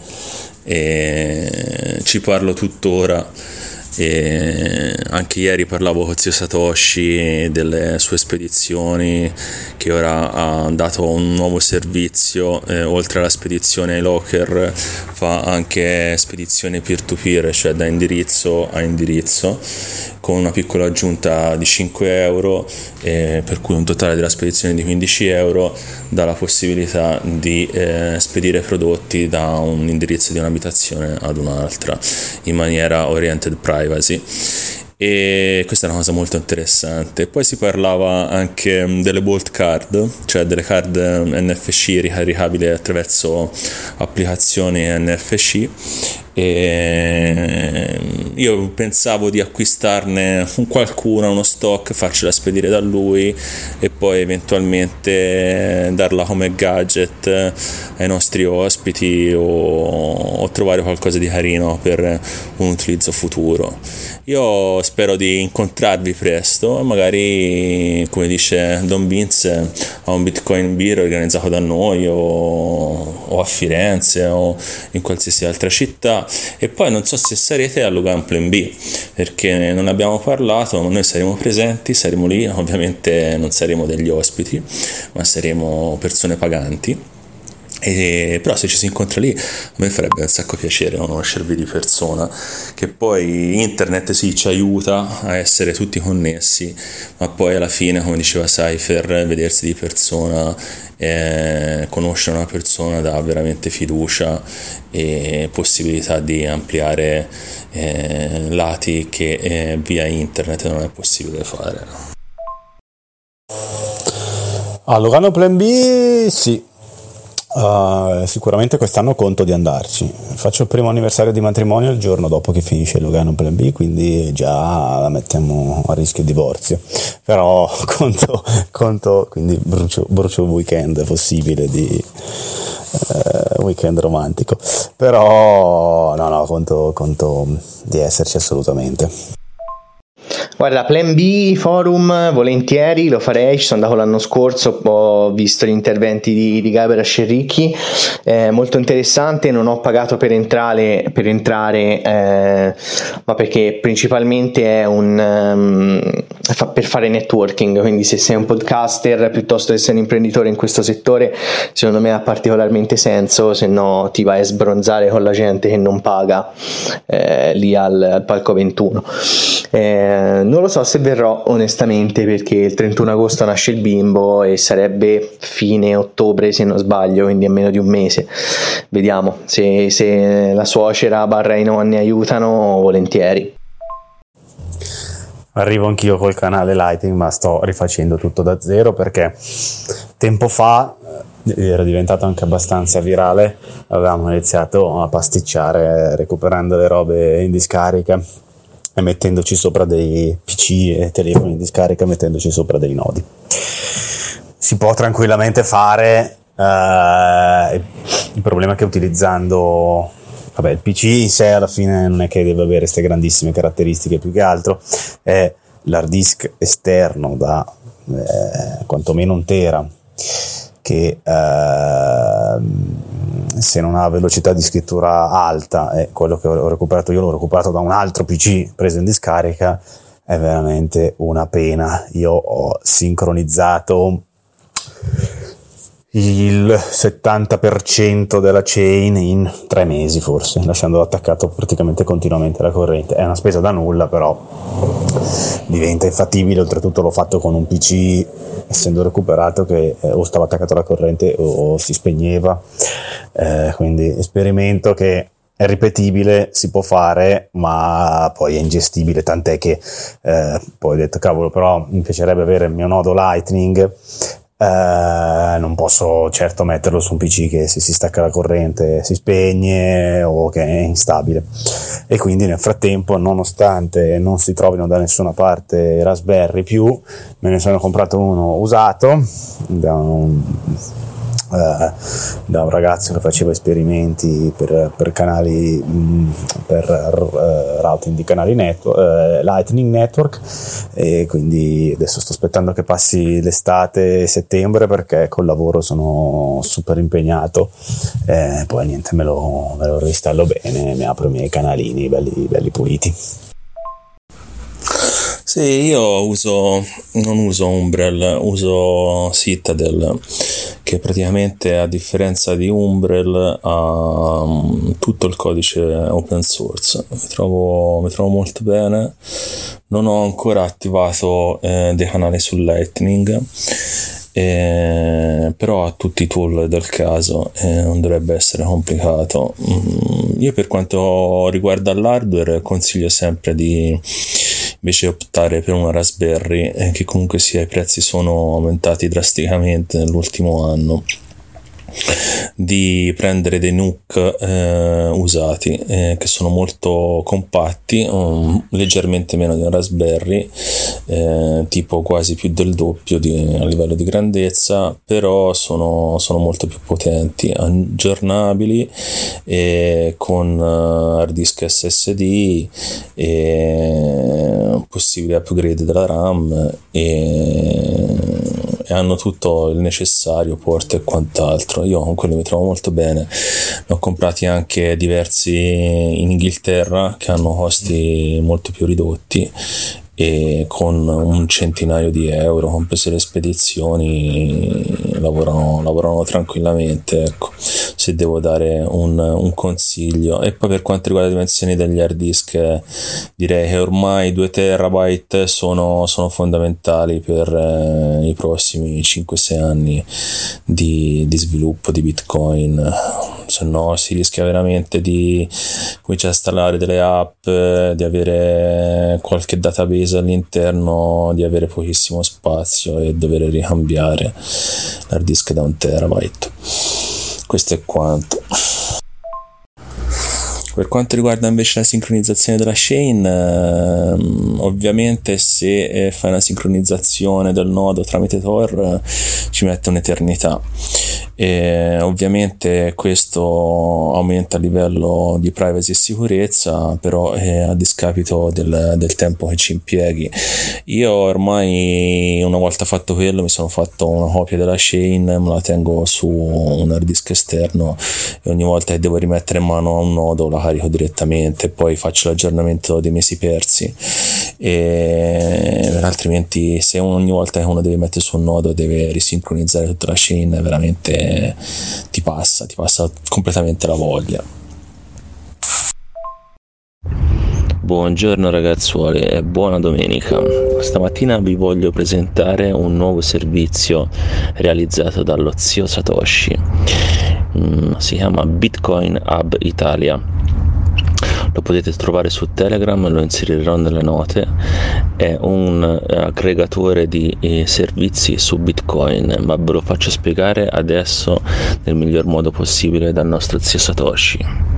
e ci parlo tuttora. E anche ieri parlavo con zio Satoshi delle sue spedizioni, che ora ha dato un nuovo servizio, oltre alla spedizione ai locker fa anche spedizione peer-to-peer, cioè da indirizzo a indirizzo, con una piccola aggiunta di 5 euro, per cui un totale della spedizione di 15 euro dà la possibilità di spedire prodotti da un indirizzo di un'abitazione ad un'altra in maniera oriented privacy, e questa è una cosa molto interessante. Poi si parlava anche delle Bolt Card, cioè delle card NFC ricaricabili attraverso applicazioni NFC, e io pensavo di acquistarne qualcuna, uno stock, farcela spedire da lui e poi eventualmente darla come gadget ai nostri ospiti o trovare qualcosa di carino per un utilizzo futuro. Io spero di incontrarvi presto, magari, come dice Don Vince, a un Bitcoin Beer organizzato da noi o a Firenze o in qualsiasi altra città. E poi non so se sarete a Logan Plan B, perché non abbiamo parlato, ma noi saremo presenti, saremo lì, ovviamente non saremo degli ospiti, ma saremo persone paganti. Però se ci si incontra lì, a me farebbe un sacco piacere conoscervi di persona, che poi internet sì ci aiuta a essere tutti connessi, ma poi alla fine, come diceva Cypher, vedersi di persona, conoscere una persona dà veramente fiducia e possibilità di ampliare lati che via internet non è possibile fare. A Lugano Plan B sì. Sicuramente quest'anno conto di andarci. Faccio il primo anniversario di matrimonio il giorno dopo che finisce il Lugano Plan B, quindi già la mettiamo a rischio divorzio, però conto quindi brucio il weekend possibile di weekend romantico, però no, conto di esserci assolutamente. Guarda, Plan B Forum volentieri, lo farei, ci sono andato l'anno scorso, ho visto gli interventi di Gaber Ascerricchi, molto interessante, non ho pagato per entrare ma perché principalmente è per fare networking, quindi se sei un podcaster piuttosto che sei un imprenditore in questo settore, secondo me ha particolarmente senso, se no ti vai a sbronzare con la gente che non paga lì al palco 21. Non lo so se verrò onestamente, perché il 31 agosto nasce il bimbo e sarebbe fine ottobre se non sbaglio, quindi a meno di un mese. Vediamo se la suocera / i nonni aiutano, volentieri. Arrivo anch'io col canale Lighting, ma sto rifacendo tutto da zero perché tempo fa era diventato anche abbastanza virale, avevamo iniziato a pasticciare recuperando le robe in discarica e mettendoci sopra dei PC e telefoni in discarica, mettendoci sopra dei nodi. Si può tranquillamente fare, il problema è che utilizzando il PC in sé alla fine non è che deve avere queste grandissime caratteristiche, più che altro è l'hard disk esterno da quantomeno 1 tera che se non ha velocità di scrittura alta, e quello che ho recuperato io l'ho recuperato da un altro PC preso in discarica, è veramente una pena. Io ho sincronizzato il 70% della chain in 3 mesi forse, lasciandolo attaccato praticamente continuamente alla corrente. È una spesa da nulla, però diventa infattibile. Oltretutto l'ho fatto con un PC, essendo recuperato, che o stava attaccato alla corrente o si spegneva, quindi esperimento che è ripetibile, si può fare, ma poi è ingestibile, tant'è che poi ho detto cavolo, però mi piacerebbe avere il mio nodo Lightning. Non posso certo metterlo su un PC che se si stacca la corrente si spegne o che è instabile, e quindi nel frattempo, nonostante non si trovino da nessuna parte Raspberry più, me ne sono comprato uno usato da un ragazzo che faceva esperimenti per canali, per routing di canali Lightning Network, e quindi adesso sto aspettando che passi l'estate, settembre, perché col lavoro sono super impegnato, poi niente, me lo reinstallo bene, mi apro i miei canalini belli puliti. Sì, io non uso Umbrel, uso Citadel, che praticamente, a differenza di Umbrel, ha tutto il codice open source. Mi trovo molto bene. Non ho ancora attivato dei canali su Lightning, però ha tutti i tool del caso, non dovrebbe essere complicato. Io, per quanto riguarda l'hardware, consiglio sempre di invece optare per una Raspberry, che comunque sia i prezzi sono aumentati drasticamente nell'ultimo anno, di prendere dei NUC usati, che sono molto compatti, leggermente meno di una Raspberry, tipo quasi più del doppio a livello di grandezza, però sono molto più potenti, aggiornabili, con hard disk SSD e possibile upgrade della RAM, e hanno tutto il necessario, port e quant'altro. Io con quello mi trovo molto bene. Ne ho comprati anche diversi in Inghilterra che hanno costi molto più ridotti, e con un centinaio di euro, comprese le spedizioni, lavorano tranquillamente, ecco, se devo dare un consiglio. E poi, per quanto riguarda le dimensioni degli hard disk, direi che ormai 2 terabyte sono fondamentali per i prossimi 5-6 anni di sviluppo di Bitcoin, se no si rischia veramente di cominciare a installare delle app, di avere qualche database all'interno, di avere pochissimo spazio e dover ricambiare l'hard disk da 1 terabyte. Questo è quanto. Per quanto riguarda invece la sincronizzazione della chain, ovviamente se fai una sincronizzazione del nodo tramite Tor ci mette un'eternità, e ovviamente questo aumenta il livello di privacy e sicurezza, però a discapito del tempo che ci impieghi. Io ormai, una volta fatto quello, mi sono fatto una copia della chain, me la tengo su un hard disk esterno, e ogni volta che devo rimettere in mano a un nodo la carico direttamente, poi faccio l'aggiornamento dei mesi persi, e altrimenti se ogni volta che uno deve mettere su un nodo deve risincronizzare tutta la chain, veramente ti passa completamente la voglia. Buongiorno ragazzuoli e buona domenica. Stamattina vi voglio presentare un nuovo servizio realizzato dallo zio Satoshi. Si chiama Bitcoin Hub Italia. lo potete trovare su Telegram, lo inserirò nelle note. È un aggregatore di servizi su Bitcoin, ma ve lo faccio spiegare adesso nel miglior modo possibile dal nostro zio Satoshi.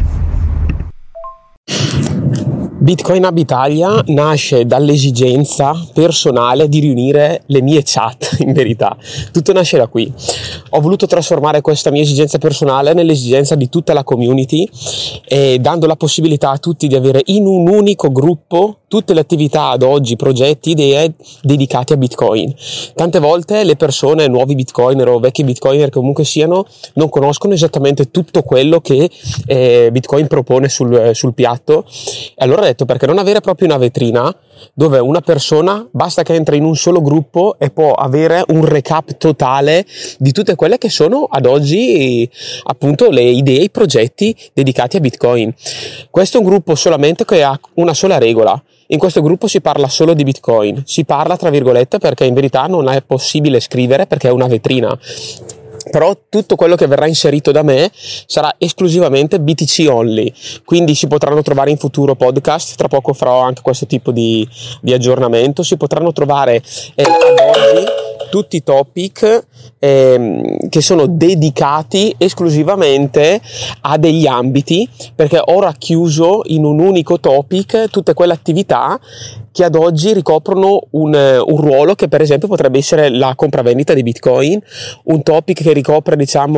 Bitcoin Hub Italia nasce dall'esigenza personale di riunire le mie chat, in verità. Tutto nasce da qui. Ho voluto trasformare questa mia esigenza personale nell'esigenza di tutta la community, dando la possibilità a tutti di avere in un unico gruppo tutte le attività ad oggi, progetti, idee dedicati a Bitcoin. Tante volte le persone, nuovi Bitcoiner o vecchi Bitcoiner comunque siano, non conoscono esattamente tutto quello che Bitcoin propone sul piatto. E allora ho detto, perché non avere proprio una vetrina dove una persona basta che entra in un solo gruppo e può avere un recap totale di tutte quelle che sono ad oggi appunto le idee, i progetti dedicati a Bitcoin. Questo è un gruppo solamente che ha una sola regola. In questo gruppo si parla solo di Bitcoin, si parla tra virgolette perché in verità non è possibile scrivere perché è una vetrina. Però tutto quello che verrà inserito da me sarà esclusivamente BTC only, quindi si potranno trovare in futuro podcast, tra poco farò anche questo tipo di aggiornamento, si potranno trovare ad oggi tutti i topic che sono dedicati esclusivamente a degli ambiti, perché ho racchiuso in un unico topic tutte quelle attività che ad oggi ricoprono un ruolo che per esempio potrebbe essere la compravendita di Bitcoin, un topic che ricopre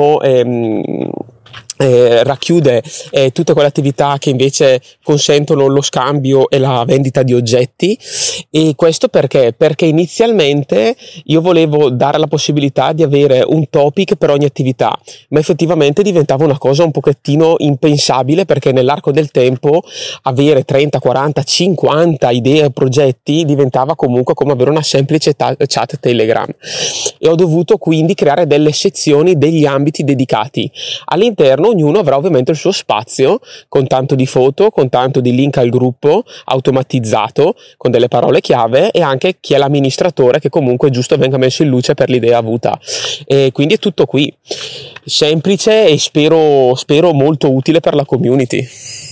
racchiude tutte quelle attività che invece consentono lo scambio e la vendita di oggetti. E questo perché inizialmente io volevo dare la possibilità di avere un topic per ogni attività, ma effettivamente diventava una cosa un pochettino impensabile, perché nell'arco del tempo avere 30, 40, 50 idee e progetti diventava comunque come avere una semplice chat Telegram, e ho dovuto quindi creare delle sezioni, degli ambiti dedicati. All'interno ognuno avrà ovviamente il suo spazio, con tanto di foto, con tanto di link al gruppo automatizzato, con delle parole chiave, e anche chi è l'amministratore, che comunque è giusto venga messo in luce per l'idea avuta. E quindi è tutto qui, semplice e spero molto utile per la community.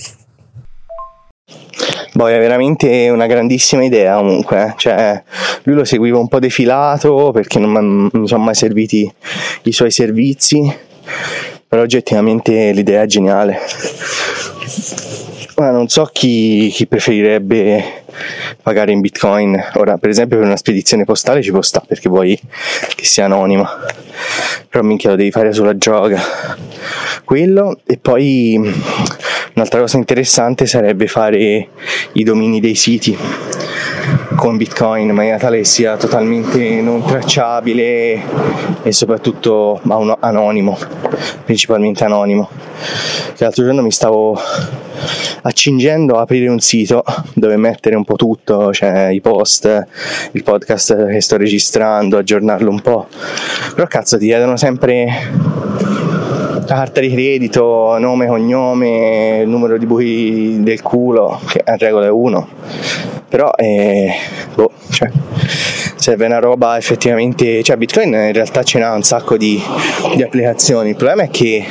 Boh, è veramente una grandissima idea comunque, cioè lui lo seguiva un po' defilato perché non mi sono mai serviti i suoi servizi, però oggettivamente l'idea è geniale. Ora non so chi preferirebbe pagare in Bitcoin. Ora, per esempio, per una spedizione postale ci può stare perché vuoi che sia anonima, però minchia, lo devi fare sulla gioca quello. E poi un'altra cosa interessante sarebbe fare i domini dei siti con Bitcoin in maniera tale che sia totalmente non tracciabile e soprattutto anonimo, principalmente anonimo. Che l'altro giorno mi stavo accingendo a aprire un sito dove mettere un po' tutto, cioè i post, il podcast che sto registrando, aggiornarlo un po', però cazzo ti chiedono sempre la carta di credito, nome, cognome, il numero di buchi del culo, che a regola è 1, però cioè, serve una roba effettivamente, cioè Bitcoin in realtà ce n'ha un sacco di applicazioni. Il problema è che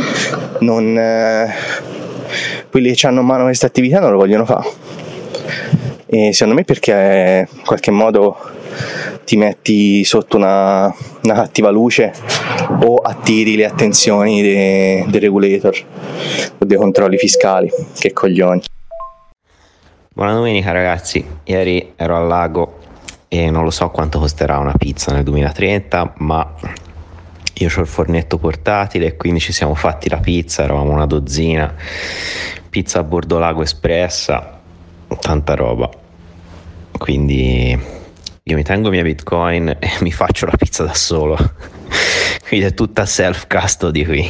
quelli che hanno in mano questa attività non lo vogliono fare, e secondo me perché in qualche modo ti metti sotto una cattiva luce o attiri le attenzioni dei regulator o dei controlli fiscali. Che coglioni. Buona domenica ragazzi, ieri ero al lago e non lo so quanto costerà una pizza nel 2030, ma io ho il fornetto portatile e quindi ci siamo fatti la pizza, eravamo una dozzina, pizza a bordo lago espressa, tanta roba, quindi io mi tengo i miei Bitcoin e mi faccio la pizza da solo, quindi è tutta self custody qui.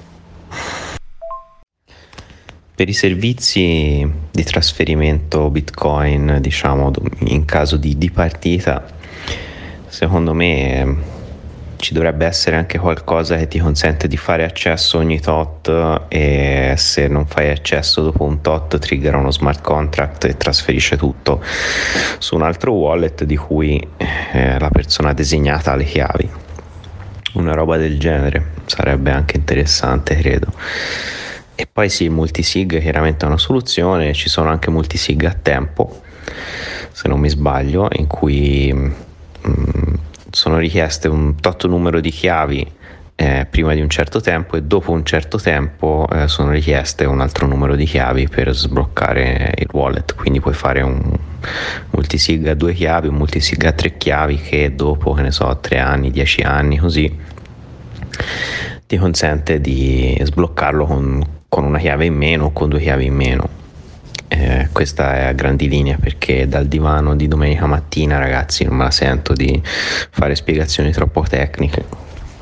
Per i servizi di trasferimento Bitcoin, diciamo, in caso di partita, secondo me ci dovrebbe essere anche qualcosa che ti consente di fare accesso ogni tot, e se non fai accesso dopo un tot triggera uno smart contract e trasferisce tutto su un altro wallet di cui la persona designata ha le chiavi. Una roba del genere sarebbe anche interessante, credo. E poi sì, il multisig chiaramente è una soluzione, ci sono anche multisig a tempo, se non mi sbaglio, in cui sono richieste un tot numero di chiavi prima di un certo tempo, e dopo un certo tempo sono richieste un altro numero di chiavi per sbloccare il wallet. Quindi puoi fare un multisig a 2 chiavi, un multisig a 3 chiavi, che dopo, che ne so, 3 anni, 10 anni così, ti consente di sbloccarlo con una chiave in meno o con 2 chiavi in meno. Questa è a grandi linee, perché dal divano di domenica mattina, ragazzi, non me la sento di fare spiegazioni troppo tecniche.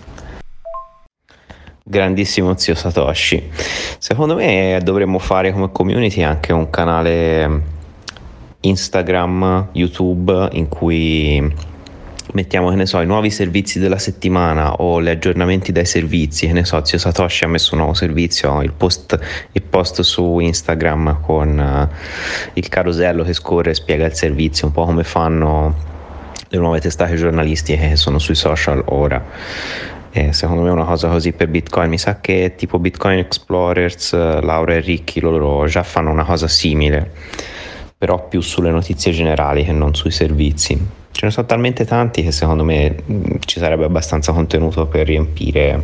Grandissimo zio Satoshi. Secondo me dovremmo fare come community anche un canale Instagram, YouTube, in cui mettiamo, che ne so, i nuovi servizi della settimana o gli aggiornamenti dai servizi. Che ne so, zio Satoshi ha messo un nuovo servizio, il post su Instagram con il carosello che scorre e spiega il servizio, un po' come fanno le nuove testate giornalistiche che sono sui social ora. Secondo me una cosa così per Bitcoin, mi sa che tipo Bitcoin Explorers, Laura e Ricchi, loro già fanno una cosa simile, però più sulle notizie generali che non sui servizi. Ce ne sono talmente tanti che secondo me ci sarebbe abbastanza contenuto per riempire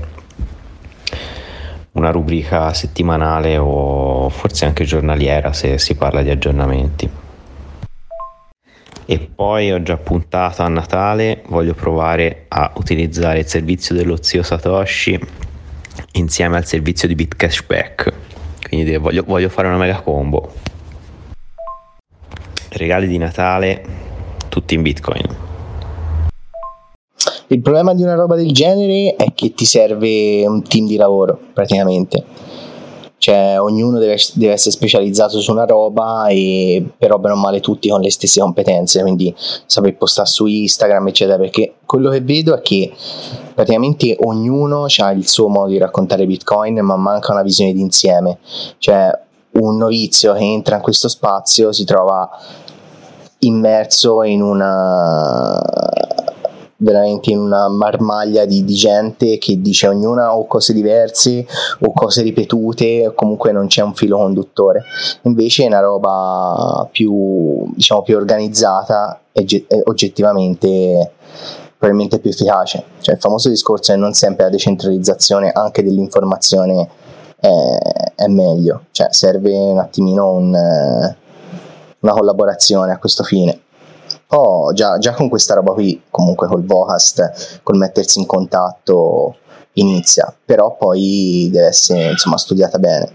una rubrica settimanale o forse anche giornaliera, se si parla di aggiornamenti. E poi ho già puntato a Natale, voglio provare a utilizzare il servizio dello zio Satoshi insieme al servizio di BitCashback, quindi voglio fare una mega combo. Regali di Natale tutti in Bitcoin. Il problema di una roba del genere è che ti serve un team di lavoro, praticamente. Cioè ognuno deve essere specializzato su una roba, e però bene o male tutti con le stesse competenze, quindi saper postare su Instagram eccetera, perché quello che vedo è che praticamente ognuno ha il suo modo di raccontare Bitcoin, ma manca una visione d'insieme. Cioè un novizio che entra in questo spazio si trova immerso in veramente in una marmaglia di gente che dice ognuna o cose diverse o cose ripetute, o comunque non c'è un filo conduttore. Invece è una roba più, diciamo, più organizzata e oggettivamente probabilmente più efficace. Cioè il famoso discorso è non sempre la decentralizzazione anche dell'informazione è meglio, cioè serve un attimino una collaborazione a questo fine. Già con questa roba qui, comunque col Vocast, col mettersi in contatto inizia, però poi deve essere insomma studiata bene.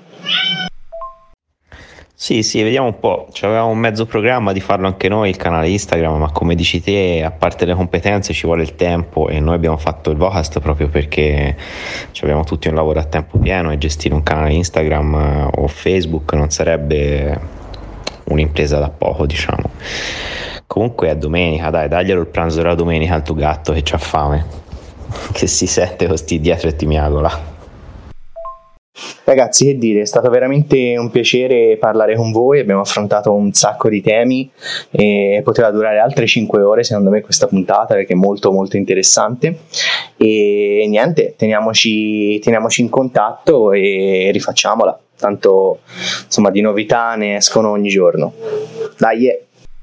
Sì, vediamo un po'. Avevamo un mezzo programma di farlo anche noi, il canale Instagram, ma come dici te, a parte le competenze ci vuole il tempo, e noi abbiamo fatto il Vocast proprio perché abbiamo tutti un lavoro a tempo pieno, e gestire un canale Instagram o Facebook non sarebbe un'impresa da poco, diciamo. Comunque è domenica, daglielo il pranzo della domenica al tuo gatto che c'ha fame, che si sente così dietro e ti miagola. Ragazzi, che dire, è stato veramente un piacere parlare con voi, abbiamo affrontato un sacco di temi e poteva durare altre 5 ore secondo me questa puntata, perché è molto molto interessante. E niente, teniamoci in contatto e rifacciamola, tanto insomma di novità ne escono ogni giorno. Dai!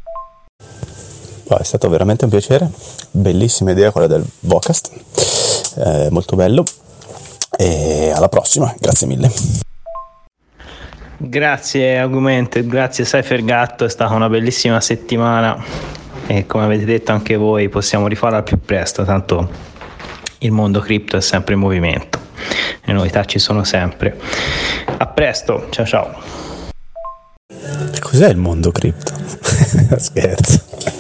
È stato veramente un piacere, bellissima idea quella del Vocast, molto bello, e alla prossima, grazie mille. Grazie Augmented, grazie Cyphergatto, è stata una bellissima settimana e come avete detto anche voi possiamo rifarla al più presto, tanto il mondo cripto è sempre in movimento e novità ci sono sempre. A presto, ciao. Cos'è il mondo cripto? Scherzo.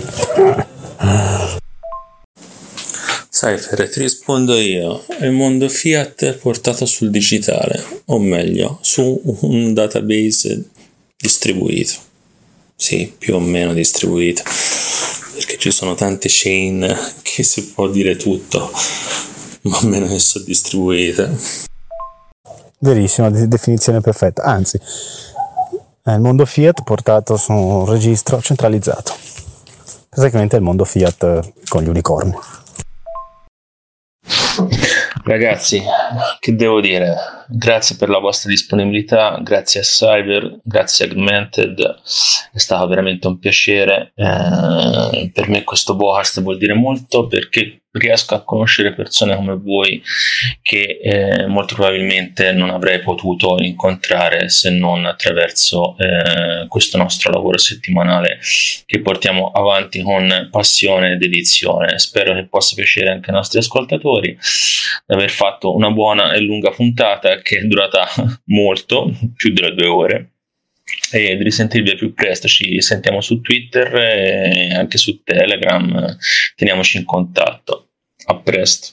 Cypher, ti rispondo io. È il mondo fiat portato sul digitale, o meglio, su un database distribuito. Sì, più o meno distribuito, perché ci sono tante chain che si può dire tutto, ma meno che sono distribuite. Verissima, definizione perfetta. Anzi, è il mondo fiat portato su un registro centralizzato. Praticamente è il mondo fiat con gli unicorni. Ragazzi, che devo dire? grazie per la vostra disponibilità, grazie a Cyber, grazie a Augmented, è stato veramente un piacere. Per me questo podcast vuol dire molto, perché riesco a conoscere persone come voi che molto probabilmente non avrei potuto incontrare se non attraverso questo nostro lavoro settimanale che portiamo avanti con passione e dedizione. Spero che possa piacere anche ai nostri ascoltatori di aver fatto una buona e lunga puntata che è durata molto, più delle 2 ore, e di risentirvi al più presto. Ci sentiamo su Twitter e anche su Telegram, teniamoci in contatto. A presto.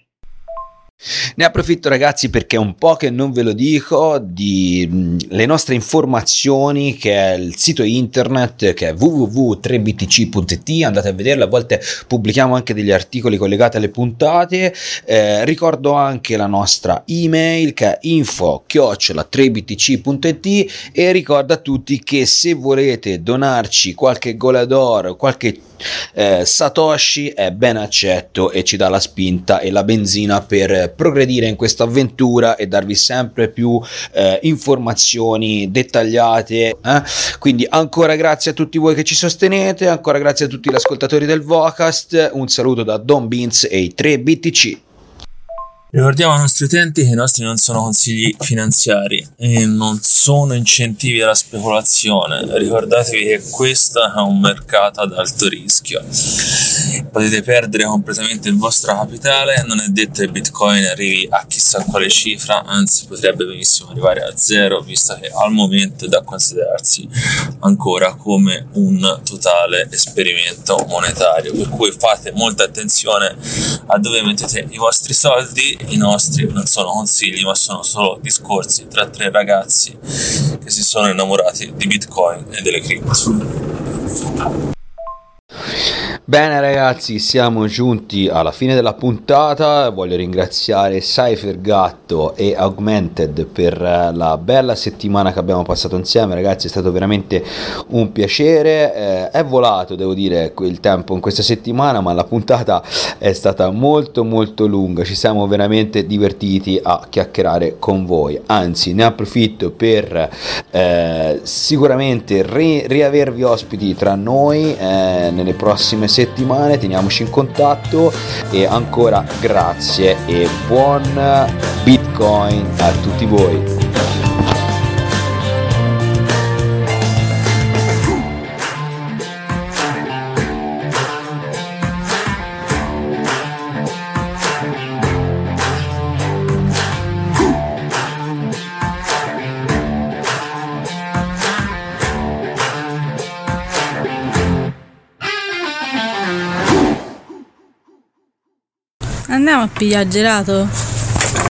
Ne approfitto, ragazzi, perché è un po' che non ve lo dico, di le nostre informazioni, che è il sito internet, che è www.3btc.it. andate a vederlo, a volte pubblichiamo anche degli articoli collegati alle puntate. Ricordo anche la nostra email, che è info@3btc.it, e ricordo a tutti che se volete donarci qualche golador, qualche Satoshi, è ben accetto e ci dà la spinta e la benzina per progredire in questa avventura e darvi sempre più informazioni dettagliate, quindi ancora grazie a tutti voi che ci sostenete, ancora grazie a tutti gli ascoltatori del Vocast, un saluto da Don Beans e i 3BTC. Ricordiamo ai nostri utenti che i nostri non sono consigli finanziari e non sono incentivi alla speculazione. Ricordatevi che questo è un mercato ad alto rischio. Potete perdere completamente il vostro capitale, non è detto che Bitcoin arrivi a chissà quale cifra, anzi potrebbe benissimo arrivare a 0, visto che al momento è da considerarsi ancora come un totale esperimento monetario, per cui fate molta attenzione a dove mettete i vostri soldi. I nostri non sono consigli, ma sono solo discorsi tra 3 ragazzi che si sono innamorati di Bitcoin e delle cripto. Bene, ragazzi, siamo giunti alla fine della puntata. Voglio ringraziare Cypher Gatto e Augmented per la bella settimana che abbiamo passato insieme, ragazzi. È stato veramente un piacere. È volato, devo dire, il tempo in questa settimana, ma la puntata è stata molto molto lunga. Ci siamo veramente divertiti a chiacchierare con voi, anzi ne approfitto per sicuramente riavervi ospiti tra noi nelle prossime settimane. Teniamoci in contatto e ancora grazie e buon Bitcoin a tutti voi. Andiamo a pigliare gelato?